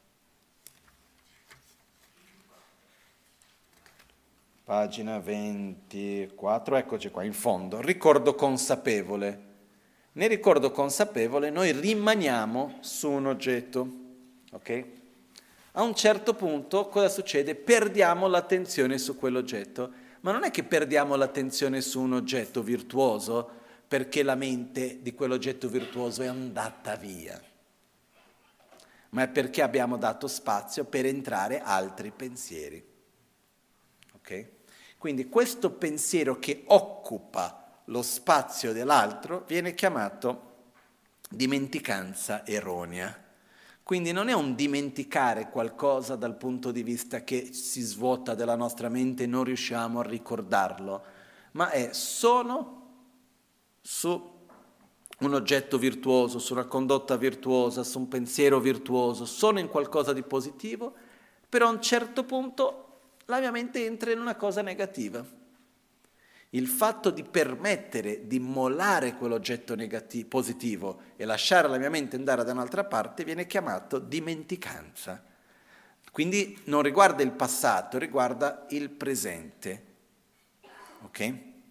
Pagina ventiquattro, eccoci qua, in fondo. Ricordo consapevole. Nel ricordo consapevole noi rimaniamo su un oggetto, ok? A un certo punto cosa succede? Perdiamo l'attenzione su quell'oggetto, ma non è che perdiamo l'attenzione su un oggetto virtuoso perché la mente di quell'oggetto virtuoso è andata via, ma è perché abbiamo dato spazio per entrare altri pensieri. Ok? Quindi questo pensiero che occupa lo spazio dell'altro viene chiamato dimenticanza erronea. Quindi non è un dimenticare qualcosa dal punto di vista che si svuota della nostra mente e non riusciamo a ricordarlo, ma è sono su un oggetto virtuoso, su una condotta virtuosa, su un pensiero virtuoso, sono in qualcosa di positivo, però a un certo punto la mia mente entra in una cosa negativa. Il fatto di permettere di mollare quell'oggetto negativo, positivo e lasciare la mia mente andare da un'altra parte viene chiamato dimenticanza. Quindi non riguarda il passato, riguarda il presente. Ok?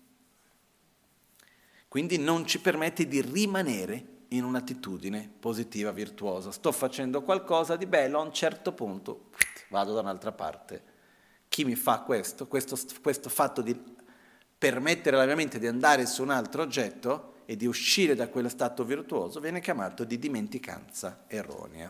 Quindi non ci permette di rimanere in un'attitudine positiva, virtuosa. Sto facendo qualcosa di bello, a un certo punto vado da un'altra parte. Chi mi fa questo? Questo, questo fatto di permettere alla mia mente di andare su un altro oggetto e di uscire da quello stato virtuoso viene chiamato di dimenticanza erronea.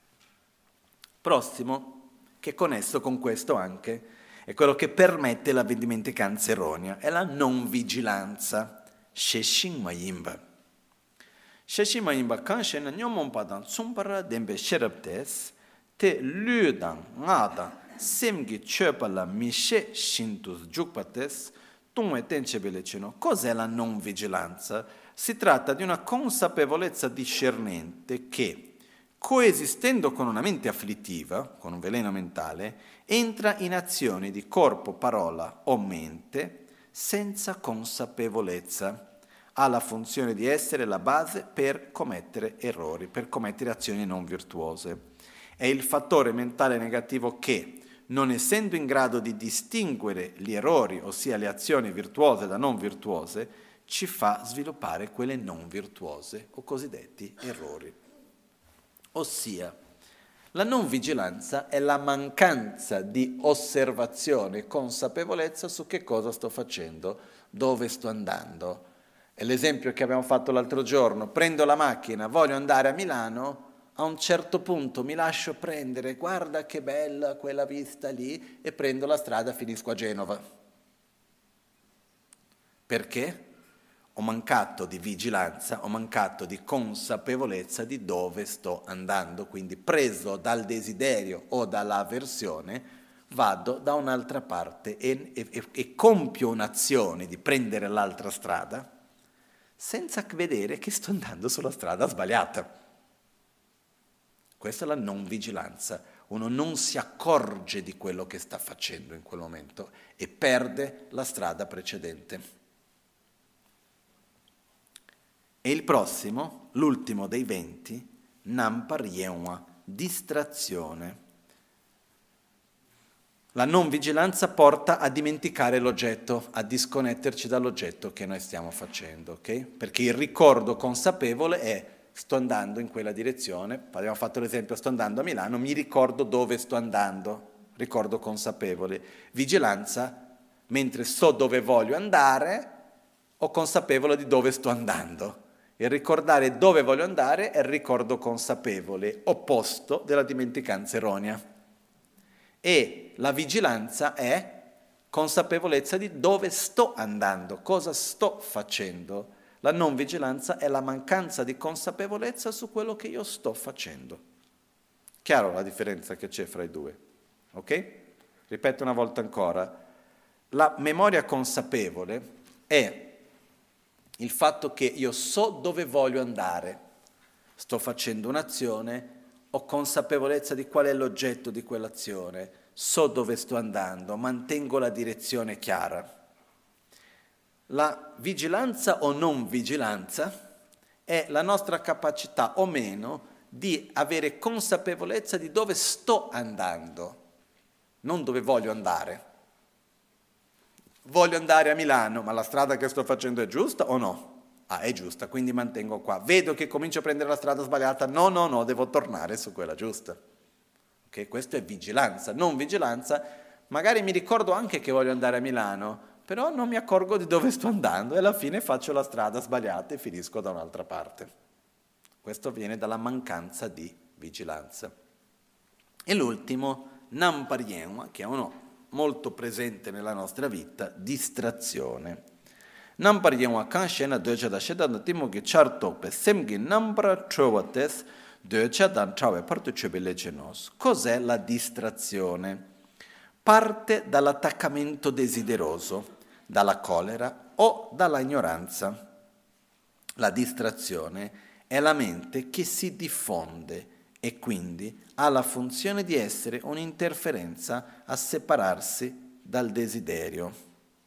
Prossimo, che è connesso con questo anche, è quello che permette la dimenticanza erronea, è la non vigilanza. Sheshin Mayimba. Sheshin Mayimba kanshen na nyomon padan tsumpara dembe sherabdes te ludan ngada semgi chöpala mishe shintus jukpates. Cos'è la non vigilanza? Si tratta di una consapevolezza discernente che, coesistendo con una mente afflittiva, con un veleno mentale, entra in azioni di corpo, parola o mente senza consapevolezza. Ha la funzione di essere la base per commettere errori, per commettere azioni non virtuose. È il fattore mentale negativo che, non essendo in grado di distinguere gli errori, ossia le azioni virtuose da non virtuose, ci fa sviluppare quelle non virtuose o cosiddetti errori. Ossia, la non vigilanza è la mancanza di osservazione e consapevolezza su che cosa sto facendo, dove sto andando. È l'esempio che abbiamo fatto l'altro giorno: prendo la macchina, voglio andare a Milano, a un certo punto mi lascio prendere, guarda che bella quella vista lì, e prendo la strada, finisco a Genova. Perché? Ho mancato di vigilanza, ho mancato di consapevolezza di dove sto andando, quindi preso dal desiderio o dall'avversione vado da un'altra parte e, e, e compio un'azione di prendere l'altra strada senza vedere che sto andando sulla strada sbagliata. Questa è la non vigilanza. Uno non si accorge di quello che sta facendo in quel momento e perde la strada precedente. E il prossimo, l'ultimo dei venti, Namparyewa, distrazione. La non vigilanza porta a dimenticare l'oggetto, a disconnetterci dall'oggetto che noi stiamo facendo, ok? Perché il ricordo consapevole è: sto andando in quella direzione, abbiamo fatto l'esempio, sto andando a Milano, mi ricordo dove sto andando, ricordo consapevole. Vigilanza, mentre so dove voglio andare, ho consapevole di dove sto andando. Il ricordare dove voglio andare è il ricordo consapevole, opposto della dimenticanza erronea. E la vigilanza è consapevolezza di dove sto andando, cosa sto facendo. La non vigilanza è la mancanza di consapevolezza su quello che io sto facendo. Chiaro la differenza che c'è fra i due? Ok? Ripeto una volta ancora. La memoria consapevole è il fatto che io so dove voglio andare, sto facendo un'azione, ho consapevolezza di qual è l'oggetto di quell'azione, so dove sto andando, mantengo la direzione chiara. La vigilanza o non vigilanza è la nostra capacità o meno di avere consapevolezza di dove sto andando, non dove voglio andare. Voglio andare a Milano, ma la strada che sto facendo è giusta o no? Ah, è giusta, quindi mantengo qua. Vedo che comincio a prendere la strada sbagliata, no, no, no, devo tornare su quella giusta. Ok, questo è vigilanza. Non vigilanza, magari mi ricordo anche che voglio andare a Milano, però non mi accorgo di dove sto andando e alla fine faccio la strada sbagliata e finisco da un'altra parte. Questo viene dalla mancanza di vigilanza. E l'ultimo, Namparyenwa, che è uno molto presente nella nostra vita, distrazione. Namparyenwa kanshena doja da shedan timo che charto pe semgi nambra trovates doja dan trawe parto cebele genos. Cos'è la distrazione? Parte dall'attaccamento desideroso, dalla colera o dalla ignoranza. La distrazione è la mente che si diffonde e quindi ha la funzione di essere un'interferenza a separarsi dal desiderio.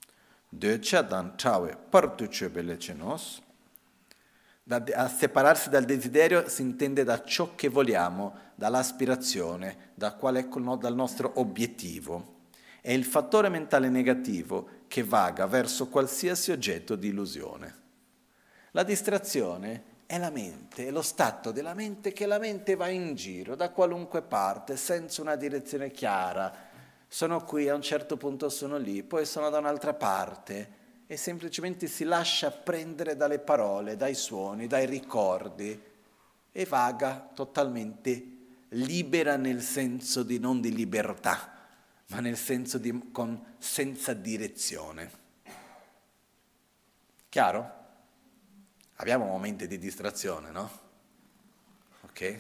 A separarsi dal desiderio si intende da ciò che vogliamo, dall'aspirazione, da qual è, no, dal nostro obiettivo. È il fattore mentale negativo che vaga verso qualsiasi oggetto di illusione. La distrazione è la mente, è lo stato della mente che la mente va in giro da qualunque parte senza una direzione chiara. Sono qui, a un certo punto sono lì, poi sono da un'altra parte e semplicemente si lascia prendere dalle parole, dai suoni, dai ricordi e vaga totalmente libera nel senso di non di libertà, ma nel senso di con, senza direzione. Chiaro? Abbiamo momenti di distrazione, no? Ok?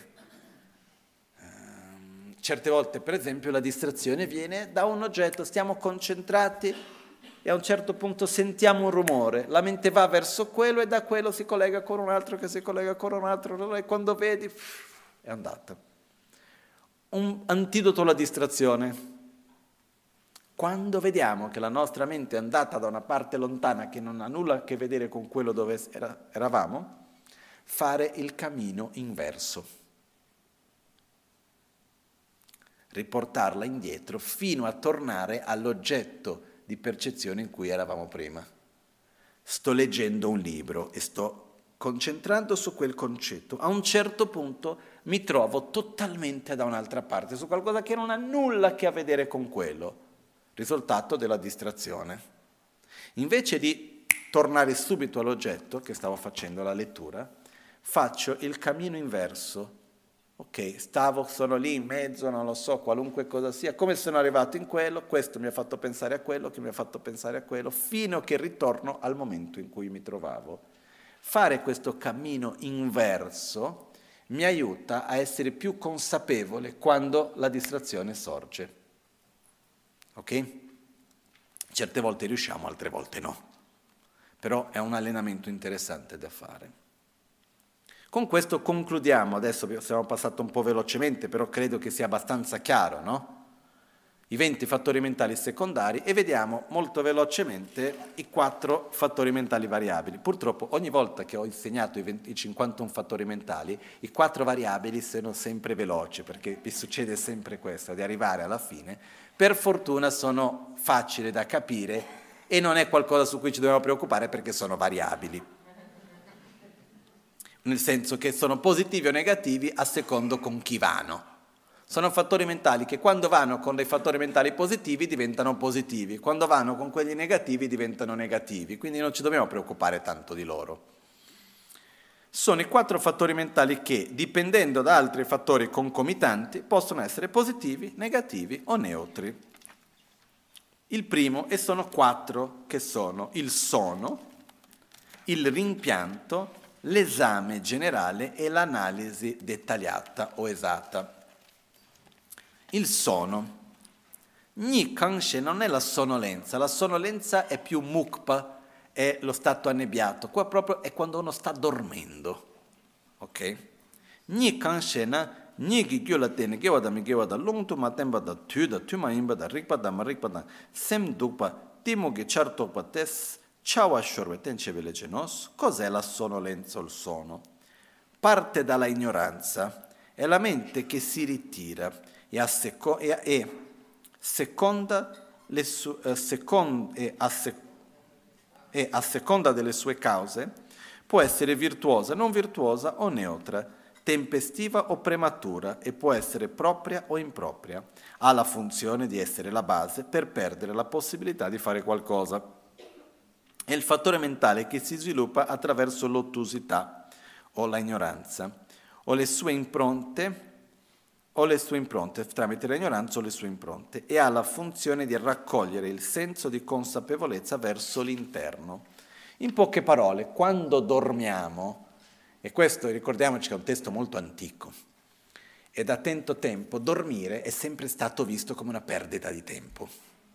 Um, certe volte, per esempio, la distrazione viene da un oggetto, stiamo concentrati e a un certo punto sentiamo un rumore, la mente va verso quello e da quello si collega con un altro che si collega con un altro e quando vedi è andata. Un antidoto alla distrazione. Quando vediamo che la nostra mente è andata da una parte lontana che non ha nulla a che vedere con quello dove era, eravamo, fare il cammino inverso. Riportarla indietro fino a tornare all'oggetto di percezione in cui eravamo prima. Sto leggendo un libro e sto concentrando su quel concetto. A un certo punto mi trovo totalmente da un'altra parte, su qualcosa che non ha nulla a che vedere con quello. Risultato della distrazione. Invece di tornare subito all'oggetto che stavo facendo, la lettura, faccio il cammino inverso. Ok, stavo, sono lì in mezzo, non lo so, qualunque cosa sia, come sono arrivato in quello, questo mi ha fatto pensare a quello, che mi ha fatto pensare a quello, fino a che ritorno al momento in cui mi trovavo. Fare questo cammino inverso mi aiuta a essere più consapevole quando la distrazione sorge. Ok? Certe volte riusciamo, altre volte no. Però è un allenamento interessante da fare. Con questo concludiamo, adesso siamo passati un po' velocemente, però credo che sia abbastanza chiaro, no? I venti fattori mentali secondari e vediamo molto velocemente i quattro fattori mentali variabili. Purtroppo ogni volta che ho insegnato i, venti, i cinquantuno fattori mentali, i quattro variabili sono sempre veloci, perché vi succede sempre questo, di arrivare alla fine. Per fortuna sono facili da capire e non è qualcosa su cui ci dobbiamo preoccupare perché sono variabili. Nel senso che sono positivi o negativi a secondo con chi vanno. Sono fattori mentali che quando vanno con dei fattori mentali positivi diventano positivi, quando vanno con quelli negativi diventano negativi, quindi non ci dobbiamo preoccupare tanto di loro. Sono i quattro fattori mentali che, dipendendo da altri fattori concomitanti, possono essere positivi, negativi o neutri. Il primo, e sono quattro, che sono il sono, il rimpianto, l'esame generale e l'analisi dettagliata o esatta. Il sono. Ni kanshe non è la sonnolenza, la sonnolenza è più mukpa, è lo stato annebbiato, qua proprio è quando uno sta dormendo, ok? Ni kanshe na ni gi gyo la tene gewa da mi gewa da long tu ma temba da tu da tu ma imba da rikpa da ma rikpa da sem dukpa timo ge char tokpa tes ciao shorbe ten cevele genos. Cos'è la sonnolenza o il sono? Parte dalla ignoranza, è la mente che si ritira e, a seco- e, e seconda le su- eh, second- e, a sec- e a seconda delle sue cause può essere virtuosa, non virtuosa o neutra, tempestiva o prematura e può essere propria o impropria. Ha la funzione di essere la base per perdere la possibilità di fare qualcosa. È il fattore mentale che si sviluppa attraverso l'ottusità o la ignoranza o le sue impronte o le sue impronte, tramite l'ignoranza o le sue impronte, e ha la funzione di raccogliere il senso di consapevolezza verso l'interno. In poche parole, quando dormiamo, e questo ricordiamoci che è un testo molto antico, e da tanto tempo dormire è sempre stato visto come una perdita di tempo.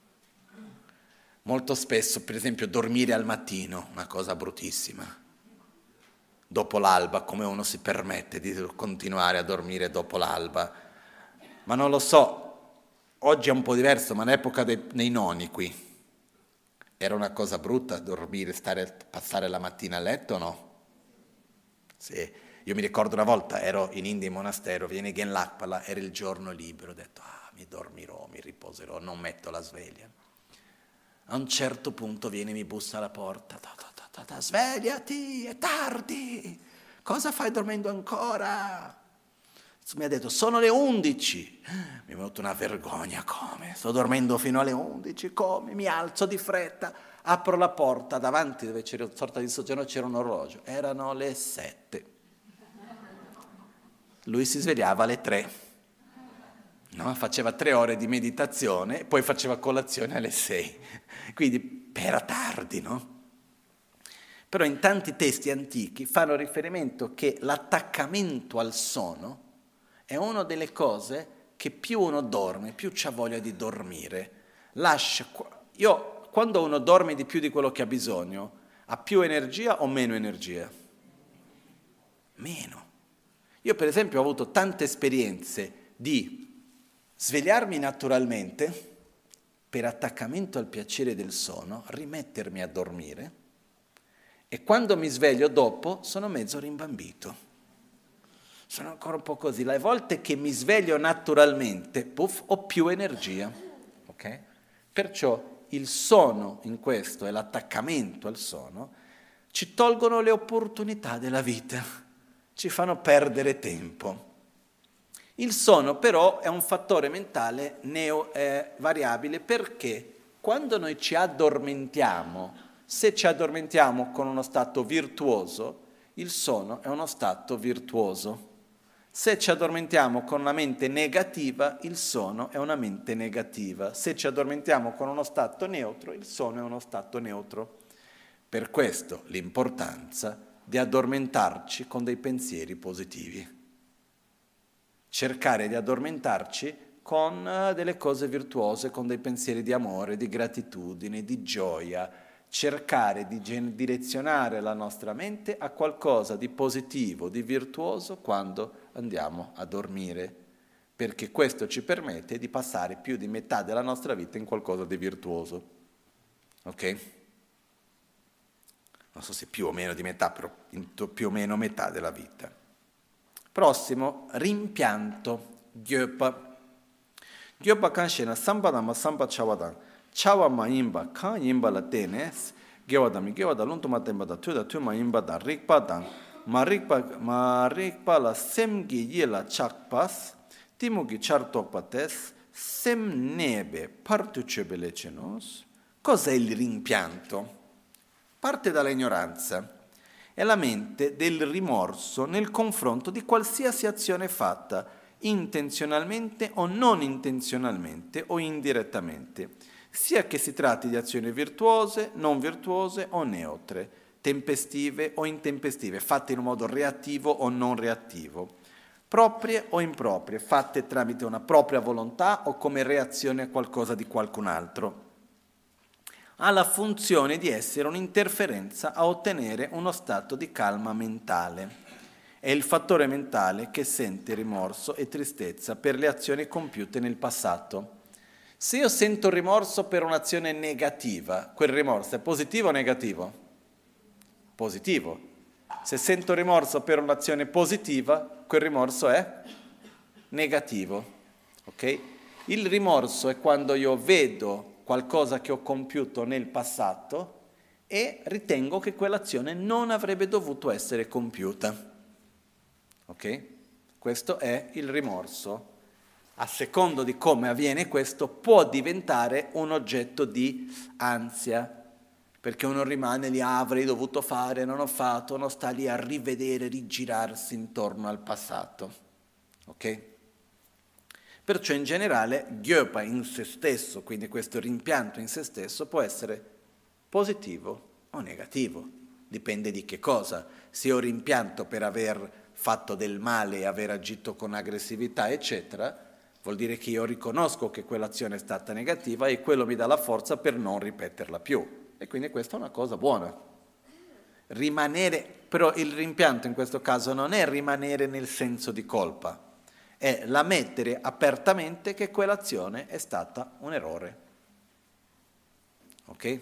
Molto spesso, per esempio, dormire al mattino, una cosa bruttissima. Dopo l'alba, come uno si permette di continuare a dormire dopo l'alba? Ma non lo so, oggi è un po' diverso, ma all'epoca dei, dei nonni qui era una cosa brutta dormire, stare, passare la mattina a letto, no? Sì. Io mi ricordo una volta, ero in India in monastero, viene Gen Lakpala, era il giorno libero, ho detto, ah, mi dormirò, mi riposerò, non metto la sveglia. A un certo punto viene e mi bussa alla porta, ta, ta, ta, ta, ta, svegliati, è tardi, cosa fai dormendo ancora? Mi ha detto, sono le undici. Mi è venuta una vergogna, come? Sto dormendo fino alle undici, come? Mi alzo di fretta, apro la porta, davanti dove c'era una sorta di soggiorno c'era un orologio, erano le sette. Lui si svegliava alle tre, no? Faceva tre ore di meditazione, poi faceva colazione alle sei, quindi era tardi, no? Però in tanti testi antichi fanno riferimento che l'attaccamento al sonno è una delle cose che più uno dorme, più c'ha voglia di dormire. Lascia, io, quando uno dorme di più di quello che ha bisogno, ha più energia o meno energia? Meno. Io per esempio ho avuto tante esperienze di svegliarmi naturalmente per attaccamento al piacere del sonno, rimettermi a dormire e quando mi sveglio dopo sono mezzo rimbambito. Sono ancora un po' così. Le volte che mi sveglio naturalmente, puff, ho più energia. Okay? Perciò il sonno in questo e l'attaccamento al sonno ci tolgono le opportunità della vita, ci fanno perdere tempo. Il sonno però è un fattore mentale neo, eh, variabile perché quando noi ci addormentiamo, se ci addormentiamo con uno stato virtuoso, il sonno è uno stato virtuoso. Se ci addormentiamo con una mente negativa, il sonno è una mente negativa. Se ci addormentiamo con uno stato neutro, il sonno è uno stato neutro. Per questo l'importanza di addormentarci con dei pensieri positivi. Cercare di addormentarci con delle cose virtuose, con dei pensieri di amore, di gratitudine, di gioia. Cercare di direzionare la nostra mente a qualcosa di positivo, di virtuoso quando andiamo a dormire, perché questo ci permette di passare più di metà della nostra vita in qualcosa di virtuoso. Ok? Non so se più o meno di metà, però più o meno metà della vita. Prossimo, rimpianto, Gyopa. Gyopa kanshena sampadama samba chawadan. Chawa ma imba, kan imba la tenes, gewada mi gewada luntu ma temba da tu da tu ma imba da rikpa dan, ma rikpa, ma rikpa la semgi yela chakpas, timugi chartokpates, sem nebe partu cebelecenos. Cos'è il rimpianto? Parte dalla ignoranza. È la mente del rimorso nel confronto di qualsiasi azione fatta, intenzionalmente o non intenzionalmente o indirettamente. Sia che si tratti di azioni virtuose, non virtuose o neutre, tempestive o intempestive, fatte in un modo reattivo o non reattivo. proprie o improprie, fatte tramite una propria volontà o come reazione a qualcosa di qualcun altro. Ha la funzione di essere un'interferenza a ottenere uno stato di calma mentale. È il fattore mentale che sente rimorso e tristezza per le azioni compiute nel passato. Se io sento rimorso per un'azione negativa, quel rimorso è positivo o negativo? Positivo. Se sento rimorso per un'azione positiva, quel rimorso è negativo. Ok? Il rimorso è quando io vedo qualcosa che ho compiuto nel passato e ritengo che quell'azione non avrebbe dovuto essere compiuta. Ok? Questo è il rimorso. A secondo di come avviene questo, può diventare un oggetto di ansia, perché uno rimane lì, ah, avrei dovuto fare, non ho fatto, uno sta lì a rivedere, rigirarsi intorno al passato. Ok? Perciò in generale, Gyopa in se stesso, quindi questo rimpianto in se stesso, può essere positivo o negativo, dipende di che cosa. Se io rimpianto per aver fatto del male e aver agito con aggressività, eccetera, vuol dire che io riconosco che quell'azione è stata negativa e quello mi dà la forza per non ripeterla più. E quindi questa è una cosa buona. Rimanere, però il rimpianto in questo caso non è rimanere nel senso di colpa, è l'ammettere apertamente che quell'azione è stata un errore. Ok?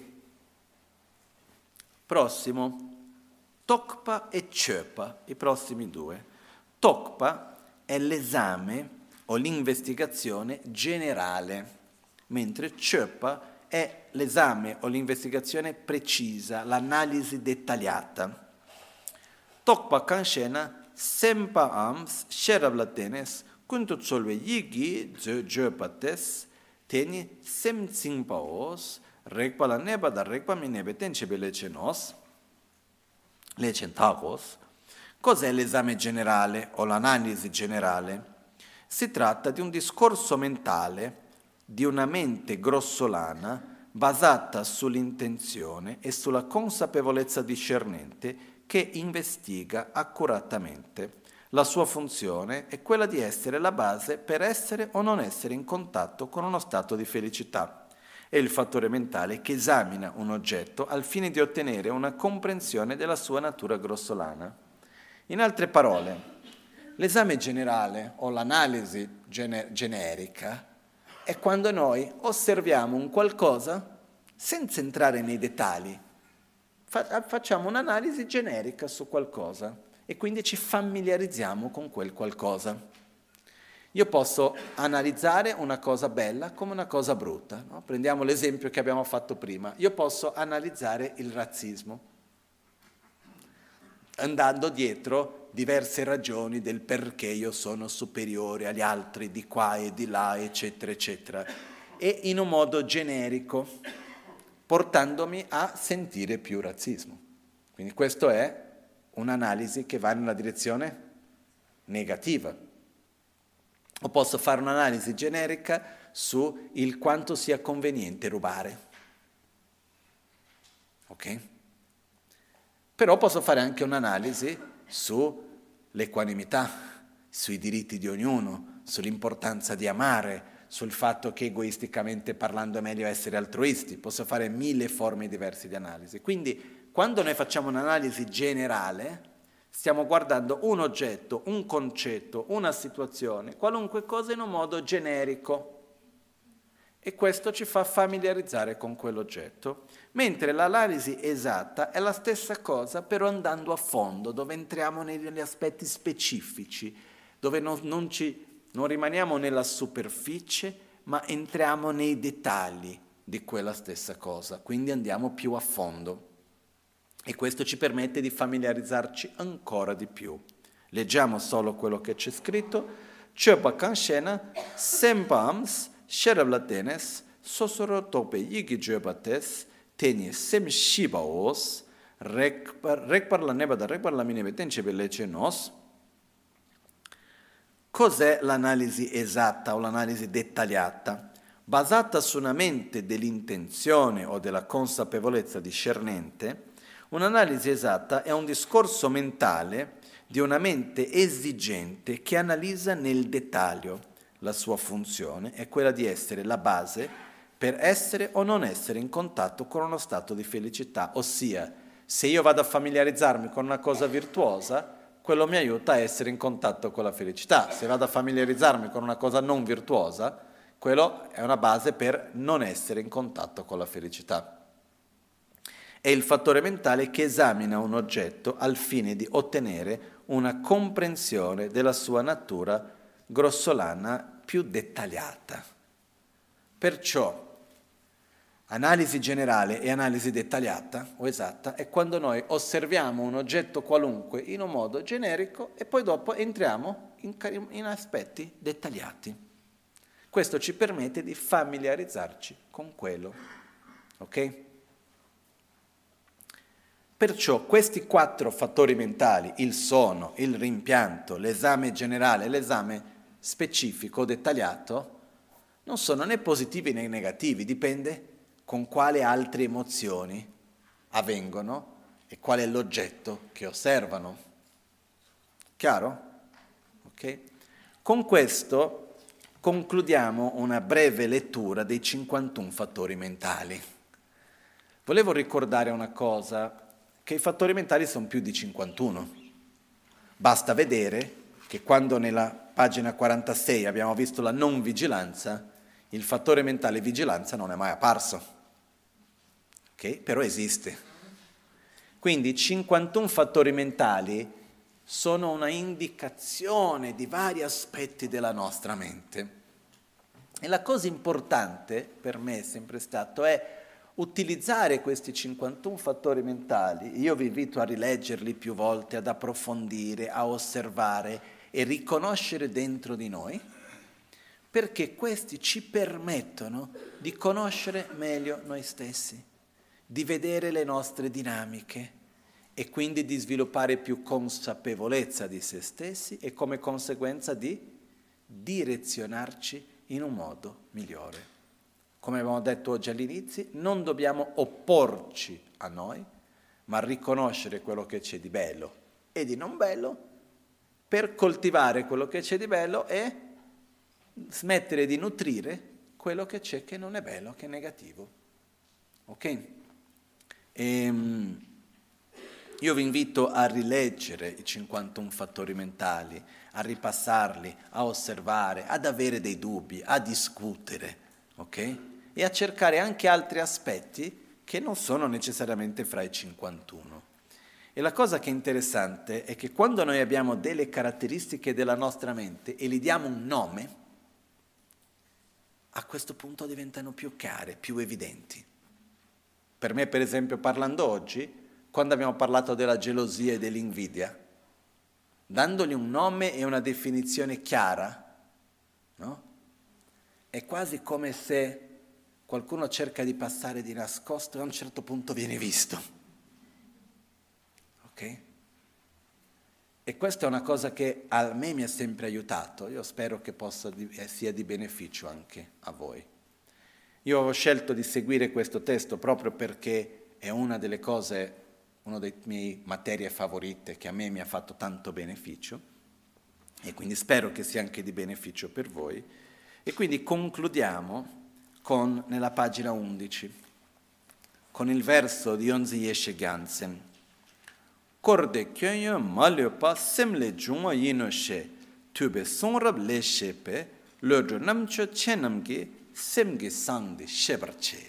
Prossimo. Tokpa e Chöpa, i prossimi due. Tokpa è l'esame o l'investigazione generale, mentre Chöpa è l'esame o l'investigazione precisa, l'analisi dettagliata. Tokpa kanshena sempa ams sheravlatenes kuntu cholwe yigi Chöpates teni semtsingpaos rekpa la neba da rekpa minebeten chebelechenos Lecentagos. Cos'è l'esame generale o l'analisi generale? Si tratta di un discorso mentale di una mente grossolana basata sull'intenzione e sulla consapevolezza discernente che investiga accuratamente. La sua funzione è quella di essere la base per essere o non essere in contatto con uno stato di felicità. È il fattore mentale che esamina un oggetto al fine di ottenere una comprensione della sua natura grossolana. In altre parole, l'esame generale o l'analisi gener- generica è quando noi osserviamo un qualcosa senza entrare nei dettagli. Fa- facciamo un'analisi generica su qualcosa e quindi ci familiarizziamo con quel qualcosa. Io posso analizzare una cosa bella come una cosa brutta. No? Prendiamo l'esempio che abbiamo fatto prima. Io posso analizzare il razzismo, andando dietro diverse ragioni del perché io sono superiore agli altri di qua e di là, eccetera, eccetera, e in un modo generico, portandomi a sentire più razzismo. Quindi questa è un'analisi che va in una direzione negativa. O posso fare un'analisi generica su il quanto sia conveniente rubare. Ok? Però posso fare anche un'analisi sull'equanimità, sui diritti di ognuno, sull'importanza di amare, sul fatto che egoisticamente parlando è meglio essere altruisti. Posso fare mille forme diverse di analisi. Quindi, quando noi facciamo un'analisi generale, stiamo guardando un oggetto, un concetto, una situazione, qualunque cosa in un modo generico. E questo ci fa familiarizzare con quell'oggetto. Mentre l'analisi esatta è la stessa cosa, però andando a fondo, dove entriamo negli aspetti specifici, dove non, non, ci, non rimaniamo nella superficie, ma entriamo nei dettagli di quella stessa cosa. Quindi andiamo più a fondo. E questo ci permette di familiarizzarci ancora di più. Leggiamo solo quello che c'è scritto. Chöpa kanshena sempams sheravlatenes sosoro tope yigi Chöpates teni sem shibaos rekpar la nebada rekpar la minebeten chebeleche nos. Cos'è l'analisi esatta o l'analisi dettagliata? Basata su una mente dell'intenzione o della consapevolezza discernente, un'analisi esatta è un discorso mentale di una mente esigente che analizza nel dettaglio. La sua funzione è quella di essere la base per essere o non essere in contatto con uno stato di felicità, ossia se io vado a familiarizzarmi con una cosa virtuosa, quello mi aiuta a essere in contatto con la felicità. Se vado a familiarizzarmi con una cosa non virtuosa, quello è una base per non essere in contatto con la felicità. È il fattore mentale che esamina un oggetto al fine di ottenere una comprensione della sua natura grossolana più dettagliata. Perciò analisi generale e analisi dettagliata o esatta è quando noi osserviamo un oggetto qualunque in un modo generico e poi dopo entriamo in, in aspetti dettagliati. Questo ci permette di familiarizzarci con quello. Ok? Perciò questi quattro fattori mentali, il sono, il rimpianto, l'esame generale, l'esame specifico, dettagliato, non sono né positivi né negativi, dipende con quali altre emozioni avvengono e qual è l'oggetto che osservano. Chiaro? Ok? Con questo concludiamo una breve lettura dei cinquantuno fattori mentali. Volevo ricordare una cosa, che i fattori mentali sono più di cinquantuno. Basta vedere che quando nella pagina quarantasei abbiamo visto la non vigilanza, il fattore mentale vigilanza non è mai apparso. Ok? Però esiste. Quindi cinquantuno fattori mentali sono una indicazione di vari aspetti della nostra mente. E la cosa importante per me è sempre stato è utilizzare questi cinquantuno fattori mentali. Io vi invito a rileggerli più volte, ad approfondire, a osservare e riconoscere dentro di noi, perché questi ci permettono di conoscere meglio noi stessi, di vedere le nostre dinamiche e quindi di sviluppare più consapevolezza di se stessi e come conseguenza di direzionarci in un modo migliore. Come abbiamo detto oggi all'inizio, non dobbiamo opporci a noi, ma riconoscere quello che c'è di bello e di non bello per coltivare quello che c'è di bello e smettere di nutrire quello che c'è che non è bello, che è negativo. Ok? Ehm, io vi invito a rileggere i cinquantuno fattori mentali, a ripassarli, a osservare, ad avere dei dubbi, a discutere, ok? E a cercare anche altri aspetti che non sono necessariamente fra i cinquantuno. E la cosa che è interessante è che quando noi abbiamo delle caratteristiche della nostra mente e gli diamo un nome, a questo punto diventano più chiare, più evidenti. Per me, per esempio, parlando oggi, quando abbiamo parlato della gelosia e dell'invidia, dandogli un nome e una definizione chiara, no? È quasi come se qualcuno cerca di passare di nascosto e a un certo punto viene visto. Ok? E questa è una cosa che a me mi ha sempre aiutato. Io spero che possa di, sia di beneficio anche a voi. Io ho scelto di seguire questo testo proprio perché è una delle cose, una delle mie materie favorite che a me mi ha fatto tanto beneficio e quindi spero che sia anche di beneficio per voi. E quindi concludiamo con, nella pagina undici, con il verso di Yonzi Yeshe Gyaltsen. Korde kyoyo malyo pa semle jungwa yino she, tube songrab le shepe, lodro namcho chenamgi, semgi sangdi shebarche.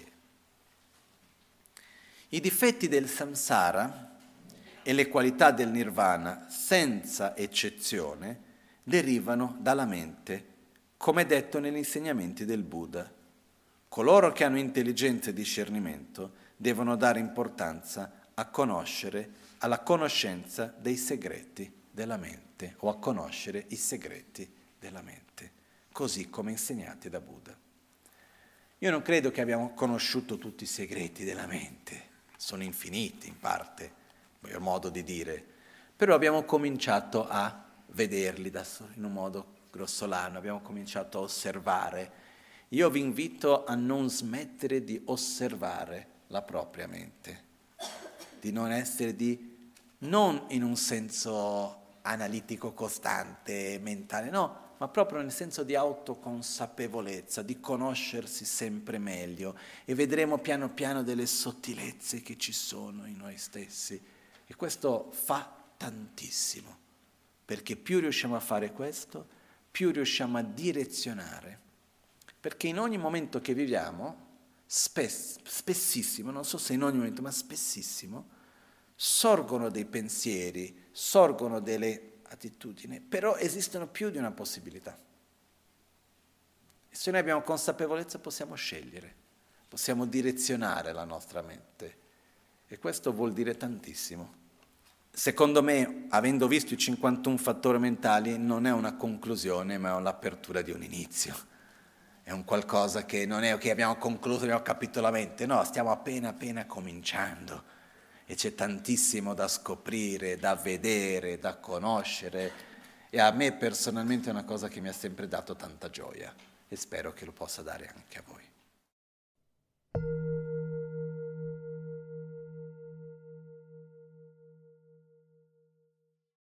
I difetti del samsara e le qualità del nirvana, senza eccezione, derivano dalla mente, come detto negli insegnamenti del Buddha. Coloro che hanno intelligenza e discernimento devono dare importanza a conoscere, alla conoscenza dei segreti della mente o a conoscere i segreti della mente, così come insegnati da Buddha. Io non credo che abbiamo conosciuto tutti i segreti della mente, sono infiniti in parte, mio modo di dire, però abbiamo cominciato a vederli da, in un modo grossolano, abbiamo cominciato a osservare. Io vi invito a non smettere di osservare la propria mente, di non essere di, non in un senso analitico costante, mentale, no, ma proprio nel senso di autoconsapevolezza, di conoscersi sempre meglio e vedremo piano piano delle sottilezze che ci sono in noi stessi e questo fa tantissimo, perché più riusciamo a fare questo, più riusciamo a direzionare, perché in ogni momento che viviamo, spess- spessissimo, non so se in ogni momento, ma spessissimo, sorgono dei pensieri, sorgono delle attitudini, però esistono più di una possibilità. E se noi abbiamo consapevolezza possiamo scegliere, possiamo direzionare la nostra mente e questo vuol dire tantissimo. Secondo me, avendo visto i cinquantuno fattori mentali, non è una conclusione, ma è l'apertura di un inizio. È un qualcosa che non è che abbiamo concluso, abbiamo capito la mente, no, stiamo appena appena cominciando e c'è tantissimo da scoprire, da vedere, da conoscere e a me personalmente è una cosa che mi ha sempre dato tanta gioia e spero che lo possa dare anche a voi.